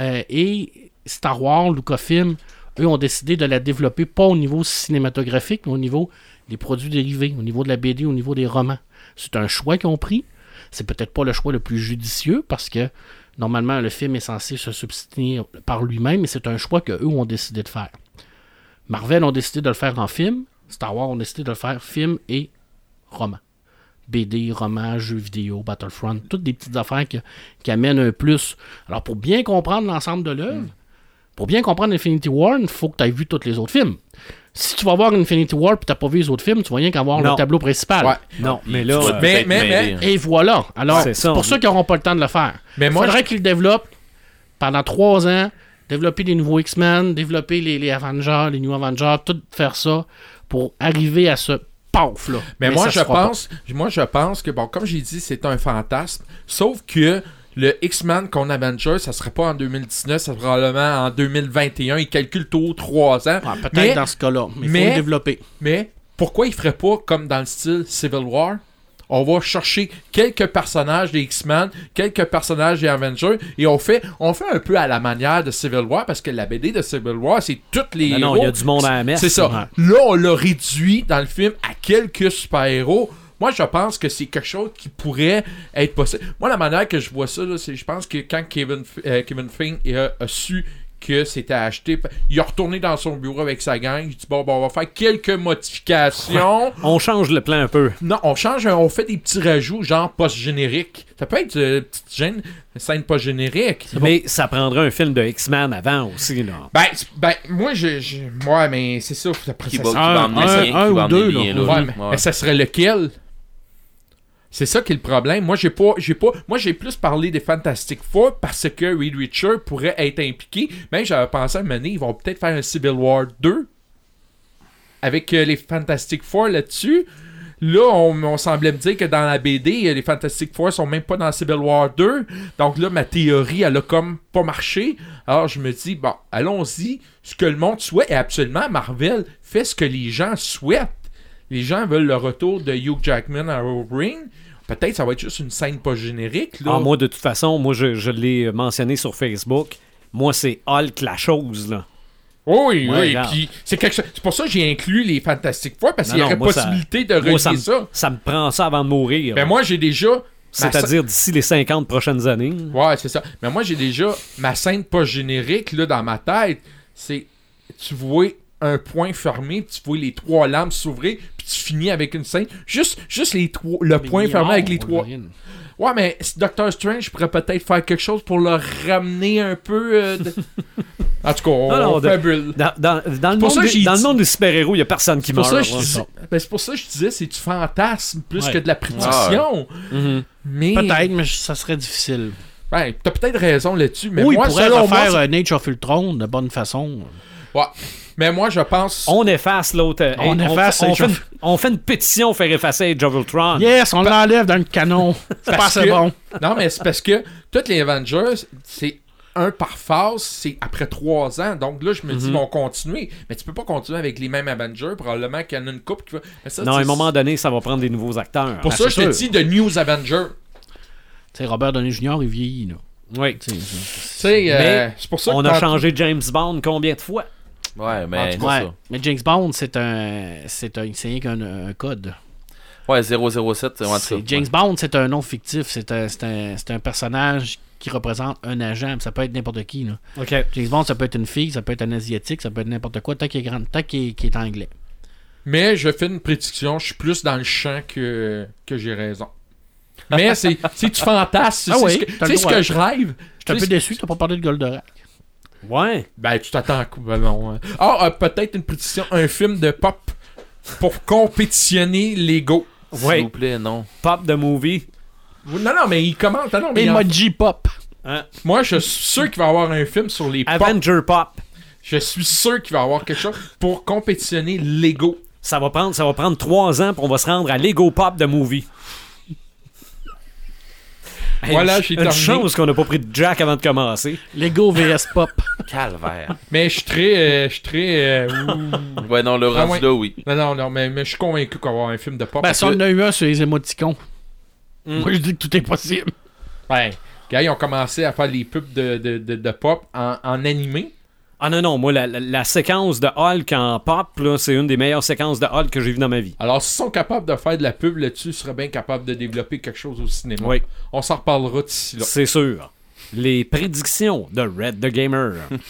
Star Wars, Lucasfilm, eux ont décidé de la développer pas au niveau cinématographique, mais au niveau des produits dérivés, au niveau de la BD, au niveau des romans. C'est un choix qu'ils ont pris. C'est peut-être pas le choix le plus judicieux parce que normalement le film est censé se substituer par lui-même, mais c'est un choix qu'eux ont décidé de faire. Marvel ont décidé de le faire en film. Star Wars ont décidé de le faire film et roman. BD, roman, jeux vidéo, Battlefront, toutes des petites affaires qui amènent un plus. Alors pour bien comprendre l'ensemble de l'œuvre, pour bien comprendre Infinity War, il faut que tu aies vu tous les autres films. Si tu vas voir Infinity War et tu n'as pas vu les autres films, tu vas rien qu'à voir le tableau principal.
Ouais.
Non, mais là...
Et voilà. Alors, c'est pour ça qu'ils n'auront pas le temps de le faire. Il faudrait qu'ils le développent pendant 3 ans, développer des nouveaux X-Men, développer les Avengers, les New Avengers, tout faire ça pour arriver à ce paf là.
Mais moi, je pense que, bon, comme j'ai dit, c'est un fantasme. Sauf que le X-Men qu'on Avengers, ça serait pas en 2019, ça serait probablement en 2021. Ils calculent tôt 3 ans.
Ouais, peut-être dans ce cas-là, mais il faut le développer.
Mais pourquoi ils feraient pas comme dans le style Civil War? On va chercher quelques personnages des X-Men, quelques personnages des Avengers, et on fait un peu à la manière de Civil War, parce que la BD de Civil War, c'est toutes les héros.
Non, il y a du monde à la messe.
C'est ça. Ouais. Là, on l'a réduit dans le film à quelques super-héros. Moi, je pense que c'est quelque chose qui pourrait être possible. Moi, la manière que je vois ça, là, c'est je pense que quand Kevin Feige a su que c'était acheté, il a retourné dans son bureau avec sa gang. Il dit bon, on va faire quelques modifications.
On change le plan un peu.
Non, on fait des petits rajouts, genre post-générique. Ça peut être une petite scène post-générique.
Mais ça prendrait un film de X-Men avant aussi, là.
Moi, ouais, mais c'est ça.
Qui va emmener
un ou deux, là.
Mais ça serait lequel? C'est ça qui est le problème. Moi, j'ai plus parlé des Fantastic Four parce que Reed Richards pourrait être impliqué. Même j'avais pensé à un moment donné, ils vont peut-être faire un Civil War 2 avec les Fantastic Four là-dessus. Là, on semblait me dire que dans la BD, les Fantastic Four sont même pas dans Civil War 2. Donc là, ma théorie, elle a comme pas marché. Alors, je me dis, bon, allons-y. Ce que le monde souhaite, et absolument, Marvel fait ce que les gens souhaitent. Les gens veulent le retour de Hugh Jackman à Wolverine. Peut-être ça va être juste une scène pas générique. Là.
Moi, de toute façon, je l'ai mentionné sur Facebook. Moi, c'est Hulk la chose, là.
Oui. Puis c'est pour ça que j'ai inclus les Fantastic Four, parce qu'il y aurait possibilité de relier ça.
Ça me prend ça avant de mourir.
Ben moi, j'ai déjà...
C'est-à-dire d'ici les 50 prochaines années.
Ouais, c'est ça. Mais moi, j'ai déjà ma scène pas générique là, dans ma tête. C'est... Tu vois un point fermé, puis tu vois les 3 lampes s'ouvrir, puis tu finis avec une scène. Juste le point fermé avec les 3. Ouais, mais Doctor Strange pourrait peut-être faire quelque chose pour le ramener un peu. En tout cas, on fabule.
Dans le monde des super-héros, il n'y a personne qui meurt.
C'est pour ça que je disais, c'est du fantasme plus que de la prédiction. Mais...
Peut-être, mais ça serait difficile.
Ouais, t'as peut-être raison là-dessus, mais
moi,
il pourrait
refaire Age of Ultron de bonne façon.
Ouais. Mais moi, je pense...
On efface l'autre... On fait une pétition pour faire effacer Age of Ultron.
Yes, on l'enlève dans le canon. C'est pas assez bon.
Non, mais c'est parce que tous les Avengers, c'est un par phase, c'est après 3 ans. Donc là, je me dis, ils vont continuer. Mais tu peux pas continuer avec les mêmes Avengers. Probablement qu'il y en a une couple qui va...
Non, à un moment donné, ça va prendre des nouveaux acteurs.
Pour ça, je te dis de New Avengers.
Tu sais, Robert Downey Jr., il vieillit, là.
Oui.
C'est pour ça
on a changé James Bond combien de fois?
Ouais, mais
mais James Bond, c'est rien qu'un code.
Ouais, 007,
James Bond, c'est un nom fictif. C'est un personnage qui représente un agent. Ça peut être n'importe qui. Là.
Okay.
James Bond, ça peut être une fille, ça peut être un asiatique, ça peut être n'importe quoi, tant qu'il est anglais.
Mais je fais une prédiction, je suis plus dans le champ que j'ai raison. Mais c'est tu fantasmes,
Ah oui,
tu sais ce que je rêve.
Je suis un peu déçu, t'as pas parlé de Goldorak.
Ouais.
Ben, tu t'attends à coup. Ben non. Peut-être une prédiction, un film de pop pour compétitionner Lego.
S'il
Ouais.
vous plaît, non.
Pop de movie.
Non, mais il commente. Non, mais
Emoji Pop.
Hein?
moi, je suis sûr qu'il va y avoir un film sur les pop.
Avenger Pop.
Je suis sûr qu'il va y avoir quelque chose pour compétitionner Lego.
Ça va prendre 3 ans pour on va se rendre à Lego Pop de movie. Hey,
Voilà, j'ai
une
terminé.
chance qu'on n'a pas pris de Jack avant de commencer.
Lego VS Pop.
Calvaire.
Mais je suis très.
Ouais, non, le
Ah
rendu
ouais.
là, oui.
Non, mais je suis convaincu qu'il va y avoir un film de pop.
Ben,
parce
si on
que-
en a eu un sur les émoticons. Moi, je dis que tout est possible.
Ben, gars, ils ont commencé à faire les pubs de pop en animé.
Ah non, moi, la séquence de Hulk en pop, là, c'est une des meilleures séquences de Hulk que j'ai vues dans ma vie.
Alors, s'ils sont capables de faire de la pub là-dessus, ils seraient bien capables de développer quelque chose au cinéma.
Oui.
On s'en reparlera d'ici là.
C'est sûr. Les prédictions de Red the Gamer.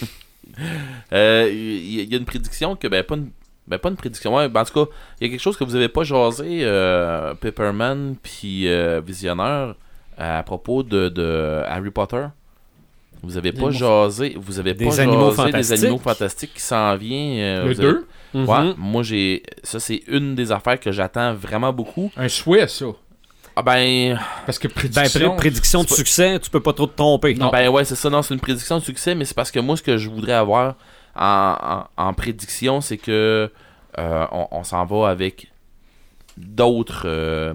Il y a une prédiction que, pas une prédiction, ouais, en tout cas, il y a quelque chose que vous avez pas jasé, Pepperman puis Visionnaire, à propos de Harry Potter. Vous avez pas jasé,
Des animaux
jasé des
fantastiques.
animaux fantastiques qui s'en vient.
Le
vous avez-
2,
Ouais, moi ça c'est une des affaires que j'attends vraiment beaucoup.
un souhait, ça.
Ah ben,
Parce que
Ben,
prédiction.
prédiction de
c'est pas-
succès, tu peux pas trop te tromper.
Non.
ben ouais, c'est ça, non, c'est une prédiction de succès, mais c'est parce que moi, ce que je voudrais avoir en prédiction, c'est que on s'en va avec d'autres...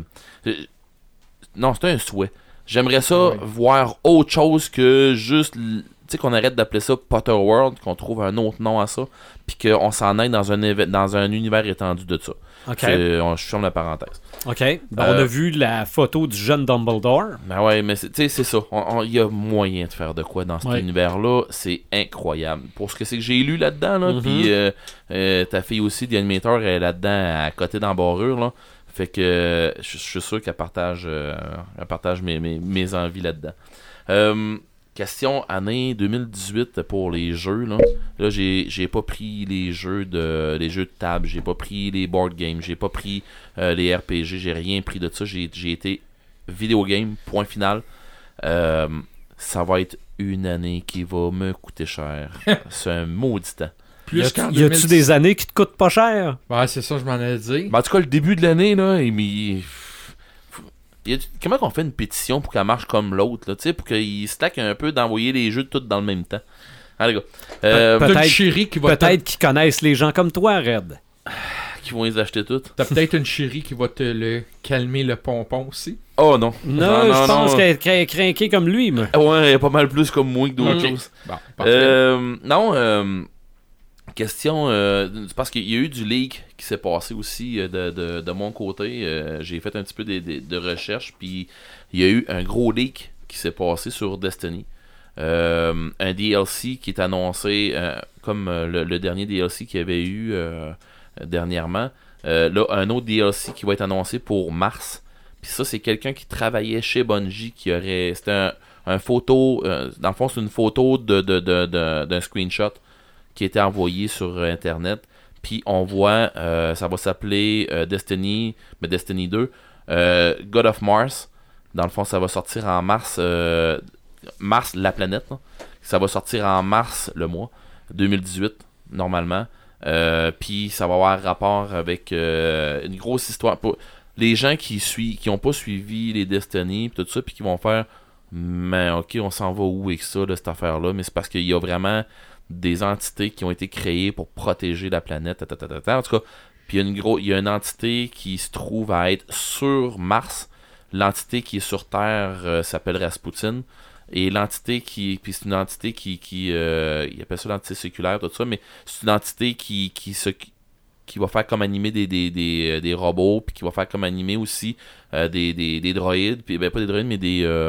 non, c'est un souhait. J'aimerais ça
Ouais.
voir autre chose que juste... Tu sais, qu'on arrête d'appeler ça Potter World, qu'on trouve un autre nom à ça, puis qu'on s'en aille dans un univers étendu de ça.
OK.
Je ferme la parenthèse.
OK. Ben, on a vu la photo du jeune Dumbledore.
Ben ouais, mais tu sais, c'est ça. Il y a moyen de faire de quoi dans cet
Ouais.
univers-là. C'est incroyable. Pour ce que c'est que j'ai lu là-dedans, là,
Mhm.
puis ta fille aussi, The Animator, elle est là-dedans à côté d'embarrure, là. Fait que je suis sûr qu'elle partage mes envies là-dedans. Question année 2018 pour les jeux, là. Là, j'ai pas pris les jeux de table, j'ai pas pris les board games, j'ai pas pris les RPG, j'ai rien pris de ça. J'ai été vidéo game, point final. Ça va être une année qui va me coûter cher. C'est un maudit temps.
Plus qu'en
Y a-tu des années qui te coûtent pas cher?
Ouais, c'est ça, je m'en ai dit.
Ben, en tout cas, le début de l'année, là, comment qu'on fait une pétition pour qu'elle marche comme l'autre, là, tu sais, pour qu'il stack un peu d'envoyer les jeux tous dans le même temps. Allez, gars.
Peut-être-
T'as une chérie qui va
Peut-être qu'ils connaissent les gens comme toi, Red.
Qui vont les acheter toutes.
T'as peut-être une chérie qui va te calmer le pompon aussi.
Oh non.
Non, je pense qu'elle est craquée comme lui, moi.
Ouais, elle est pas mal plus comme moi que d'autres
Ok.
choses.
Bon, parfait.
Non, question, c'est parce qu'il y a eu du leak qui s'est passé aussi de mon côté. J'ai fait un petit peu de recherche, puis il y a eu un gros leak qui s'est passé sur Destiny. Un DLC qui est annoncé comme le dernier DLC qu'il y avait eu dernièrement. Là, un autre DLC qui va être annoncé pour mars. Puis ça, c'est quelqu'un qui travaillait chez Bungie qui aurait... C'était un photo... dans le fond, c'est une photo d'un screenshot qui a été envoyé sur Internet. Puis on voit... ça va s'appeler Destiny, mais Destiny 2. God of Mars. Dans le fond, ça va sortir en mars. Mars, la planète. Là. Ça va sortir en mars, le mois. 2018, normalement. Puis ça va avoir rapport avec une grosse histoire. Pour les gens qui ont pas suivi les Destiny pis tout ça, puis qui vont faire mais ok, on s'en va où avec ça, là, cette affaire-là, mais c'est parce qu'il y a vraiment des entités qui ont été créées pour protéger la planète, en tout cas, puis il y a une entité qui se trouve à être sur Mars. L'entité qui est sur Terre s'appelle Rasputin. Et l'entité puis c'est une entité qui il appelle ça l'entité séculaire, tout ça, mais c'est une entité qui va faire comme animer des robots, puis qui va faire comme animer aussi des droïdes, puis ben pas des droïdes, mais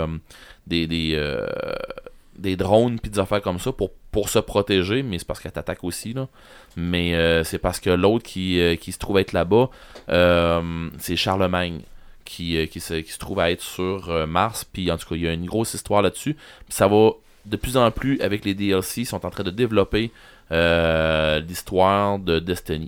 des drones, puis des affaires comme ça, pour se protéger, mais c'est parce qu'elle t'attaque aussi, là. Mais c'est parce que l'autre qui se trouve être là-bas, c'est Charlemagne. Qui se trouve à être sur Mars, puis en tout cas il y a une grosse histoire là-dessus, puis ça va de plus en plus avec les DLC, ils sont en train de développer l'histoire de Destiny,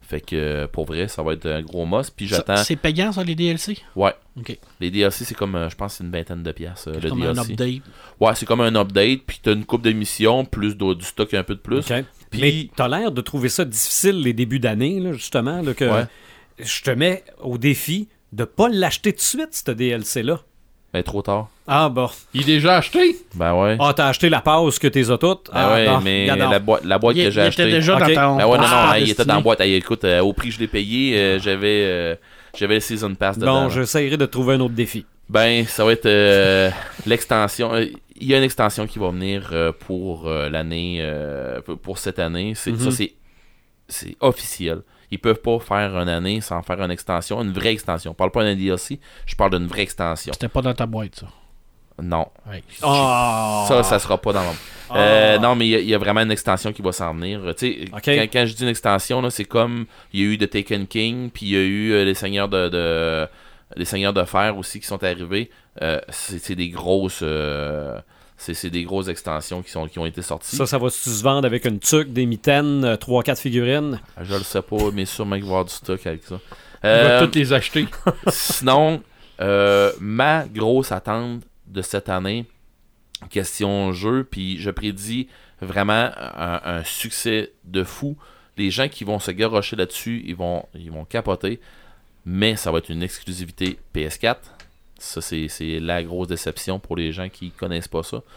Fait que pour vrai, ça va être un gros must. Puis j'attends.
C'est payant, ça, les DLC?
Ouais.
OK.
Les DLC, c'est comme, je pense, c'est une vingtaine de piastres. Le
Comme
DLC.
un update.
Ouais, c'est comme un update. Puis t'as une coupe d'émissions, plus du stock un peu de plus.
OK.
Puis-
Mais t'as l'air de trouver ça difficile les débuts d'année, là, justement, là, que
Ouais.
je te mets au défi de pas l'acheter tout de suite, ce DLC-là.
Ben, trop tard.
Ah, bon.
Il est déjà acheté?
Ben ouais.
Ah, t'as acheté la pause que t'es as toutes?
Ben ouais,
bon,
mais
regarde
la boîte que j'ai
Il
achetée.
était déjà
Ok.
dans ton...
Ben ouais, non,
Ah,
il était
destiné.
dans la boîte. Hey, écoute, au prix que je l'ai payé, j'avais le Season Pass dedans.
Bon,
là.
j'essaierai de trouver un autre défi.
Ben, ça va être l'extension. Il y a une extension qui va venir pour l'année, pour cette année. Ça, c'est officiel. Ils peuvent pas faire une année sans faire une extension, une vraie extension. Je parle pas d'un DLC, je parle d'une vraie extension.
C'était pas dans ta boîte, ça.
Non.
Ouais.
Ah!
Ça sera pas dans le... non, mais il y a vraiment une extension qui va s'en venir. Tu sais,
Ok.
quand je dis une extension, là, c'est comme il y a eu The Taken King, puis il y a eu les Seigneurs les Seigneurs de Fer aussi qui sont arrivés. C'est des grosses... c'est des grosses extensions qui ont été sorties.
Ça va se vendre avec une tuque, des mitaines, 3-4 figurines.
Je le sais pas, mais sûrement qu'il va y avoir du stock avec ça.
Il va toutes les acheter.
Sinon, ma grosse attente de cette année, question jeu, puis je prédis vraiment un succès de fou. Les gens qui vont se garrocher là-dessus, ils vont capoter, mais ça va être une exclusivité PS4. Ça, c'est la grosse déception pour les gens qui connaissent pas ça.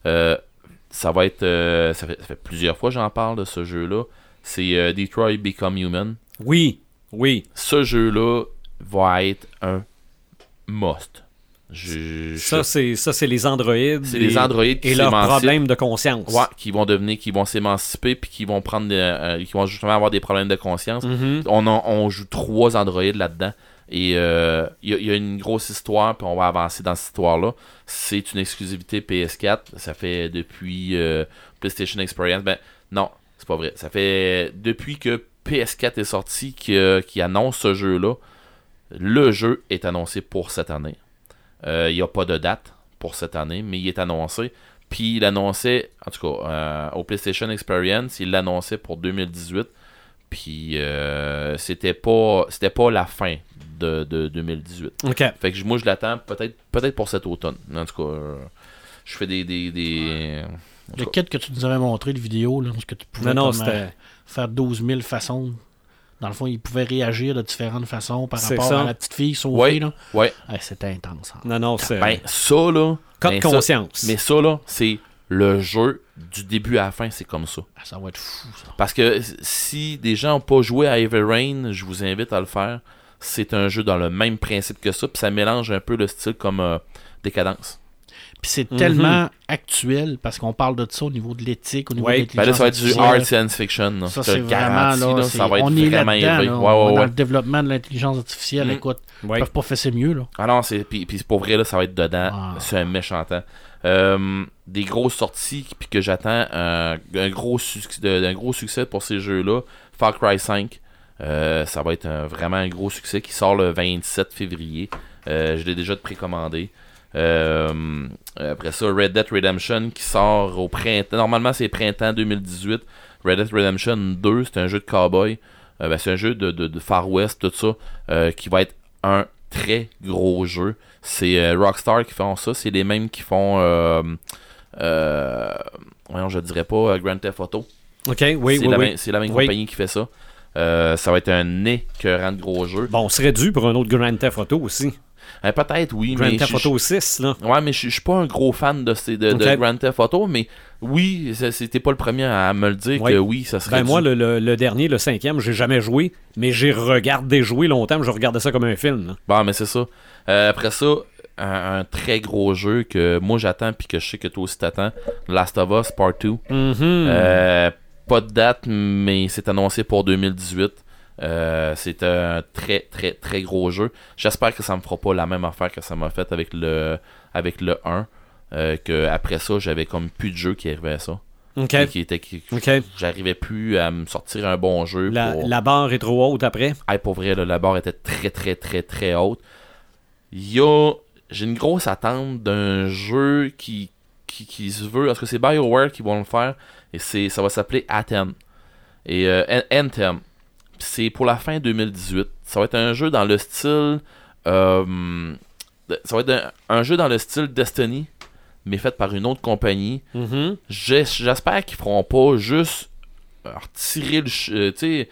Ça va être... ça fait plusieurs fois que j'en parle de ce jeu-là. C'est Detroit Become Human.
Oui.
Ce jeu-là va être un must.
Ça, c'est les androïdes.
C'est les androïdes qui
et leurs
s'émancipent.
problèmes de conscience.
Ouais, qui vont s'émanciper puis qui vont prendre qui vont justement avoir des problèmes de conscience.
Mhm.
On joue 3 androïdes là-dedans. Et il y a une grosse histoire, puis on va avancer dans cette histoire-là. C'est une exclusivité PS4. Ça fait depuis PlayStation Experience. Ben, non, c'est pas vrai. Ça fait depuis que PS4 est sorti qui annonce ce jeu-là. Le jeu est annoncé pour cette année. Il n'y a pas de date pour cette année, mais il est annoncé. Puis il l'annonçait, en tout cas, au PlayStation Experience, il l'annonçait pour 2018. Puis c'était pas la fin de 2018.
OK.
Fait que moi je l'attends peut-être pour cet automne. En tout cas, je fais des
Le kit que tu nous avais montré, de vidéo, là, parce que tu pouvais
Non,
comme,
c'était...
faire 12 000 façons. Dans le fond, il pouvait réagir de différentes façons par
C'est
rapport
ça.
à la petite fille sauvée.
Ouais,
Là.
ouais.
C'était intense. Hein.
Non, c'est...
Ben ça là,
Cas de
ben, ça-
conscience.
mais ça là, c'est le jeu du début à la fin, c'est comme ça.
Ça va être fou, ça.
Parce que si des gens n'ont pas joué à Heavy Rain, je vous invite à le faire. C'est un jeu dans le même principe que ça, puis ça mélange un peu le style comme Décadence.
Puis c'est tellement actuel, parce qu'on parle de ça au niveau de l'éthique, au niveau
Ouais.
de l'intelligence
Ben là, ça va être du
artificielle.
art science fiction. Là.
Ça,
Je te
c'est
le
vraiment
garantis,
là,
ça va être
on est
vraiment
là-dedans,
élevé.
là.
Ouais,
On est
ouais,
dans
ouais.
le développement de l'intelligence artificielle. Écoute, ils
Ouais.
peuvent pas faire mieux. Là.
Ah non, puis pour vrai, là, ça va être dedans.
Ah.
C'est un méchant temps. Des grosses sorties, puis que j'attends un gros succès pour ces jeux-là. Far Cry 5. Ça va être vraiment un gros succès qui sort le 27 février. Je l'ai déjà précommandé. Après ça, Red Dead Redemption qui sort au printemps. Normalement, c'est printemps 2018. Red Dead Redemption 2, c'est un jeu de cowboy. C'est un jeu de Far West, tout ça, qui va être un très gros jeu. C'est Rockstar qui font ça. C'est les mêmes qui font, voyons, je dirais pas Grand Theft Auto.
OK, oui.
C'est la même
Oui.
compagnie qui fait ça. Ça va être un écœurant de gros jeu.
Bon, on serait dû pour un autre Grand Theft Auto aussi.
Peut-être, oui,
Grand
mais
Theft Auto 6, là.
ouais, mais je suis pas un gros fan de
Ok.
Grand Theft Auto, mais oui, c'était pas le premier à me le dire
Oui.
que oui, ça serait
Ben moi,
du-
le dernier, le 5e, j'ai jamais joué, mais j'ai regardé jouer longtemps, mais je regardais ça comme un film. Là.
Bon, mais c'est ça. Après ça, un très gros jeu que moi j'attends puis que je sais que toi aussi t'attends, Last of Us Part 2. Pas de date, mais c'est annoncé pour 2018. C'est un très très très gros jeu. J'espère que ça me fera pas la même affaire que ça m'a fait avec le 1. Que après ça, j'avais comme plus de jeu qui arrivait à ça.
OK. OK.
J'arrivais plus à me sortir un bon jeu.
La barre est trop haute après.
Hey, pour vrai, là, la barre était très très très très haute. J'ai une grosse attente d'un jeu qui se veut. Est-ce que c'est BioWare qui vont le faire? Et ça va s'appeler Anthem. Et Anthem. c'est pour la fin 2018. Ça va être un jeu dans le style... ça va être un jeu dans le style Destiny, mais fait par une autre compagnie.
Mhm.
J'espère qu'ils feront pas juste retirer le... tu sais...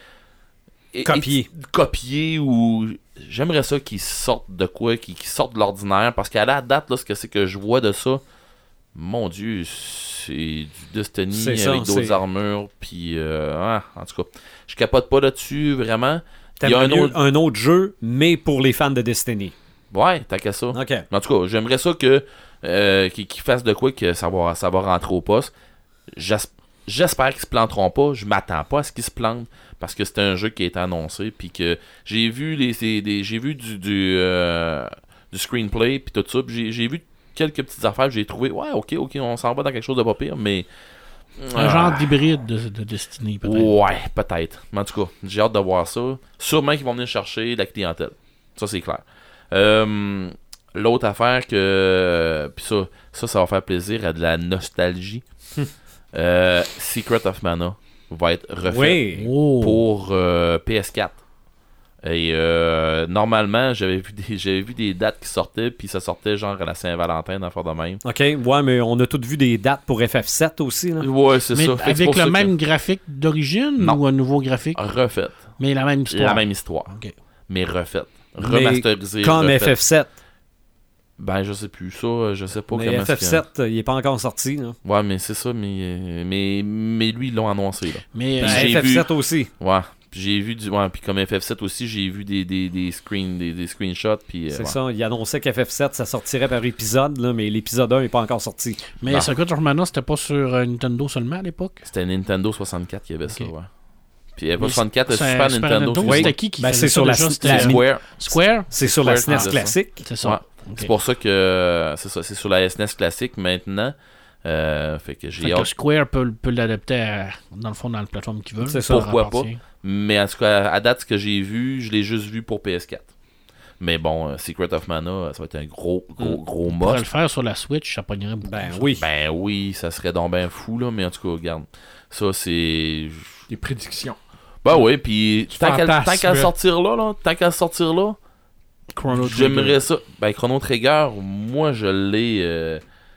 Copier ou... J'aimerais ça qu'ils sortent de quoi, qu'ils sortent de l'ordinaire, parce qu'à la date, là, ce que c'est que je vois de ça, mon Dieu, c'est du Destiny avec d'autres armures, puis en tout cas, je capote pas là-dessus, vraiment.
T'aimerais un autre jeu, mais pour les fans de Destiny.
Ouais, t'as qu'à ça.
OK.
En tout cas, j'aimerais ça que qu'ils fassent de quoi que ça va rentrer au poste. J'espère qu'ils se planteront pas. Je m'attends pas à ce qu'ils se plantent parce que c'est un jeu qui a été annoncé puis que j'ai vu j'ai vu du screenplay puis tout ça. J'ai vu quelques petites affaires. J'ai trouvé ok, on s'en va dans quelque chose de pas pire, mais
un genre d'hybride de Destiny peut-être.
Ouais, peut-être. Mais en tout cas, j'ai hâte de voir ça. Sûrement qu'ils vont venir chercher la clientèle. Ça c'est clair. L'autre affaire que puis ça va faire plaisir à de la nostalgie. Secret of Mana va être refait pour PS4. Et normalement, j'avais vu des dates qui sortaient, puis ça sortait genre à la Saint-Valentin, dans de même.
OK, ouais, mais on a tous vu des dates pour FF7 aussi. Là.
Ouais, c'est ça.
Avec le même graphique d'origine ou un nouveau graphique?
Refait.
Mais la même histoire.
La même histoire.
Okay.
Mais refaite. Remasterisée.
Comme
refaite.
FF7.
Ben, je sais plus. Ça, je sais pas
mais
comment
FF7, il est pas encore sorti. Là.
Ouais, mais c'est ça. Mais lui, ils l'ont annoncé. Là.
Mais
FF7 aussi.
Ouais. Puis j'ai vu puis comme FF7 aussi, j'ai vu des screenshots. Puis,
c'est ça. Il annonçait qu'FF7, ça sortirait par épisode, là, mais l'épisode 1 n'est pas encore sorti.
Mais Secret of Mana, c'était pas sur Nintendo seulement à l'époque?
C'était Nintendo 64 qui avait ça, ouais. Puis il n'y avait pas 64, le Super Nintendo.
C'était qui
faisait
c'est
sur
la
Square.
C'est sur la SNES classique.
C'est ça.
Ouais. Okay. C'est pour ça que c'est sur la SNES classique maintenant. Fait que j'ai hâte.
Square peut l'adapter dans le fond dans la plateforme qu'ils veulent.
C'est ça.
Pourquoi pas. Mais en tout cas, à date, ce que j'ai vu, je l'ai juste vu pour PS4. Mais bon, Secret of Mana, ça va être un gros must.
On pourrait le faire sur la Switch, ça pognerait beaucoup.
Ben
oui, ça serait donc ben fou, là. Mais en tout cas, regarde. Ça, c'est...
Des prédictions.
Ben oui, puis tant qu'à sortir là, j'aimerais ça. Ben, Chrono Trigger, moi je l'ai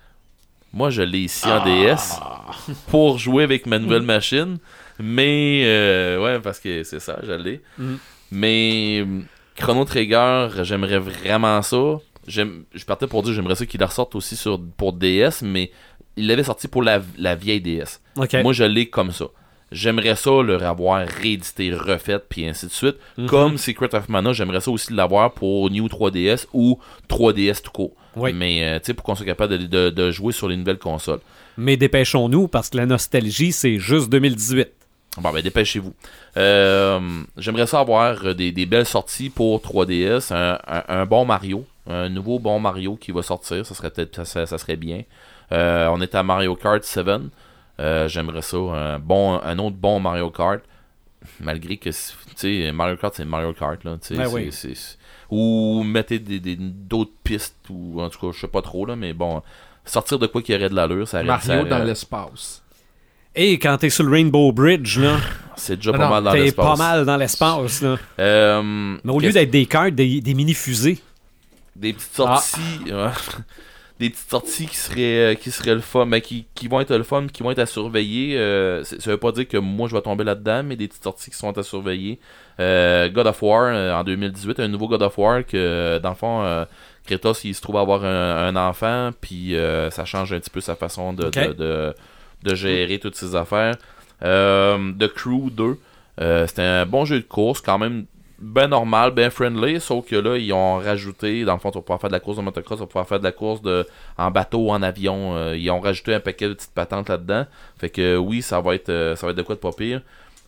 ici en DS pour jouer avec ma nouvelle machine. Mais ouais, parce que c'est ça, je l'ai. Mais Chrono Trigger, j'aimerais vraiment ça. Je partais pour dire j'aimerais ça qu'il la ressorte aussi pour DS, mais il l'avait sorti pour la vieille DS.
Okay.
Moi je l'ai comme ça. J'aimerais ça le avoir réédité, refait, puis ainsi de suite. Comme Secret of Mana, j'aimerais ça aussi l'avoir pour New 3DS ou 3DS tout court.
Oui.
Mais tu sais, pour qu'on soit capable de jouer sur les nouvelles consoles.
Mais dépêchons-nous, parce que la nostalgie, c'est juste 2018.
Bon, ben dépêchez-vous. J'aimerais ça avoir des belles sorties pour 3DS, un bon Mario, un nouveau bon Mario qui va sortir, ça serait bien. On est à Mario Kart 7. J'aimerais ça, un autre bon Mario Kart, malgré que, tu sais, Mario Kart, c'est Mario Kart, là, tu sais, ou mettez d'autres pistes, ou en tout cas, je sais pas trop, là, mais bon, sortir de quoi qu'il y aurait de l'allure, ça arrête.
Mario dans l'espace.
Et quand t'es sur le Rainbow Bridge, là,
c'est déjà pas mal dans l'espace.
T'es pas mal dans l'espace, là. Mais au lieu d'être des cartes, des mini-fusées.
Des petites sorties... des petites sorties qui seraient le fun, mais qui vont être le fun, qui vont être à surveiller. Ça veut pas dire que moi je vais tomber là-dedans, mais des petites sorties qui sont à surveiller. God of War en 2018, un nouveau God of War que dans le fond Kratos il se trouve avoir un enfant, puis ça change un petit peu sa façon de gérer toutes ces affaires. The Crew 2, c'était un bon jeu de course, quand même ben normal, ben friendly, sauf que là, ils ont rajouté, dans le fond, tu vas pouvoir faire de la course de motocross, tu vas pouvoir faire de la course en bateau, en avion, ils ont rajouté un paquet de petites patentes là-dedans, fait que oui, ça va être de quoi de pas pire.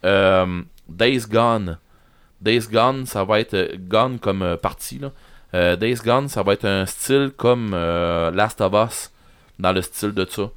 Days Gone, ça va être Gone comme partie, là. Days Gone, ça va être un style comme Last of Us, dans le style de ça.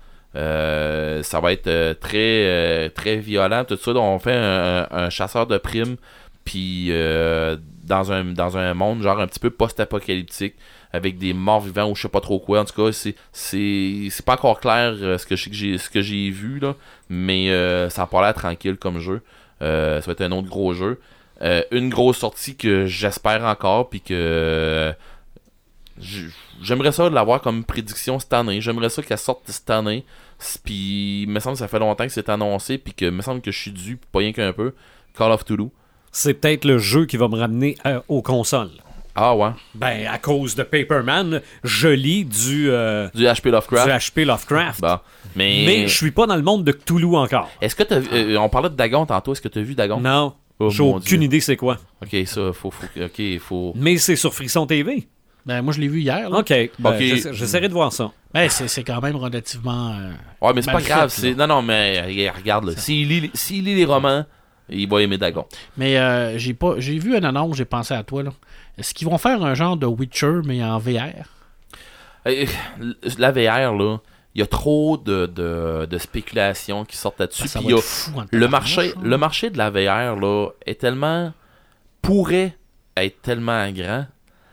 Ça va être très, très violent, tout ça, donc on fait un chasseur de primes, puis dans un monde genre un petit peu post-apocalyptique avec des morts vivants ou je sais pas trop quoi. En tout cas, c'est pas encore clair ce que j'ai vu là, mais ça a pas l'air tranquille comme jeu. Ça va être un autre gros jeu. Une grosse sortie que j'espère encore, puis que j'aimerais ça l'avoir comme prédiction cette année. J'aimerais ça qu'elle sorte cette année. Puis il me semble que ça fait longtemps que c'est annoncé, puis que il me semble que je suis dû, pas rien qu'un peu. Call of Cthulhu.
C'est peut-être le jeu qui va me ramener aux consoles.
Ah ouais.
Ben, à cause de Paperman, je lis du
HP Lovecraft.
du HP Lovecraft.
Bon.
Mais je suis pas dans le monde de Cthulhu encore.
Est-ce que t'as vu... on parlait de Dagon tantôt. Est-ce que t'as vu Dagon?
Non.
Oh,
J'ai
mon
aucune
Dieu.
idée c'est quoi.
Ok, ça, faut...
Mais c'est sur Frisson TV.
Ben, moi, je l'ai vu hier. Là.
OK. Ben,
Ok.
J'essaierai de voir ça.
Ben, c'est quand même relativement...
Ouais, mais c'est pas
mal
grave.
fait, là.
Non, mais regarde, là. S'il lit les romans, il va aimer Dagon.
Mais j'ai vu une annonce, j'ai pensé à toi. Là. Est-ce qu'ils vont faire un genre de Witcher, mais en VR?
La VR, là, il y a trop de spéculations qui sortent là-dessus.
Ça
Puis
va
il y a
être fou en
le
tabarnouche,
marché, le marché de la VR, là, est tellement... pourrait être tellement grand,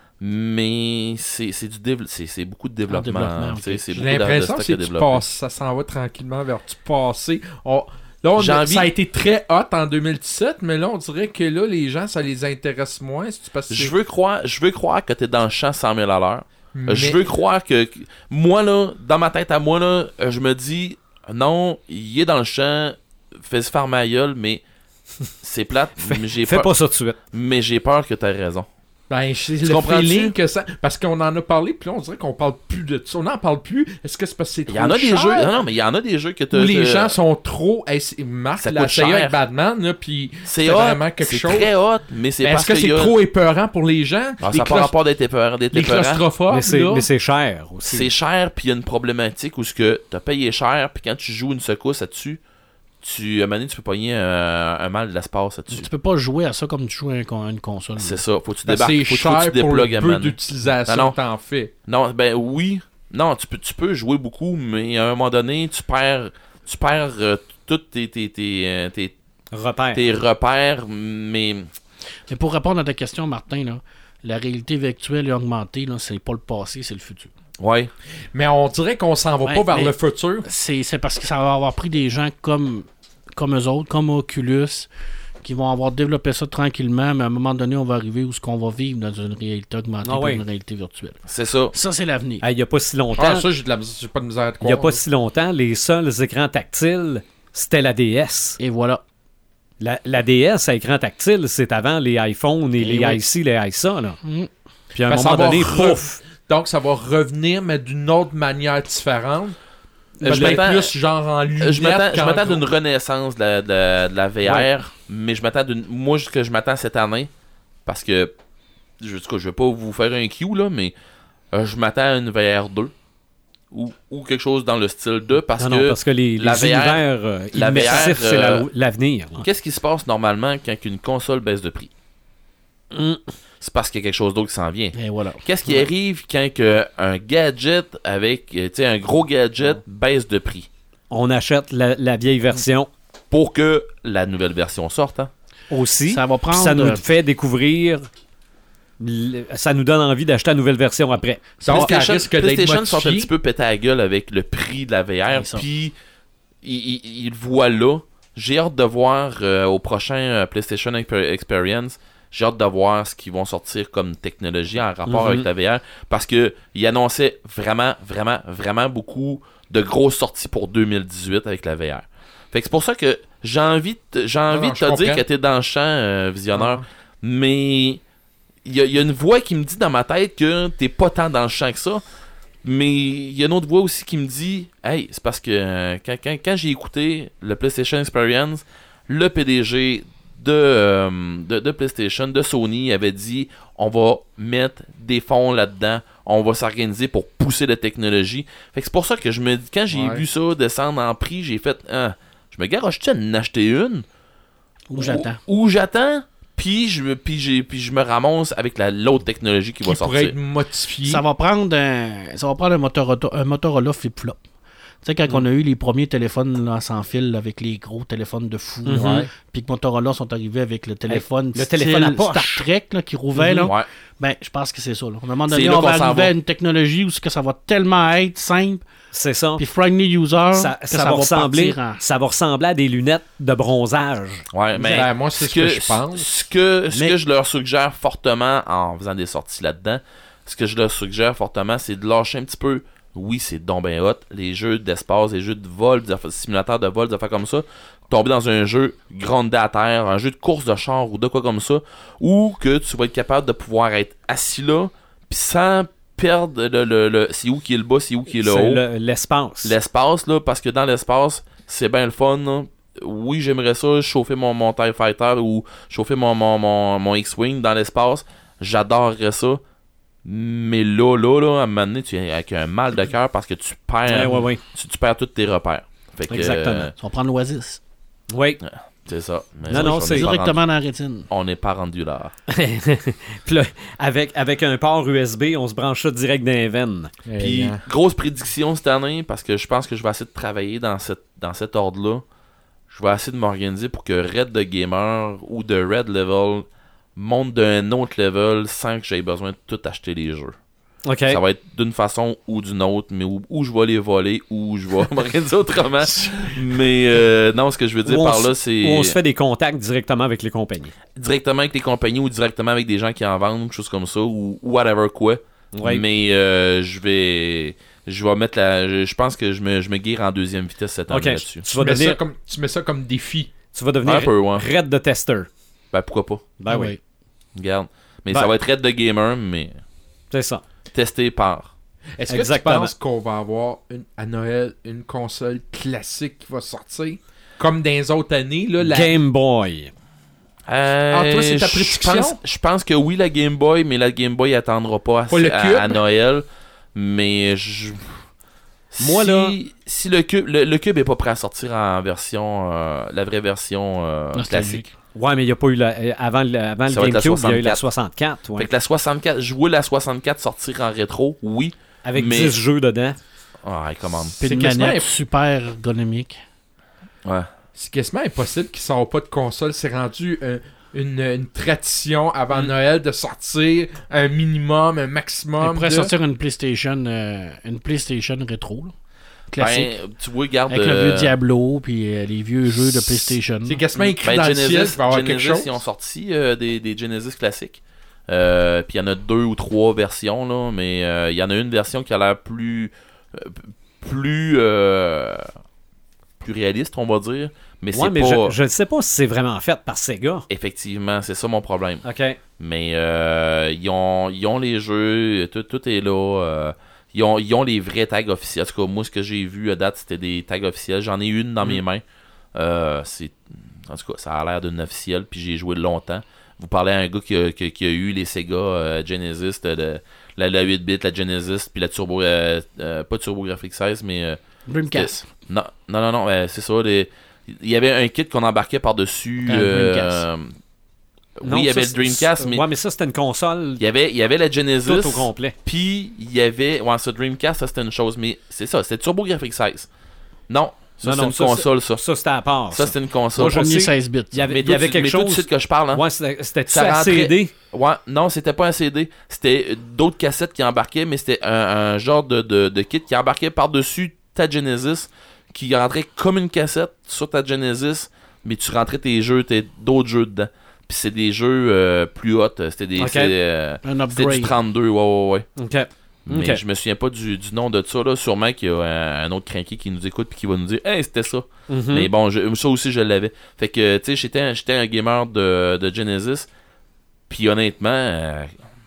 mais c'est beaucoup de développement.
développement, ok.
C'est
J'ai
beaucoup de
l'impression
stock
que
à développer.
ça s'en va tranquillement vers du passé.
J'ai
Ça a
envie-
été très hot en 2017, mais là, on dirait que là, les gens, ça les intéresse moins. C'est parce que
Je veux croire que t'es dans le champ 100 000 à l'heure.
Mais-
Je veux croire que... Moi, là, dans ma tête à moi, là, je me dis... Non, il est dans le champ, fais-se faire ma gueule, mais... C'est plate, mais j'ai
Fais
peur,
pas ça tout de suite.
mais j'ai peur que t'aies raison.
Ben, j'ai
Tu
le
comprends-tu?
feeling que ça... Parce qu'on en a parlé, puis là, on dirait qu'on parle plus de ça. On n'en parle plus. Est-ce que c'est parce que c'est trop
Il y en a des
cher?
jeux... Non, mais il y en a des jeux que
Où les
t'as-
gens sont trop... Hey, Marc,
Ça
la
coûte
série
cher.
avec Batman, là, puis
C'est
c'est
hot,
vraiment quelque
c'est
chose.
très hot, mais c'est
Ben,
parce
est-ce que
qu'il
c'est
y a...
trop épeurant pour les gens?
Ah,
les
ça n'a pas rapport d'être épeurant,
les claustrophobes, là.
Mais c'est cher aussi.
C'est cher, puis il y a une problématique où ce que t'as payé cher, puis quand tu joues une secousse là-dessus, à un moment donné, tu peux pogner un mal de l'espace là-dessus.
Tu peux pas jouer à ça comme tu joues à une console.
C'est ça, faut que tu
Ben,
débarques,
c'est
faut
cher
que tu
pour
déplugues
le
à un
peu
moment donné.
d'utilisation
Non, non.
que t'en fais.
Non, ben oui. Non, tu peux jouer beaucoup, mais à un moment donné, tu perds tous tes
Repère.
repères, mais
Mais pour répondre à ta question, Martin, là, la réalité virtuelle et augmentée, là, c'est pas le passé, c'est le futur.
ouais.
Mais on dirait qu'on s'en va
Ouais,
pas vers
mais-
le futur.
C'est parce que ça va avoir pris des gens comme eux autres, comme Oculus, qui vont avoir développé ça tranquillement, mais à un moment donné, on va arriver où ce qu'on va vivre dans une réalité augmentée
Ah
et
ouais.
une réalité virtuelle.
C'est ça.
Ça, c'est l'avenir.
Il n'y a pas si longtemps,
Ah, ça, j'ai pas de misère à te
il y a
croire.
pas si longtemps, les seuls écrans tactiles, c'était la DS.
Et voilà.
La DS à écran tactile, c'est avant les iPhones et les
oui.
IC, les ISA. Là.
Mm.
Puis à un
Ben, ça
moment
va
donné,
re-
pouf!
Donc, ça va revenir, mais d'une autre manière différente.
Je
Peut-être
m'attends-
plus genre en lunettes.
Je m'attends
qu'en
d'une
gros.
renaissance de la VR,
Ouais.
mais je m'attends moi, ce que je m'attends cette année, parce que, je vais pas vous faire un Q, là, mais je m'attends à une VR 2, ou quelque chose dans le style 2, parce que
les
la VR
univers
la
immersifs,
VR,
c'est l'avenir. là.
qu'est-ce qui se passe normalement quand une console baisse de prix? C'est parce qu'il y a quelque chose d'autre qui s'en vient.
Et voilà.
Qu'est-ce qui arrive quand un gadget avec, tu sais, un gros gadget baisse de prix?
On achète la vieille version
Pour que la nouvelle version sorte, hein?
aussi.
Ça va
puis
prendre...
ça nous fait découvrir. Ça nous donne envie d'acheter la nouvelle version après.
Donc, elle risque d'être
PlayStation sont un
modifiée.
petit peu pété à la gueule avec le prix de la VR,
Ouais, ça.
puis ils le voient là. J'ai hâte de voir au prochain PlayStation Experience, j'ai hâte de voir ce qu'ils vont sortir comme technologie en rapport avec la VR, parce que ils annonçaient vraiment, vraiment, vraiment beaucoup de grosses sorties pour 2018 avec la VR. Fait que c'est pour ça que j'ai envie de
non,
te
je
dire
comprends.
que t'es dans le champ, visionneur,
Ah.
mais il y a une voix qui me dit dans ma tête que t'es pas tant dans le champ que ça. Mais il y a une autre voix aussi qui me dit hey, c'est parce que quand j'ai écouté le PlayStation Experience, le PDG de PlayStation, de Sony, avait dit on va mettre des fonds là-dedans, on va s'organiser pour pousser la technologie. Fait que c'est pour ça que je me dis, quand j'ai
Ouais.
vu ça descendre en prix, j'ai fait je me garoche-tu à en acheter une
Où j'attends.
Ou j'attends, puis je me ramasse avec l'autre technologie qui va
Qui pourrait
sortir.
être modifié.
Ça va prendre un Motorola flip-flop. Tu sais, quand on a eu les premiers téléphones là, sans fil là, avec les gros téléphones de fou, là, puis que Motorola sont arrivés avec le téléphone,
le téléphone à poche.
Star Trek là, qui rouvait, là,
Ouais.
ben, je pense que c'est ça. Là. À un moment
C'est
donné,
là
on va
qu'on s'en
arriver
va.
à une technologie où ça va tellement être simple,
C'est ça.
puis friendly user,
Ça,
que
ça va ressembler,
partir en...
ça va ressembler à des lunettes de bronzage.
Ouais, mais
Ben, moi, c'est ce que je pense.
Ce que je leur suggère fortement en faisant des sorties là-dedans, ce que je leur suggère fortement, c'est de lâcher un petit peu. Oui, c'est donc ben hot. Les jeux d'espace, les jeux de vol, des simulateurs de vol, des affaires comme ça. Tomber dans un jeu grondé à terre, un jeu de course de char ou de quoi comme ça, où que tu vas être capable de pouvoir être assis là, puis sans perdre le c'est où qui est le bas, c'est où qui est le
C'est
haut.
l'espace.
L'espace, là, parce que dans l'espace, c'est bien le fun, là. Oui, j'aimerais ça, chauffer mon TIE Fighter ou chauffer mon X-Wing dans l'espace. J'adorerais ça. Mais là, à un moment donné, tu es avec un mal de cœur parce que tu perds,
Ouais.
tu perds tous tes repères. Fait que,
Exactement.
On prend l'Oasis.
Oui.
c'est ça. Mais
Non, non,
on
c'est
n'est pas
Directement dans la rétine.
rendu- On n'est pas rendu là.
Puis là, avec un port USB, on se branche ça direct dans les veines.
Puis, grosse prédiction cette année, parce que je pense que je vais essayer de travailler dans cet ordre-là. Je vais essayer de m'organiser pour que Red the Gamer ou de Red Level monte d'un autre level sans que j'aie besoin de tout acheter les jeux.
OK.
Ça va être d'une façon ou d'une autre, mais où je vais les voler, ou je vais m'organiser autrement. Mais non, ce que je veux dire
Où on
par
se-
là, c'est
Où on se fait des contacts directement avec les compagnies.
directement avec les compagnies ou directement avec des gens qui en vendent, choses comme ça, ou whatever quoi.
Oui.
Mais je vais mettre je pense que je me guire en deuxième vitesse cette année
OK.
là-dessus.
Tu vas devenir,
Tu mets ça comme défi.
tu vas devenir
Un peu, ouais.
Red de tester.
Ben pourquoi pas?
Ben oui.
Regarde. Mais
Ben-
ça va être Red de Gamer, mais
C'est ça.
testé par.
Est-ce que
Exactement.
tu penses qu'on va avoir à Noël une console classique qui va sortir? Comme dans les autres années, là,
Game Boy.
toi, c'est ta
Je
prédiction?
je pense que oui, la Game Boy, mais la Game Boy attendra pas
Pas le cube?
à Noël. Mais
Moi, là-
si le cube est pas prêt à sortir en version, la vraie version
Nostalgique.
classique.
Ouais, mais il n'y a pas eu avant le
Ça va être la
GameCube, il y a eu la
64.
64. Ouais.
Fait que la 64, je vois la 64 sortir en rétro, oui.
Avec
mais-
10 jeux dedans.
Ah, commande.
Puis
C'est
une
quasiment
manette super ergonomique.
Ouais.
C'est quasiment impossible qu'ils sortent pas de console. C'est rendu une tradition avant Noël de sortir un minimum, un
On
maximum.
pourrait
de-
sortir une PlayStation rétro. Là. Classique.
Ben, tu vois, regarde.
avec le vieux Diablo, puis les vieux jeux de PlayStation.
C'est quasiment écrit
Ben,
dans le ciel
Genesis,
qu'il va y avoir quelque
Genesis,
chose.
ils ont sorti des Genesis classiques. Puis il y en a 2 ou 3 versions, là, mais il y en a une version qui a l'air plus réaliste, on va dire. Mais
Ouais,
c'est
mais
pas.
je ne sais pas si c'est vraiment fait par Sega.
Effectivement, c'est ça mon problème.
OK.
Mais ils ont les jeux, tout est là. Ils ont les vrais tags officiels. En tout cas, moi, ce que j'ai vu à date, c'était des tags officiels. J'en ai une dans mes mains. En tout cas, ça a l'air d'une officielle, puis j'ai joué longtemps. Vous parlez à un gars qui a eu les Sega Genesis, la 8-bit, la Genesis, puis la Turbo... pas TurboGrafx 16, mais...
Dreamcast.
Non, c'est ça. Il y avait un kit qu'on embarquait par-dessus...
Dreamcast.
Non,
oui, il y avait
ça,
le Dreamcast, mais
Ouais, mais ça, c'était une console
il y avait la Genesis,
tout au complet.
puis il y avait... Ouais, ça, Dreamcast, ça, c'était une chose, mais c'est ça, c'était TurboGrafx 16. Non, ça, c'est une console, ça.
Ça, c'était à part.
Ça, c'était une console.
Moi, je
Premier
sais,
16 bits.
Il y avait,
Mais
il y avait quelque
mais toi, tu
chose.
sais de que je parle, hein?
Ouais, c'était
Ça
à
rentrait-
CD.
Ouais, non, c'était pas un CD. C'était d'autres cassettes qui embarquaient, mais c'était un genre de kit qui embarquait par-dessus ta Genesis, qui rentrait comme une cassette sur ta Genesis, mais tu rentrais tes jeux, d'autres jeux dedans. Puis c'est des jeux plus hauts. C'était des.
Ok.
C'était
Un
du
upgrade.
32, ouais.
OK.
Mais
OK.
je me souviens pas du nom de ça, là. Sûrement qu'il y a un autre crinqué qui nous écoute puis qui va nous dire hey, c'était ça.
Mhm.
Mais bon, ça aussi, je l'avais. Fait que, tu sais, j'étais un gamer de Genesis. Puis honnêtement,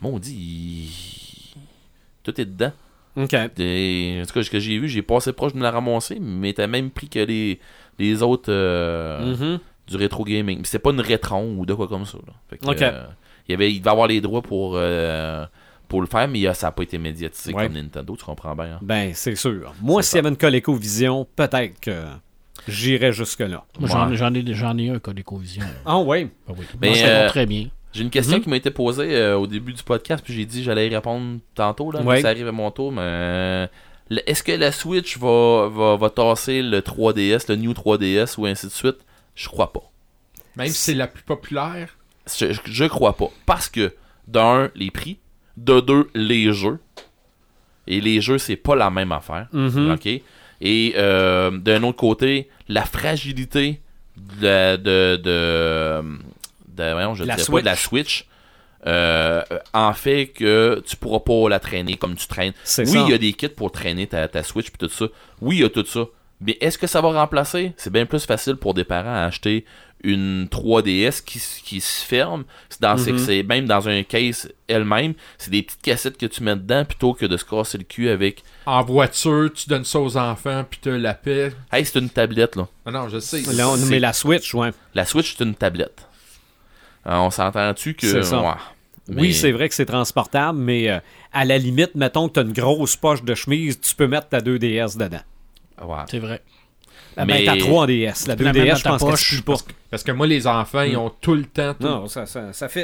tout est dedans.
OK.
En tout cas, ce que j'ai vu, j'ai passé proche de me la ramasser, mais t'as même pris que les autres
Mhm.
du rétro gaming. Mais c'était pas une rétron ou de quoi comme ça. Là. Fait que,
Ok.
il devait avoir les droits pour le faire, mais ça n'a pas été médiatisé
Ouais.
comme Nintendo, tu comprends bien. Hein?
Ben, c'est sûr. Moi,
C'est
s'il y avait une ColecoVision, peut-être que j'irais jusque-là.
Moi,
Ouais.
j'en ai un ColecoVision.
Ah oui.
Ah oui.
Mais,
Moi, ça va très bien.
J'ai une question
Mhm.
qui m'a été posée au début du podcast, puis j'ai dit que j'allais y répondre tantôt, là,
Ouais.
mais ça arrive à mon tour, mais Est-ce que la Switch va tasser le 3DS, le New 3DS ou ainsi de suite? Je crois pas.
Même si c'est la plus populaire.
Je crois pas. Parce que, d'un, les prix. De deux, les jeux. Et les jeux, c'est pas la même affaire.
Mhm.
OK? Et d'un autre côté, la fragilité de la Switch en fait que tu pourras pas la traîner comme tu traînes.
C'est
Oui,
ça.
il y a des kits pour traîner ta Switch et tout ça. Oui, il y a tout ça. Mais est-ce que ça va remplacer? C'est bien plus facile pour des parents à acheter une 3DS qui se ferme. C'est même dans un case elle-même. C'est des petites cassettes que tu mets dedans plutôt que de se casser le cul avec...
En voiture, tu donnes ça aux enfants, puis t'as la paix.
Hey, c'est une tablette, là.
Ah non, je sais.
Là, on met la Switch, ouais.
La Switch, c'est une tablette. On s'entend-tu que...
C'est ça.
Ouais. Mais-
Oui, c'est vrai que c'est transportable, mais à la limite, mettons que tu as une grosse poche de chemise, tu peux mettre ta 2DS dedans.
Ouais.
C'est vrai.
Mais-
Ben, ta 3DS. La
Tu la mets
2DS,
dans
je
ta
pense qu'elle
poche,
se plie pas.
Parce que moi, les enfants, ils ont tout le temps...
Non, ça fit.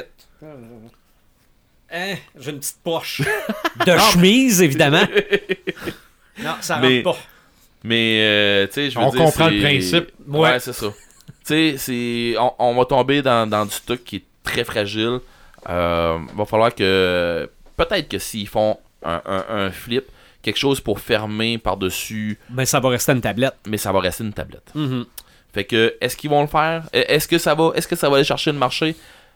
Hein, j'ai une petite poche de chemise, évidemment. Non, ça
Mais-
rentre pas.
Mais, tu sais, je veux
On
dire...
comprend le
c'est-
principe.
Ouais, c'est ça. Tu sais, on va tomber dans du stock qui est très fragile. Va falloir que... Peut-être que s'ils font un flip, quelque chose pour fermer par-dessus,
Ben, ça va rester une tablette.
mais ça va rester une tablette.
Mhm.
Fait que, est-ce qu'ils vont le faire? Est-ce que ça va aller chercher le marché?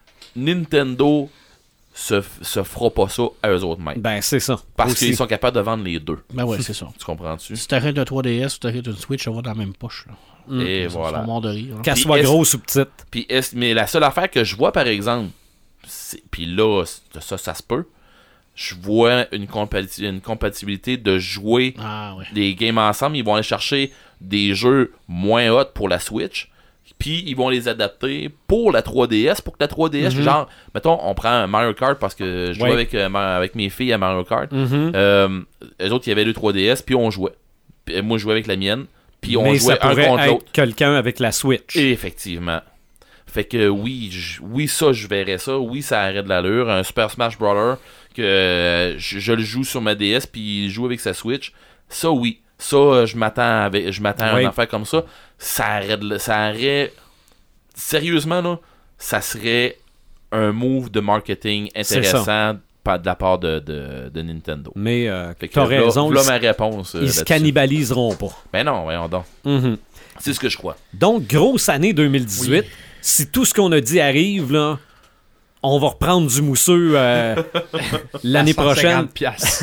Nintendo se fera pas ça à eux autres mêmes.
Ben, c'est ça.
Parce
Aussi.
qu'ils sont capables de vendre les deux.
Ben ouais, c'est ça.
Tu comprends-tu?
Si t'arrêtes un 3DS ou t'arrêtes une Switch, ça va dans la même poche. Là.
Et
C'est
voilà.
un mort de rire. Hein.
Qu'elle
Puis
soit
est-ce-
grosse ou petite.
Puis mais la seule affaire que je vois, par exemple, puis là, ça se peut, je vois une compatibilité de jouer
Ah ouais.
des games ensemble. Ils vont aller chercher des jeux moins hot pour la Switch, puis ils vont les adapter pour la 3DS, pour que la 3DS, genre, mettons, on prend un Mario Kart parce que je jouais avec mes filles à Mario Kart. Eux autres, il y avait le 3DS, puis on jouait. Puis moi, je jouais avec la mienne, puis on
Mais
jouait
ça
un
pourrait
contre l'autre.
être quelqu'un avec la Switch.
Et effectivement. Fait que oui, ça, je verrais ça. Oui, ça aurait de l'allure. Un Super Smash Bros. Que je le joue sur ma DS, puis il joue avec sa Switch. Ça, oui. Ça, je m'attends à
Oui.
une affaire comme ça. Ça aurait... Sérieusement, là, ça serait un move de marketing intéressant de la part de Nintendo.
Mais
Fait que
t'as raison,
Voilà ma réponse.
ils se
là-dessus.
cannibaliseront pas.
Ben non, voyons donc.
Mhm.
C'est ce que je crois.
Donc, grosse année 2018. Si tout ce qu'on a dit arrive, là, on va reprendre du mousseux l'année prochaine
150 piastres.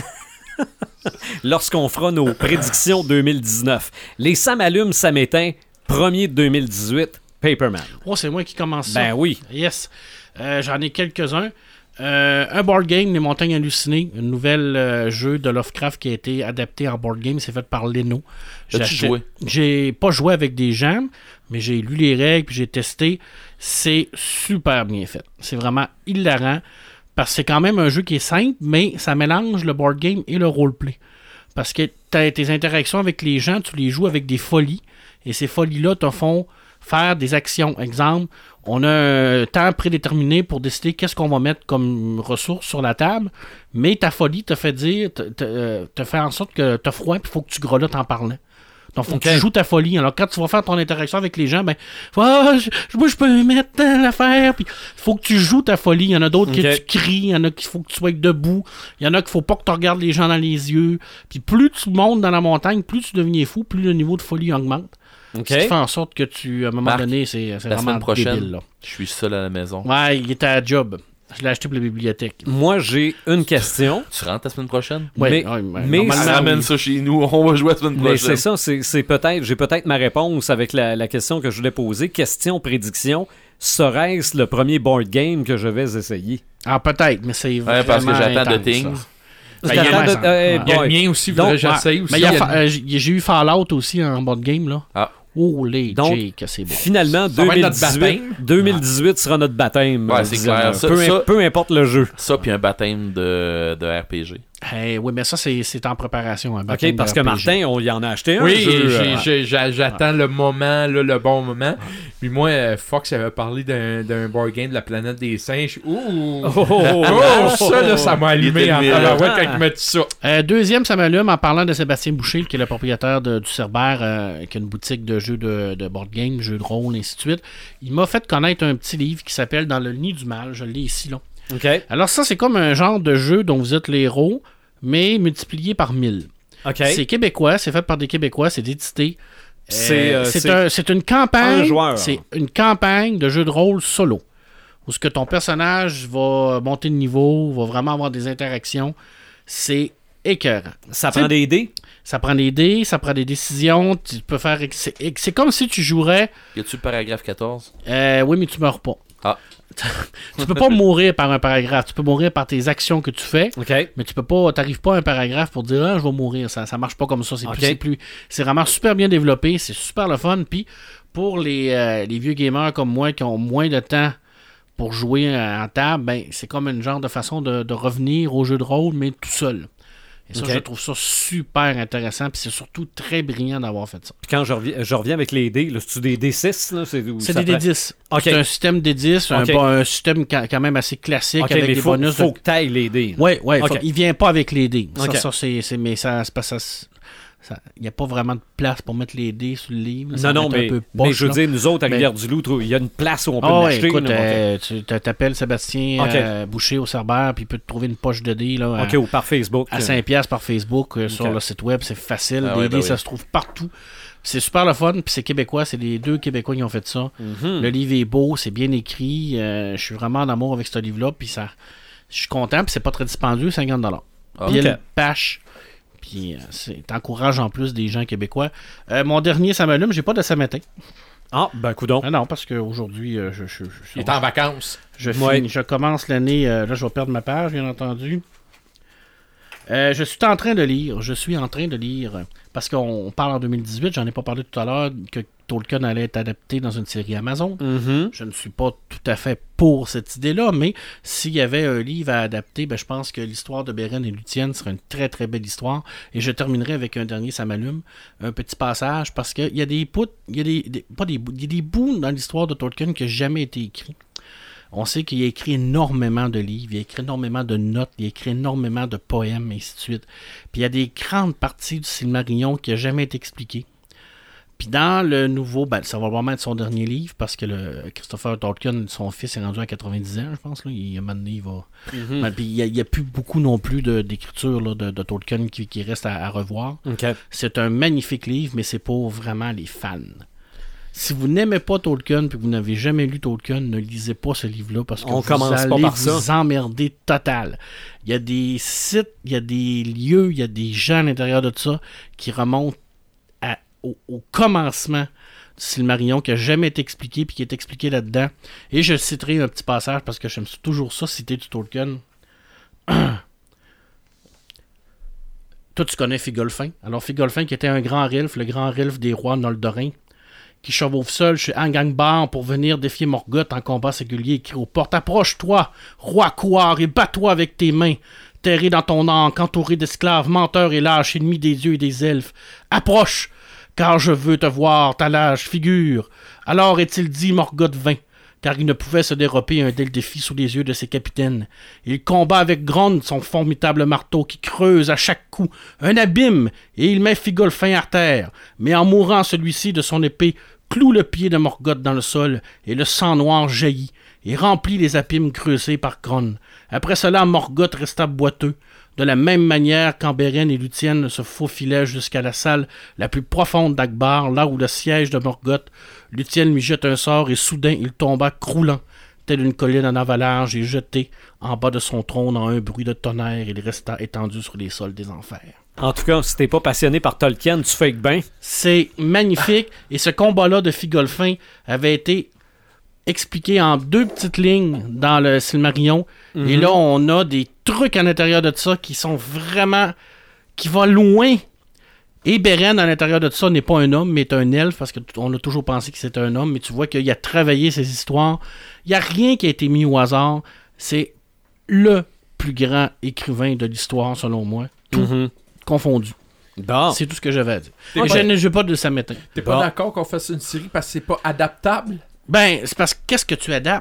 lorsqu'on fera nos prédictions 2019. Les Sam allume, Sam éteint. 1er de 2018, Paperman.
Oh, c'est moi qui commence ça.
Ben oui.
Yes. J'en ai quelques-uns. Un board game, Les Montagnes Hallucinées, un nouvel jeu de Lovecraft qui a été adapté en board game, c'est fait par Leno.
As-tu joué?
J'ai pas joué avec des gens, mais j'ai lu les règles puis j'ai testé. C'est super bien fait. C'est vraiment hilarant parce que c'est quand même un jeu qui est simple, mais ça mélange le board game et le roleplay. Parce que tes interactions avec les gens, tu les joues avec des folies et ces folies-là te font faire des actions. Exemple, on a un temps prédéterminé pour décider qu'est-ce qu'on va mettre comme ressources sur la table, mais ta folie te fait dire, te fait en sorte que tu as froid et il faut que tu grelottes en parlant. Donc, il faut que tu joues ta folie. Alors, quand tu vas faire ton interaction avec les gens, ben, moi, je peux mettre l'affaire. Puis, il faut que tu joues ta folie. Il y en a d'autres que tu cries. Il y en a qu'il faut que tu sois debout. Il y en a qu'il faut pas que tu regardes les gens dans les yeux. Puis, plus tu montes dans la montagne, plus tu deviens fou, plus le niveau de folie augmente. Ce qui fait en sorte que tu, à un moment
Marc,
donné, c'est
la
vraiment
semaine prochaine,
débile. Là.
je suis seul à la maison.
Ouais, il était à job. Je l'ai acheté pour la bibliothèque.
Moi, j'ai une question.
Tu rentres la semaine prochaine?
Ouais,
mais
normalement,
Ramène
oui.
ça chez nous, on va jouer la semaine
Mais
prochaine.
c'est ça, c'est peut-être, j'ai peut-être ma réponse avec la question que je voulais poser. Question, prédiction. Serait-ce le premier board game que je vais essayer?
Ah, peut-être, mais c'est
Ouais, parce que
vraiment
j'attends de
intense,
Things.
ça.
Ben, il y a
T'attends
raison.
de-
Ouais.
Il y a
boy.
le mien aussi,
Donc,
faudrait que j'essaye aussi.
Mais j'ai eu Fallout aussi en board game, là.
Ah.
Oh, les
Donc,
Jake, c'est bon.
Finalement,
Ça va être notre
2018 sera notre baptême.
Ouais, c'est
disons.
clair. Ça-
Peu,
ça-
peu importe le jeu.
Ça, puis un baptême de RPG.
Oui, mais ça, c'est en préparation.
OK, parce que Martin, on y en a acheté un.
Oui,
jeu,
j'attends le moment, là, le bon moment. Puis moi, Fox avait parlé d'un board game de la planète des singes. Ouh! Ça m'a allumé en tabarouette quand il m'a dit ça.
Deuxième, ça m'allume en parlant de Sébastien Boucher, qui est le propriétaire du Cerbère, qui a une boutique de jeux de board game, jeux de rôle, ainsi de suite. Il m'a fait connaître un petit livre qui s'appelle Dans le nid du mal. Je l'ai ici, là.
OK.
Alors ça, c'est comme un genre de jeu dont vous êtes les héros, mais multiplié par 1000.
OK.
C'est québécois, c'est fait par des Québécois, c'est édité.
C'est
une campagne.
un joueur.
C'est une campagne de jeu de rôle solo. Où ce que ton personnage va monter de niveau, va vraiment avoir des interactions. C'est écœurant.
Ça prend des dés?
Ça prend des dés, ça prend des décisions. Tu peux faire. C'est comme si tu jouerais.
Y a-tu le paragraphe 14?
Oui, mais tu meurs pas.
Ah.
Tu peux pas mourir par un paragraphe. Tu peux mourir par tes actions que tu fais.
OK.
Mais tu peux pas. T'arrives pas à un paragraphe pour dire je vais mourir. Ça marche pas comme ça. C'est vraiment super bien développé. C'est super le fun. Puis pour les vieux gamers comme moi qui ont moins de temps pour jouer en table, ben c'est comme une genre de façon de revenir au jeu de rôle, mais tout seul. Et ça, je trouve ça super intéressant, puis c'est surtout très brillant d'avoir fait ça.
Puis quand je reviens avec les dés, là, c'est-tu des D6? Là?
C'est des D10.
Okay.
C'est un système D10, un système quand même assez classique avec des bonus.
Il faut que tu ailles les dés.
Oui, il vient pas avec les dés. Ça, mais ça, c'est pas ça. Il n'y a pas vraiment de place pour mettre les dés sur le livre.
Mais je veux dire, nous autres, à Rivière-du-Loup, il y a une place où on peut l'acheter.
Écoute, tu t'appelles Sébastien Boucher au Cerbère, puis il peut te trouver une poche de dés là,
ou par Facebook.
À 5$ par Facebook sur le site web. C'est facile. Les dés, ça se trouve partout. C'est super le fun, puis c'est québécois. C'est les 2 Québécois qui ont fait ça.
Mm-hmm.
Le livre est beau, c'est bien écrit. Je suis vraiment en amour avec ce livre-là, puis ça, je suis content, puis c'est pas très dispendieux, 50$. Pile, pâche. Puis t'encourages en plus des gens québécois. Mon dernier, ça m'allume, j'ai pas de Saint-Martin.
Ah, ben coudonc.
Non, parce qu'aujourd'hui,
il est en vacances.
Je commence l'année, là je vais perdre ma page, bien entendu. Je suis en train de lire, parce qu'on parle en 2018, j'en ai pas parlé tout à l'heure, que Tolkien allait être adapté dans une série Amazon.
Mm-hmm.
Je ne suis pas tout à fait pour cette idée-là, mais s'il y avait un livre à adapter, ben, je pense que l'histoire de Beren et Luthien serait une très très belle histoire. Et je terminerai avec un dernier, ça m'allume, un petit passage, parce qu'il y a des bouts, il y a des bouts dans l'histoire de Tolkien qui n'ont jamais été écrits. On sait qu'il a écrit énormément de livres, il a écrit énormément de notes, il a écrit énormément de poèmes, et ainsi de suite. Puis il y a des grandes parties du Silmarillion qui n'ont jamais été expliquées. Puis dans le nouveau, ça va vraiment être son dernier livre, parce que Christopher Tolkien, son fils, est rendu à 90 ans, je pense. Là. Puis il n'y a plus beaucoup non plus d'écriture là, de Tolkien qui reste à revoir.
Okay.
C'est un magnifique livre, mais c'est pour vraiment les fans. Si vous n'aimez pas Tolkien et que vous n'avez jamais lu Tolkien, ne lisez pas ce livre-là parce que vous allez vous emmerder total. Il y a des sites, il y a des lieux, il y a des gens à l'intérieur de ça qui remontent au commencement du Silmarillion qui n'a jamais été expliqué puis qui est expliqué là-dedans. Et je citerai un petit passage parce que j'aime toujours ça, citer du Tolkien. Toi, tu connais Figolfin. Alors, Figolfin qui était un grand Rilf, le grand Rilf des rois Noldorin, qui chevauche seul chez Angangbar pour venir défier Morgoth en combat singulier et crie aux portes « Approche-toi, roi Couard, et bats-toi avec tes mains, terré dans ton ancre, entouré d'esclaves, menteurs et lâches, ennemis des dieux et des elfes. Approche, car je veux te voir, ta lâche figure. » Alors est-il dit, Morgoth vint, car il ne pouvait se dérober un tel défi sous les yeux de ses capitaines. Il combat avec Gronde son formidable marteau qui creuse à chaque coup un abîme et il met Figolfin à terre. Mais en mourant, celui-ci de son épée cloue le pied de Morgoth dans le sol et le sang noir jaillit et remplit les abîmes creusés par Gronde. Après cela, Morgoth resta boiteux. De la même manière, quand Beren et Luthien se faufilaient jusqu'à la salle la plus profonde d'Akbar, là où le siège de Morgoth, Luthien lui jette un sort et soudain il tomba croulant, telle une colline en avalanche et jeté en bas de son trône en un bruit de tonnerre. Il resta étendu sur les sols des enfers.
En tout cas, si t'es pas passionné par Tolkien, tu fais que ben.
C'est magnifique. Et ce combat-là de Figolfin avait été expliqué en 2 petites lignes dans le Silmarillion. Mm-hmm. Et là, on a des trucs à l'intérieur de ça qui sont vraiment... qui vont loin. Et Beren, à l'intérieur de ça, n'est pas un homme, mais est un elfe, parce qu'on a toujours pensé que c'était un homme, mais tu vois qu'il a travaillé ces histoires. Il n'y a rien qui a été mis au hasard. C'est le plus grands écrivains de l'histoire, selon moi. Tout confondu.
Bon.
C'est tout ce que j'avais à dire.
Ok.
Je ne veux pas de Sam Étain.
T'es
Bon.
pas d'accord qu'on fasse une série parce que c'est pas adaptable?
Ben, c'est parce que qu'est-ce que tu adaptes?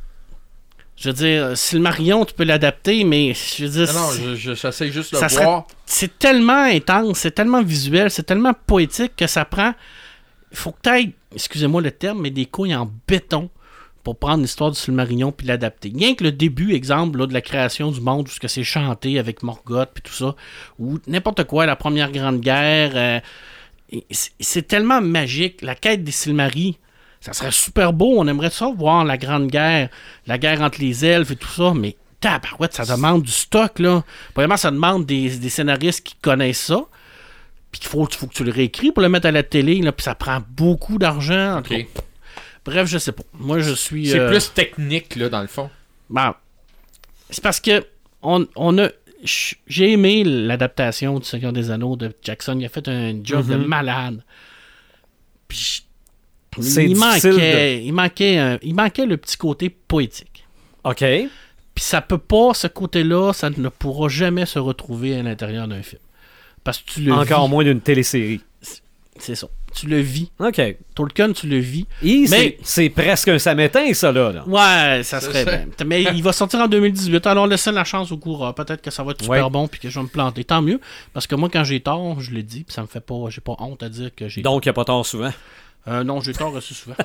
Je veux dire, Silmarillion, tu peux l'adapter, mais je veux dire,
Non, j'essaie juste de
ça
le
serait-
voir.
c'est tellement intense, c'est tellement visuel, c'est tellement poétique que ça prend... Il faut que tu ailles, excusez-moi le terme, mais des couilles en béton pour prendre l'histoire du Silmarillion puis l'adapter. Rien que le début, exemple, là, de la création du monde, où ce que c'est chanté avec Morgoth puis tout ça, ou n'importe quoi, la Première Grande Guerre, c'est tellement magique. La quête des Silmaris, ça serait super beau, on aimerait ça voir la Grande Guerre, la guerre entre les elfes et tout ça, mais tabarouette, ça demande du stock, là. Premièrement, ça demande des scénaristes qui connaissent ça, puis qu'il faut que tu le réécris pour le mettre à la télé, là, puis ça prend beaucoup d'argent. En tout
Ok.
cas. Bref, je sais pas. Moi, je suis...
C'est plus technique, là, dans le fond.
Ben, c'est parce que on a... J'ai aimé l'adaptation du Seigneur des Anneaux de Jackson. Il a fait un job de malade. Puis
C'est
il
difficile
manquait le petit côté poétique.
OK.
Puis ça peut pas, ce côté-là, ça ne pourra jamais se retrouver à l'intérieur d'un film. Parce que tu le
Encore
vis.
moins d'une télésérie.
C'est ça. Tu le vis.
OK.
Tolkien, tu le vis.
Et
Mais-
c'est presque un samétain, ça, là.
Ouais, ça serait
ça.
bien. Mais il va sortir en 2018, alors laissez la chance au coureur. Peut-être que ça va être super
Ouais.
bon puis que je vais me planter. Tant mieux, parce que moi, quand j'ai tort, je l'ai dit, puis ça me fait pas... J'ai pas honte à dire que j'ai
Donc, il n'y a pas tort souvent.
tort. Non, j'ai tort assez souvent.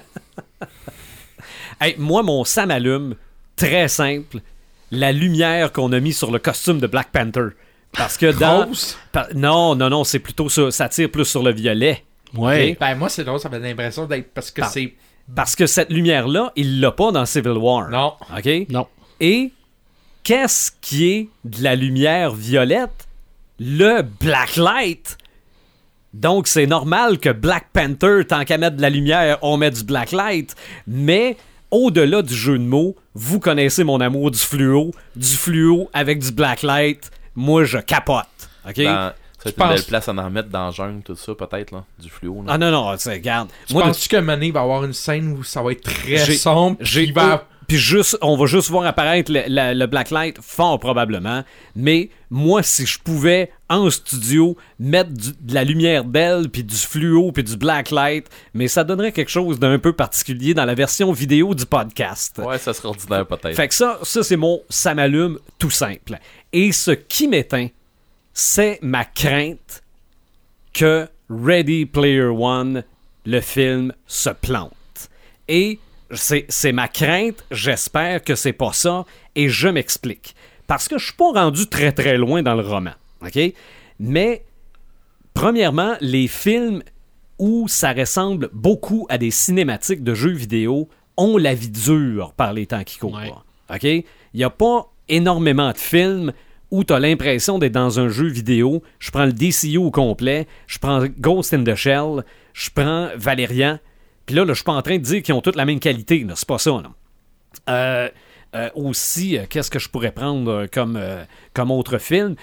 Hey, moi, mon Sam allume, très simple, la lumière qu'on a mis sur le costume de Black Panther. Parce que dans...
Rose?
Non, c'est plutôt ça. Ça tire plus sur le violet.
Ouais.
Ok.
Ben, moi, c'est drôle, ça fait l'impression d'être... Parce que
Ah.
c'est...
Parce que cette lumière-là, il l'a pas dans Civil War.
Non.
OK?
Non.
Et qu'est-ce qui est de la lumière violette? Le Black Light. Donc, c'est normal que Black Panther, tant qu'à mettre de la lumière, on met du Black Light. Mais, au-delà du jeu de mots, vous connaissez mon amour du fluo avec du Black Light. Moi, je capote. OK?
Ça va être une
penses-
belle place à en remettre dans la jungle, tout ça, peut-être, là, du fluo. Là.
Ah non, regarde. Moi,
Penses-tu qu'à un moment donné, il va y avoir une scène où ça va être très sombre?
J'ai
il va...
Puis on va juste voir apparaître le Black Light, fort probablement. Mais moi, si je pouvais, en studio, mettre de la lumière d'elle, puis du fluo, puis du Black Light, mais ça donnerait quelque chose d'un peu particulier dans la version vidéo du podcast.
Ouais, ça serait ordinaire, peut-être.
Fait que ça c'est mon ça m'allume tout simple. Et ce qui m'éteint, c'est ma crainte que Ready Player One, le film, se plante. Et c'est ma crainte, j'espère que c'est pas ça, et je m'explique. Parce que je suis pas rendu très très loin dans le roman, OK? Mais, premièrement, les films où ça ressemble beaucoup à des cinématiques de jeux vidéo ont la vie dure par les temps qui courent.
Ouais.
OK? Il n'y a pas énormément de films où tu as l'impression d'être dans un jeu vidéo. Je prends le DCU au complet, je prends Ghost in the Shell, je prends Valerian. Puis là, je suis pas en train de dire qu'ils ont toutes la même qualité. Là. C'est pas ça. Là. Aussi, qu'est-ce que je pourrais prendre comme autre film?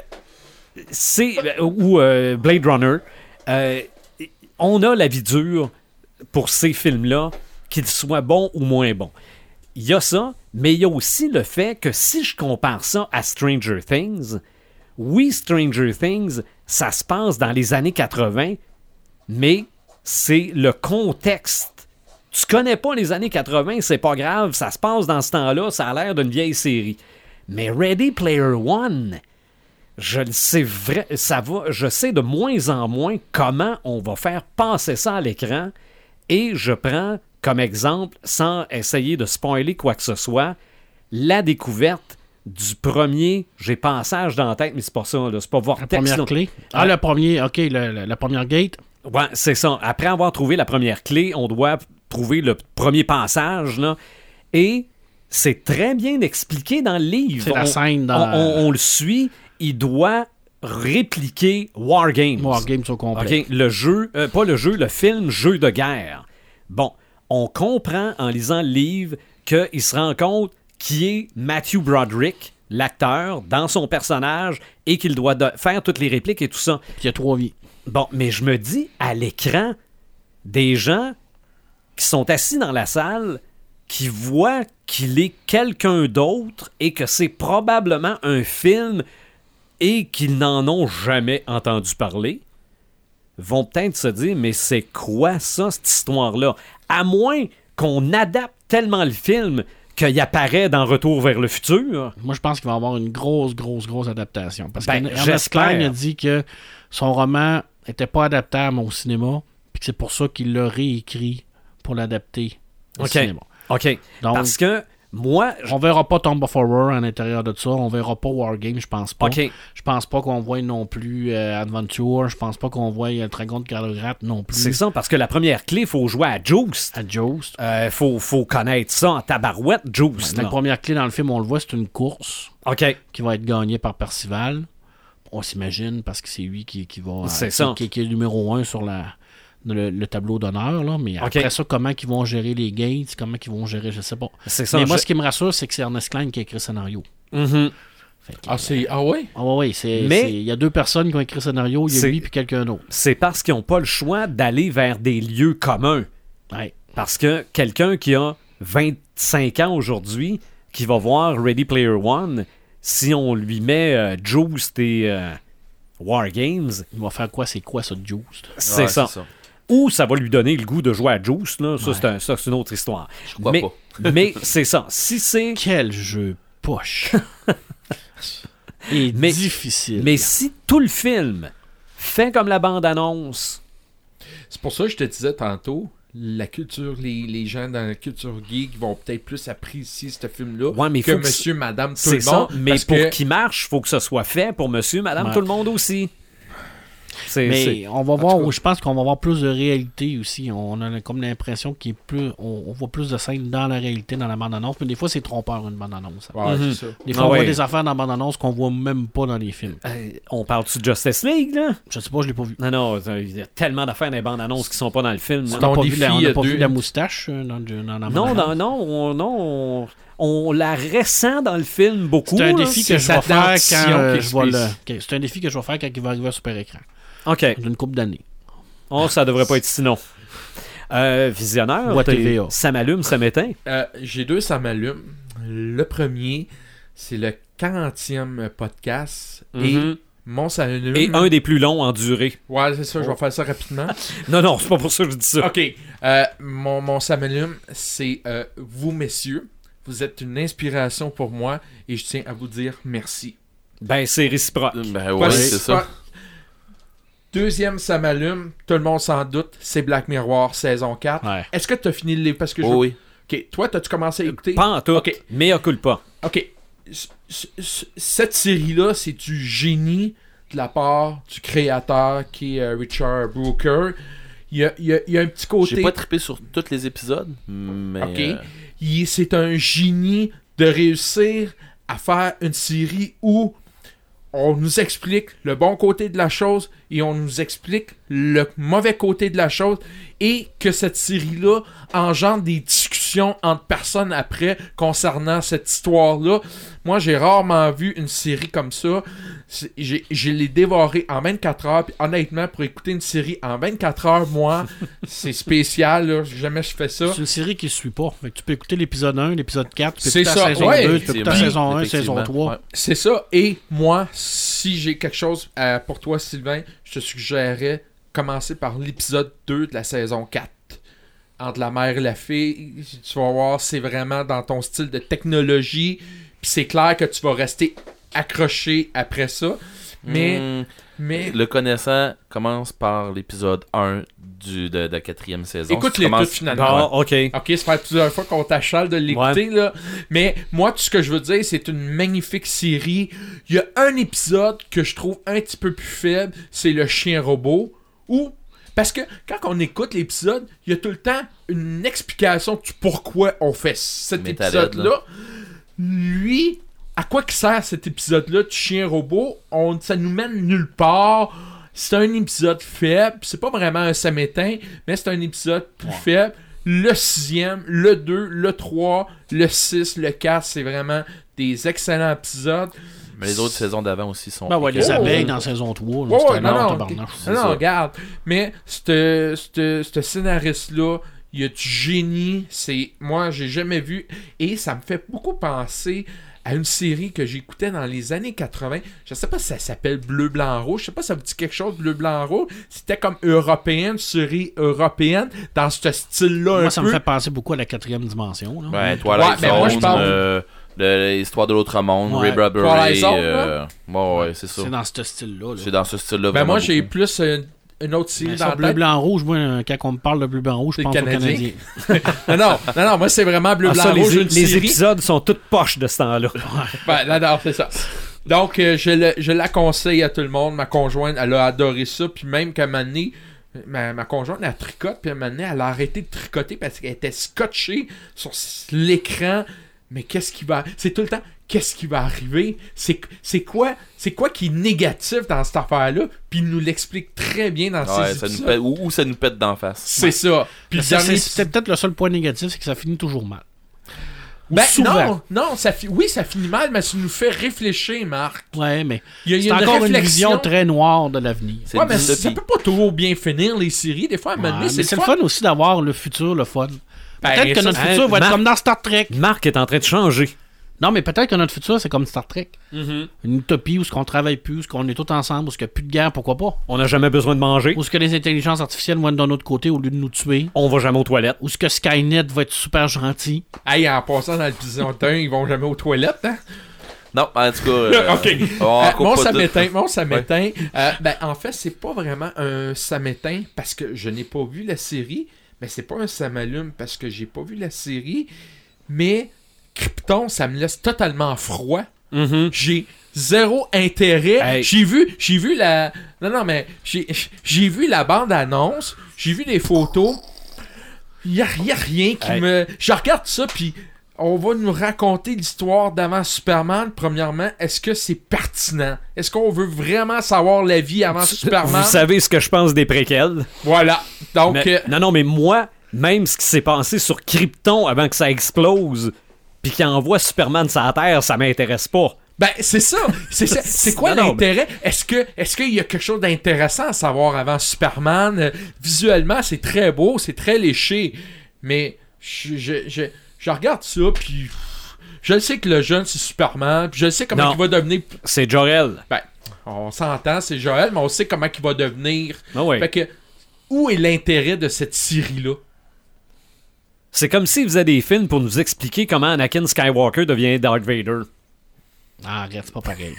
Ou Blade Runner. On a la vie dure pour ces films-là, qu'ils soient bons ou moins bons. Il y a ça, mais il y a aussi le fait que si je compare ça à Stranger Things, oui, Stranger Things, ça se passe dans les années 80, mais c'est le contexte. Tu connais pas les années 80, c'est pas grave, ça se passe dans ce temps-là, ça a l'air d'une vieille série. Mais Ready Player One, je le sais je sais de moins en moins comment on va faire passer ça à l'écran, et je prends comme exemple, sans essayer de spoiler quoi que ce soit, la découverte du premier, j'ai passage dans la tête, mais c'est pas ça, là, c'est pas
La
Vortex.
première
là.
clé. Ah, le premier, ok, la première gate.
Ouais, c'est ça. Après avoir trouvé la première clé, on doit trouver le premier passage, là. Et c'est très bien expliqué dans le livre.
C'est la scène dans...
On le suit. Il doit répliquer War Games.
War Games au complet.
OK, le jeu, pas le jeu, le film Jeu de guerre. Bon, on comprend en lisant le livre qu'il se rend compte qui est Matthew Broderick, l'acteur, dans son personnage, et qu'il doit faire toutes les répliques et tout ça.
Puis il y a 3 vies.
Bon, mais je me dis, à l'écran, des gens qui sont assis dans la salle, qui voient qu'il est quelqu'un d'autre et que c'est probablement un film et qu'ils n'en ont jamais entendu parler, vont peut-être se dire, mais c'est quoi ça, cette histoire-là? À moins qu'on adapte tellement le film qu'il apparaît dans Retour vers le futur.
Moi, je pense qu'il va y avoir une grosse adaptation. Parce
Ben,
que Ernest
j'espère.
Cline a dit que son roman n'était pas adaptable au cinéma, puis que c'est pour ça qu'il l'a réécrit pour l'adapter au
OK.
cinéma.
OK.
Donc,
Parce que moi...
on verra pas Tomb of Horror à l'intérieur de ça. On verra pas Wargame, je pense pas.
OK.
Je pense pas qu'on voit non plus Adventure. Je pense pas qu'on voit le Dragon de Calograt non plus.
C'est ça, parce que la première clé, il faut jouer à Joust.
À Joust.
Faut connaître ça en tabarouette, Joust.
La
là.
première clé dans le film, on le voit, c'est une course
OK.
qui va être gagnée par Percival. On s'imagine parce que c'est lui qui va...
C'est ça.
Qui est numéro 1 sur le tableau d'honneur, là. Mais après ça, comment ils vont gérer les gates, comment ils vont gérer, je sais pas.
C'est ça.
Mais moi, ce qui me rassure, c'est que c'est Ernest Cline qui a écrit le scénario.
Mhm.
Fait que,
Ah ouais?
oui,
Mais-
il y a 2 personnes qui ont écrit le scénario, il y a
C'est-
lui puis quelqu'un d'autre.
C'est parce qu'ils n'ont pas le choix d'aller vers des lieux communs.
Ouais.
Parce que quelqu'un qui a 25 ans aujourd'hui, qui va voir Ready Player One, si on lui met Joust et War Games,
Il va faire quoi? C'est quoi ça, Juice?
c'est
Ouais,
ça. Ou ça va lui donner le goût de jouer à Joust, là. Ça,
Ouais.
c'est une autre histoire.
Je crois
mais,
pas.
mais c'est ça. Si c'est...
Quel jeu poche! Et
Mais-
difficile.
Mais si tout le film fait comme la bande-annonce...
C'est pour ça que je te disais tantôt, la culture, les gens dans la culture geek vont peut-être plus apprécier ce film-là
Ouais, mais
que
faut que
monsieur, madame, tout
C'est
le
ça,
monde.
mais
parce
pour
que-
qu'il marche, il faut que ce soit fait pour monsieur, madame,
Ouais.
tout le monde aussi. C'est-
Mais on va
tout
voir,
cas-
je pense qu'on va voir plus de réalité aussi. On a comme l'impression qu'il est plus, on voit plus de scènes dans la réalité, dans la bande-annonce. Mais des fois, c'est trompeur, une bande-annonce.
Ouais,
Mhm.
c'est ça.
Des fois,
Ah
on voit
ouais.
des affaires dans la bande-annonce qu'on voit même pas dans les films.
On parle-tu de Justice League, là?
Je sais pas, je l'ai pas vu.
Non, il y a tellement d'affaires dans les bandes annonces qui sont pas dans le film. là.
C'est ton
On n'a pas,
défi,
vu, on
il y
a
a
pas vu
deux-
la moustache dans la
Non,
bande-annonce.
on la ressent dans le film beaucoup.
C'est un
là.
défi que
c'est
je vais
sa
faire quand
dentition qui est
je vais
spécifique.
c'est un défi que je vais faire quand il va arriver à super écran.
OK.
D'une couple d'années.
Oh, ça devrait pas être sinon. Visionneur,
Ou à TVA.
ça m'allume, ça m'éteint.
J'ai 2, ça m'allume. Le premier, c'est le 40e podcast. Et
Mhm.
mon ça m'allume.
Et un des plus longs en durée.
Ouais, c'est ça, je vais faire ça rapidement.
Non, c'est pas pour ça que je dis ça.
OK. Mon ça m'allume, c'est vous, messieurs. Vous êtes une inspiration pour moi et je tiens à vous dire merci.
Ben, c'est réciproque.
Ben ouais,
Parce-
c'est ça.
Deuxième, ça m'allume. Tout le monde s'en doute. C'est Black Mirror, saison 4.
Ouais.
Est-ce que tu as fini le livre? Parce que je
Oh, oui.
OK. Toi, t'as-tu commencé à écouter?
Pas en tout,
OK.
mais occupe pas.
OK. Cette série-là, c'est du génie de la part du créateur qui est Richard Brooker. Il y a un petit côté...
J'ai pas trippé sur tous les épisodes, mais...
OK. C'est un génie de réussir à faire une série où on nous explique le bon côté de la chose et on nous explique le mauvais côté de la chose et que cette série-là engendre des discussions entre personnes après concernant cette histoire-là. Moi, j'ai rarement vu une série comme ça. Je l'ai dévoré en 24 heures. Puis honnêtement, pour écouter une série en 24 heures, moi, c'est spécial. Là. Jamais je fais ça.
C'est une série qui ne suit pas. Fait que tu peux écouter l'épisode 1, l'épisode 4, tu peux
C'est
écouter la
ça,
saison
ouais.
2, tu peux écouter la saison 1, saison 3.
Ouais.
C'est ça. Et moi, si j'ai quelque chose pour toi, Sylvain, je te suggérerais commencer par l'épisode 2 de la saison 4. Entre la mère et la fille, tu vas voir, c'est vraiment dans ton style de technologie. Puis c'est clair que tu vas rester accroché après ça. Mais
Le connaissant commence par l'épisode 1 de la 4e saison.
écoute-les toutes finalement.
Ah, OK.
Ok, ça fait plusieurs fois qu'on t'achale de l'écouter, là. Mais moi, tout ce que je veux dire, c'est une magnifique série. Il y a un épisode que je trouve un petit peu plus faible, c'est le chien robot. Parce que quand on écoute l'épisode, il y a tout le temps une explication du pourquoi on fait cet
Métalhead,
épisode-là. Lui, à quoi que sert cet épisode-là de chien robot? Ça nous mène nulle part. C'est un épisode faible. C'est pas vraiment un samétain, mais c'est un épisode plus faible. Le 6e, le 2, le 3, le 6, le 4, c'est vraiment des excellents épisodes.
Mais les autres saisons d'avant aussi sont...
Ben ouais, les
Oh!
abeilles dans saison 3, là,
Ouais,
c'est
ouais,
un
non,
art
non,
tabarnak.
non,
ça.
regarde. Mais ce scénariste-là, Il y a du génie. Moi, j'ai jamais vu. Et ça me fait beaucoup penser à une série que j'écoutais dans les années 80. Je sais pas si ça s'appelle Bleu, Blanc, Rouge. Je sais pas si ça vous dit quelque chose, Bleu, Blanc, Rouge. C'était comme européenne, série européenne, dans ce style-là.
Moi, ça me fait penser beaucoup à la 4e dimension. Là.
Ouais, Twilight Zone,
moi, je parle...
l'histoire de l'autre monde,
Ouais.
Ray Bradbury.
Twilight Zone,
ouais, c'est ça.
C'est dans ce style-là. Là.
C'est dans ce style-là.
Ben moi,
vraiment
j'ai
beaucoup.
plus une autre série
Mais
dans
ça,
la
bleu,
tête.
blanc, rouge, moi, quand on me parle de bleu, blanc, rouge, je
C'est
pense aux
Canadien.
Canadiens.
non, moi, c'est vraiment Bleu,
Ah,
Blanc,
ça,
Rouge, une
les
série.
épisodes sont toutes poches de ce temps-là.
Ben, non, c'est ça. Donc, je la conseille à tout le monde. Ma conjointe, elle a adoré ça. Puis même qu'à un moment donné, ma conjointe, elle tricote. Puis à un moment donné, elle a arrêté de tricoter parce qu'elle était scotchée sur l'écran. Mais qu'est-ce qui va... C'est tout le temps... Qu'est-ce qui va arriver? C'est quoi qui est négatif dans cette affaire-là? Puis il nous l'explique très bien dans
Ouais,
ces
ça nous
épisodes.
pète, ou ça nous pète d'en face.
C'est ça. Puis le dernier
C'est peut-être le seul point négatif, c'est que ça finit toujours mal. Ou
Ben
souvent.
non, oui, ça finit mal, mais ça nous fait réfléchir, Marc.
Ouais, mais
Il y a
c'est
une
encore une
réflexion.
vision très noire de l'avenir.
C'est
Ouais,
une
mais ça
dystopie.
peut pas toujours bien finir, les séries. Des fois, à un moment donné,
Ouais, mais c'est le fun aussi d'avoir le futur, le fun. Peut-être que
ça,
notre
c'est-
futur va être
Marc-
comme dans Star Trek.
Marc est en train de changer.
Non, mais peut-être que notre futur, c'est comme Star Trek. Une utopie où ce qu'on travaille plus, où ce qu'on est tous ensemble, où ce qu'il n'y a plus de guerre, pourquoi pas.
On n'a jamais besoin de manger.
Où ce que les intelligences artificielles vont être d'un autre côté au lieu de nous tuer.
On va jamais aux toilettes.
Où ce que Skynet va être super gentil.
Hey, en passant dans l'épisode 1, ils vont jamais aux toilettes, hein?
Non, en tout cas.
Ok.
on coupe
Mon
pas
samétain. Ben, en fait, c'est pas vraiment un samétain parce que je n'ai pas vu la série. Mais c'est pas un samalume parce que j'ai pas vu la série. Mais Krypton, ça me laisse totalement froid. J'ai zéro intérêt.
Hey.
J'ai vu la... Non, mais j'ai vu la bande-annonce. J'ai vu les photos. Il y a rien qui
Hey.
me... Je regarde ça, puis on va nous raconter l'histoire d'avant Superman. Premièrement, est-ce que c'est pertinent? Est-ce qu'on veut vraiment savoir la vie avant Superman?
Vous savez ce que je pense des préquels.
Voilà. Donc...
Mais- non, mais moi, même ce qui s'est passé sur Krypton avant que ça explose, puis qu'il envoie Superman sur la Terre, ça m'intéresse pas.
Ben, c'est ça. C'est quoi
Non,
l'intérêt? Est-ce qu'il y a quelque chose d'intéressant à savoir avant Superman? Visuellement, c'est très beau, c'est très léché. Mais je regarde ça, puis je sais que le jeune, c'est Superman, puis je sais comment
Non.
il va devenir...
C'est Jor-El.
Ben, on s'entend, c'est Joël, mais on sait comment il va devenir.
Ah ouais.
Fait que, où est l'intérêt de cette série-là?
C'est comme s'ils faisaient des films pour nous expliquer comment Anakin Skywalker devient Darth Vader.
Ah, arrête, c'est pas pareil.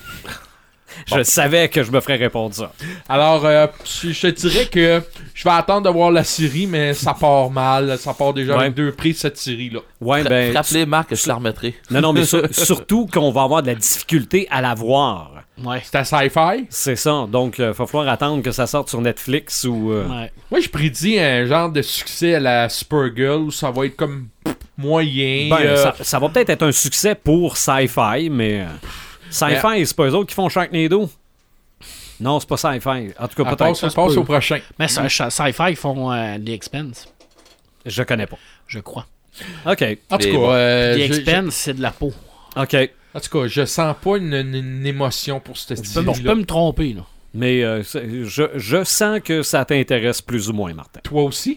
Je savais que je me ferais répondre ça.
Alors, je te dirais que je vais attendre de voir la série, mais ça part mal. Ça part déjà
Ouais.
avec 2 prix, cette série-là.
Ouais, ben.
Rappelez Marc que je la remettrai.
Non, mais surtout qu'on va avoir de la difficulté à la voir.
Ouais.
C'est à Sci-Fi.
C'est ça. Donc, il va falloir attendre que ça sorte sur Netflix ou.
Ouais.
Moi, je prédis un genre de succès à la Supergirl où ça va être comme moyen.
Ben, ça va peut-être être un succès pour Sci-Fi, mais. Sci-Fi, c'est pas eux autres qui font Sharknado? Non, c'est pas Sci-Fi. En tout cas,
on
peut-être.
passe au prochain.
Mais Sci-Fi, ils font The Expense,
Je connais pas.
je crois.
OK.
En tout
Mais
cas,
bon.
The
je-
Expense, c'est de la peau.
OK.
en tout cas, je sens pas une émotion pour cette
Je peux
série-là.
me tromper, là.
Mais je sens que ça t'intéresse plus ou moins, Martin.
Toi aussi?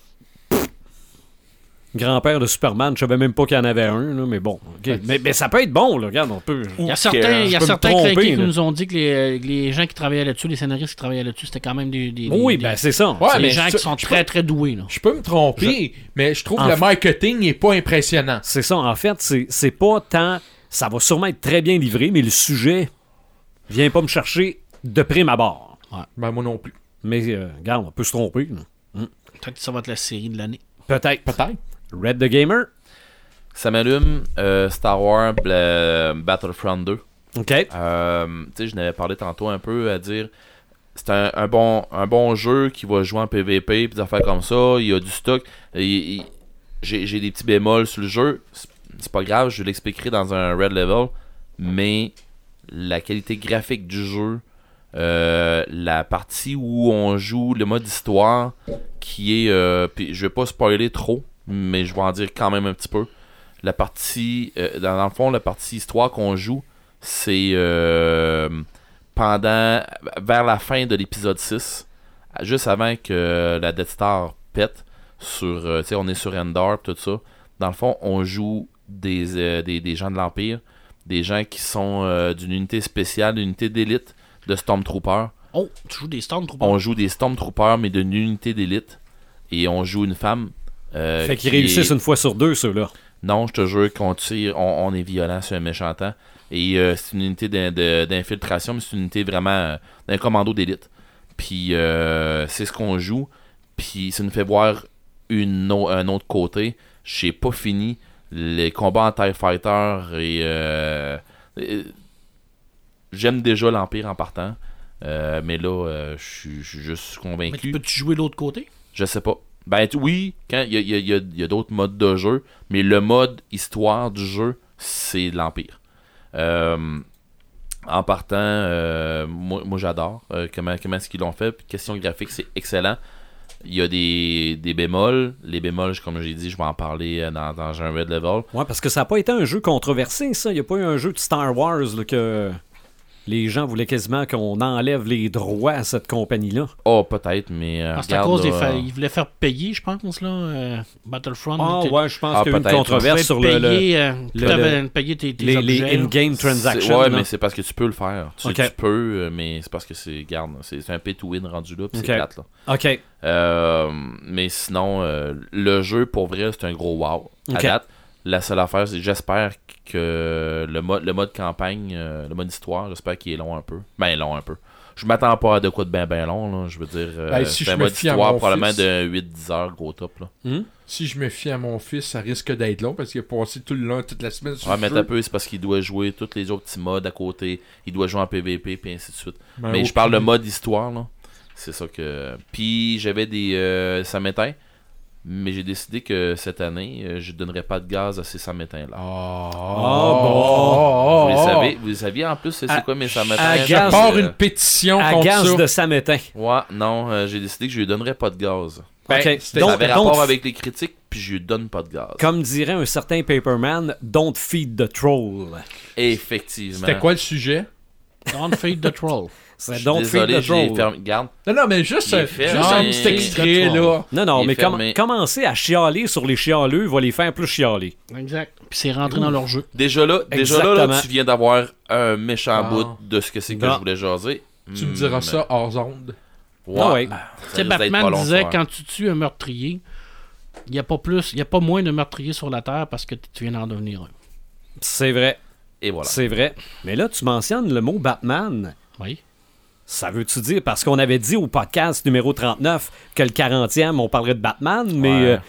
Grand-père de Superman, je savais même pas qu'il y en avait un, là, mais bon. OK. Mais ça peut être bon, là. Regarde, on peut.
Il y a
je
certains
peux me tromper,
crinqués qui
là.
nous ont dit que les gens qui travaillaient là-dessus, les scénaristes qui travaillaient là-dessus, c'était quand même
Oui,
des-
ben c'est ça.
Ouais,
c'est
mais
des gens
je-
qui sont
je
très,
peux-
très doués, là.
Je peux me tromper, mais je trouve
En
que le
fait-
marketing n'est pas impressionnant.
C'est ça. En fait, c'est pas tant. Ça va sûrement être très bien livré, mais le sujet vient pas me chercher de prime abord.
Ben, moi non plus.
Mais, regarde, on peut se tromper. là.
Peut-être que ça va être la série de l'année.
Peut-être.
Peut-être.
Red the Gamer.
Ça m'allume Star Wars Battlefront 2.
OK.
Tu sais, je n'avais parlé tantôt un peu à dire c'est un bon jeu qui va jouer en PVP puis des affaires comme ça. Il y a du stock. J'ai des petits bémols sur le jeu. C'est pas grave, je l'expliquerai dans un Red Level. Mais la qualité graphique du jeu, la partie où on joue le mode histoire, qui est. Puis je vais pas spoiler trop, mais je vais en dire quand même un petit peu. La partie. Dans le fond, la partie histoire qu'on joue, c'est vers la fin de l'épisode 6, juste avant que la Death Star pète. sur tu sais, on est sur Endor, tout ça. Dans le fond, on joue des gens de l'Empire, des gens qui sont d'une unité spéciale, d'une unité d'élite de Stormtroopers.
Oh, tu joues des Stormtroopers?
On joue des Stormtroopers, mais d'une unité d'élite. Et on joue une femme.
Fait qu'ils réussissent une fois sur deux, ceux-là.
Non, je te jure qu'on tire, on est violent sur un méchant temps. Et c'est une unité d'infiltration, mais c'est une unité vraiment d'un commando d'élite. Puis c'est ce qu'on joue. Puis ça nous fait voir un autre côté. J'ai pas fini les combats en TIE Fighter et j'aime déjà l'Empire en partant. Mais là, je suis juste convaincu.
Mais tu peux-tu jouer l'autre côté?
Je sais pas. Ben oui, quand il y a d'autres modes de jeu, mais le mode histoire du jeu, c'est l'Empire. En partant, moi j'adore comment est-ce qu'ils l'ont fait. Puis, question graphique, c'est excellent. Il y a des bémols. Les bémols, comme j'ai dit, je vais en parler dans un Red Level.
Ouais, parce que ça n'a pas été un jeu controversé, ça. Il n'y a pas eu un jeu de Star Wars là, que les gens voulaient quasiment qu'on enlève les droits à cette compagnie-là.
Oh, peut-être, mais
c'est à cause ils voulaient faire payer, je pense, là, Battlefront.
Ah ouais, je pense qu'il y a eu une
peut-être.
controverse sur
payer tes
les
objets,
in-game transactions.
Ouais,
là.
mais c'est parce que tu peux le faire. Tu peux, mais c'est parce que c'est un pay to win rendu là, puis c'est plate, là.
OK.
Mais sinon, le jeu, pour vrai, c'est un gros wow. À date, la seule affaire, c'est j'espère que le mode campagne, le mode histoire, j'espère qu'il est long un peu. Ben, long un peu. Je m'attends pas à de quoi de ben long, là. Je veux dire,
si
c'est
je
un
me
mode
fie à
histoire
mon
probablement
fils-
de 8-10 heures, gros top, là.
Si je me fie à mon fils, ça risque d'être long parce qu'il a passé tout le long, toute la semaine sur
Ouais,
le
mais
jeu.
t'as peu, c'est parce qu'il doit jouer tous les autres petits modes à côté. Il doit jouer en PVP, puis ainsi de suite.
Ben,
Mais
au
je parle de
pire.
mode histoire, là. C'est ça que... Puis j'avais des samétins, mais j'ai décidé que cette année, je donnerais pas de gaz à ces samétins-là. Vous les saviez en plus, c'est quoi mes samétins?
à
Je
gaz,
pars une pétition
À
contre
gaz
ça.
de samétain.
Ouais, non, j'ai décidé que je lui donnerais pas de gaz.
Ben,
OK.
c'était-
Ça
Donc,
avait rapport avec les critiques, puis je lui donne pas de gaz.
comme dirait un certain Paperman, don't feed the troll.
Effectivement.
C'était quoi le sujet?
Don't feed the troll.
C'est
Je suis
don't feed
désolé,
the troll.
Garde.
Non, mais juste,
Il est
juste
fermé.
un petit extrait, là.
Non, non,
Il est
mais
fermé.
commencer à chialer sur les chialeux va les faire plus chialer.
Exact. Puis c'est rentré dans leur jeu.
Déjà là,
Exactement.
tu viens d'avoir un méchant
Ah.
bout de ce que c'est que
Non.
je voulais jaser.
Tu me diras ça hors onde.
Ouais.
Ah ouais.
Ça
Tu sais,
risque d'être
Batman
pas long,
disait
ça.
quand tu tues un meurtrier, il n'y a pas moins de meurtriers sur la Terre parce que tu viens d'en devenir un.
C'est vrai.
Et voilà.
C'est vrai. Mais là, tu mentionnes le mot Batman.
Oui.
Ça veut-tu dire, parce qu'on avait dit au podcast numéro 39 que le 40e, on parlerait de Batman, mais
Ouais.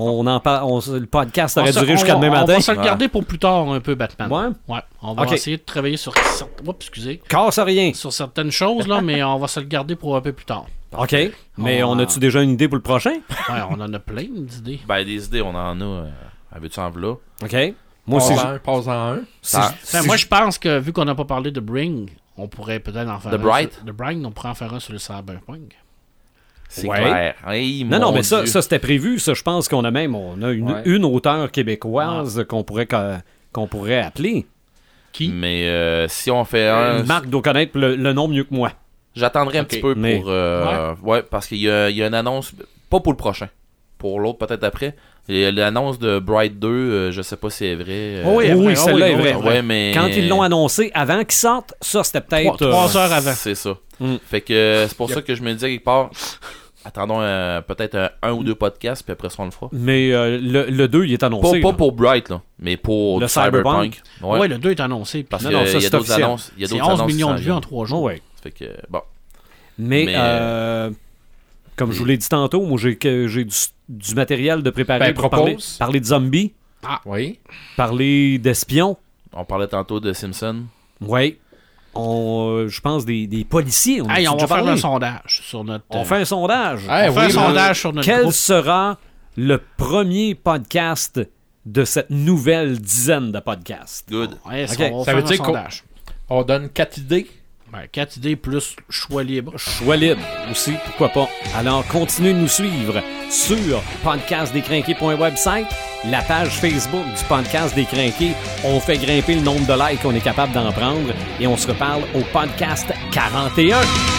le podcast aurait duré jusqu'à demain
On
matin.
va se le garder pour plus tard un peu, Batman.
Ouais?
On va
Ok.
essayer de travailler sur
Casse rien.
sur certaines choses, là, mais on va se le garder pour un peu plus tard.
OK. Mais
On
on
va-
a-tu déjà une idée pour le prochain?
Ouais, on en a plein d'idées.
Ben, des idées, on en a. Veux-tu en v'là?
OK. Moi aussi.
Passe en un.
Moi, je pense que vu qu'on n'a pas parlé de Bring, on pourrait peut-être en faire
The
un.
Bright?
De Bright, on pourrait en faire un sur le Cyberpunk.
C'est
Ouais.
clair. Hey,
Non,
mon
non, mais ça
Dieu.
c'était prévu. Ça, je pense qu'on a même
Ouais.
une auteure québécoise qu'on pourrait appeler.
Qui?
Mais si on fait un...
Marc doit connaître le nom mieux que moi.
J'attendrai un
Ok.
petit peu
Mais-
pour... ouais, parce qu'il y a une annonce... Pas pour le prochain. Pour l'autre, peut-être après. Et l'annonce de Bright 2, je sais pas si c'est vrai.
Oui, celle-là est vraie.
Ouais, mais...
Quand ils l'ont annoncé avant qu'ils sortent, ça c'était peut-être...
3 heures avant.
C'est ça.
Mm.
Fait que c'est pour ça que je me disais quelque part... Attendons peut-être un ou deux podcasts, puis après ça, on le fera.
Mais le 2, il est annoncé.
Pas
là.
pour Bright, là, mais pour
Le
du Cyberpunk.
Cyberpunk.
Ouais, le 2 est annoncé.
Parce
Non,
qu'il
non, ça,
y a
c'est
d'autres
officiel.
annonces. Il y a
C'est
d'autres
11
annonces
millions
qui
de
s'en
vues en
viennent.
3 jours.
Ouais.
Fait que, bon.
Mais,
Mais,
comme je vous l'ai dit tantôt, moi j'ai du matériel de préparer
Ben,
pour
propose.
parler de zombies,
Oui.
parler d'espions.
On parlait tantôt de Simpson.
Oui. Je pense des policiers.
Hey,
a
on va
déjà
faire
parlé.
un sondage sur notre.
On fait un sondage.
Hey,
on fait un
oui,
sondage sur notre
Quel
groupe.
sera le premier podcast de cette nouvelle dizaine de podcasts?
Good.
Ouais,
Ok.
on va
Ça
faire
veut
un
dire qu'on-
sondage.
On donne 4 idées.
4 idées plus choix libre.
Choix libre aussi, pourquoi pas. Alors, continuez de nous suivre sur podcastdescrinqués.website, la page Facebook du podcast des Crinqués. On fait grimper le nombre de likes qu'on est capable d'en prendre et on se reparle au podcast 41.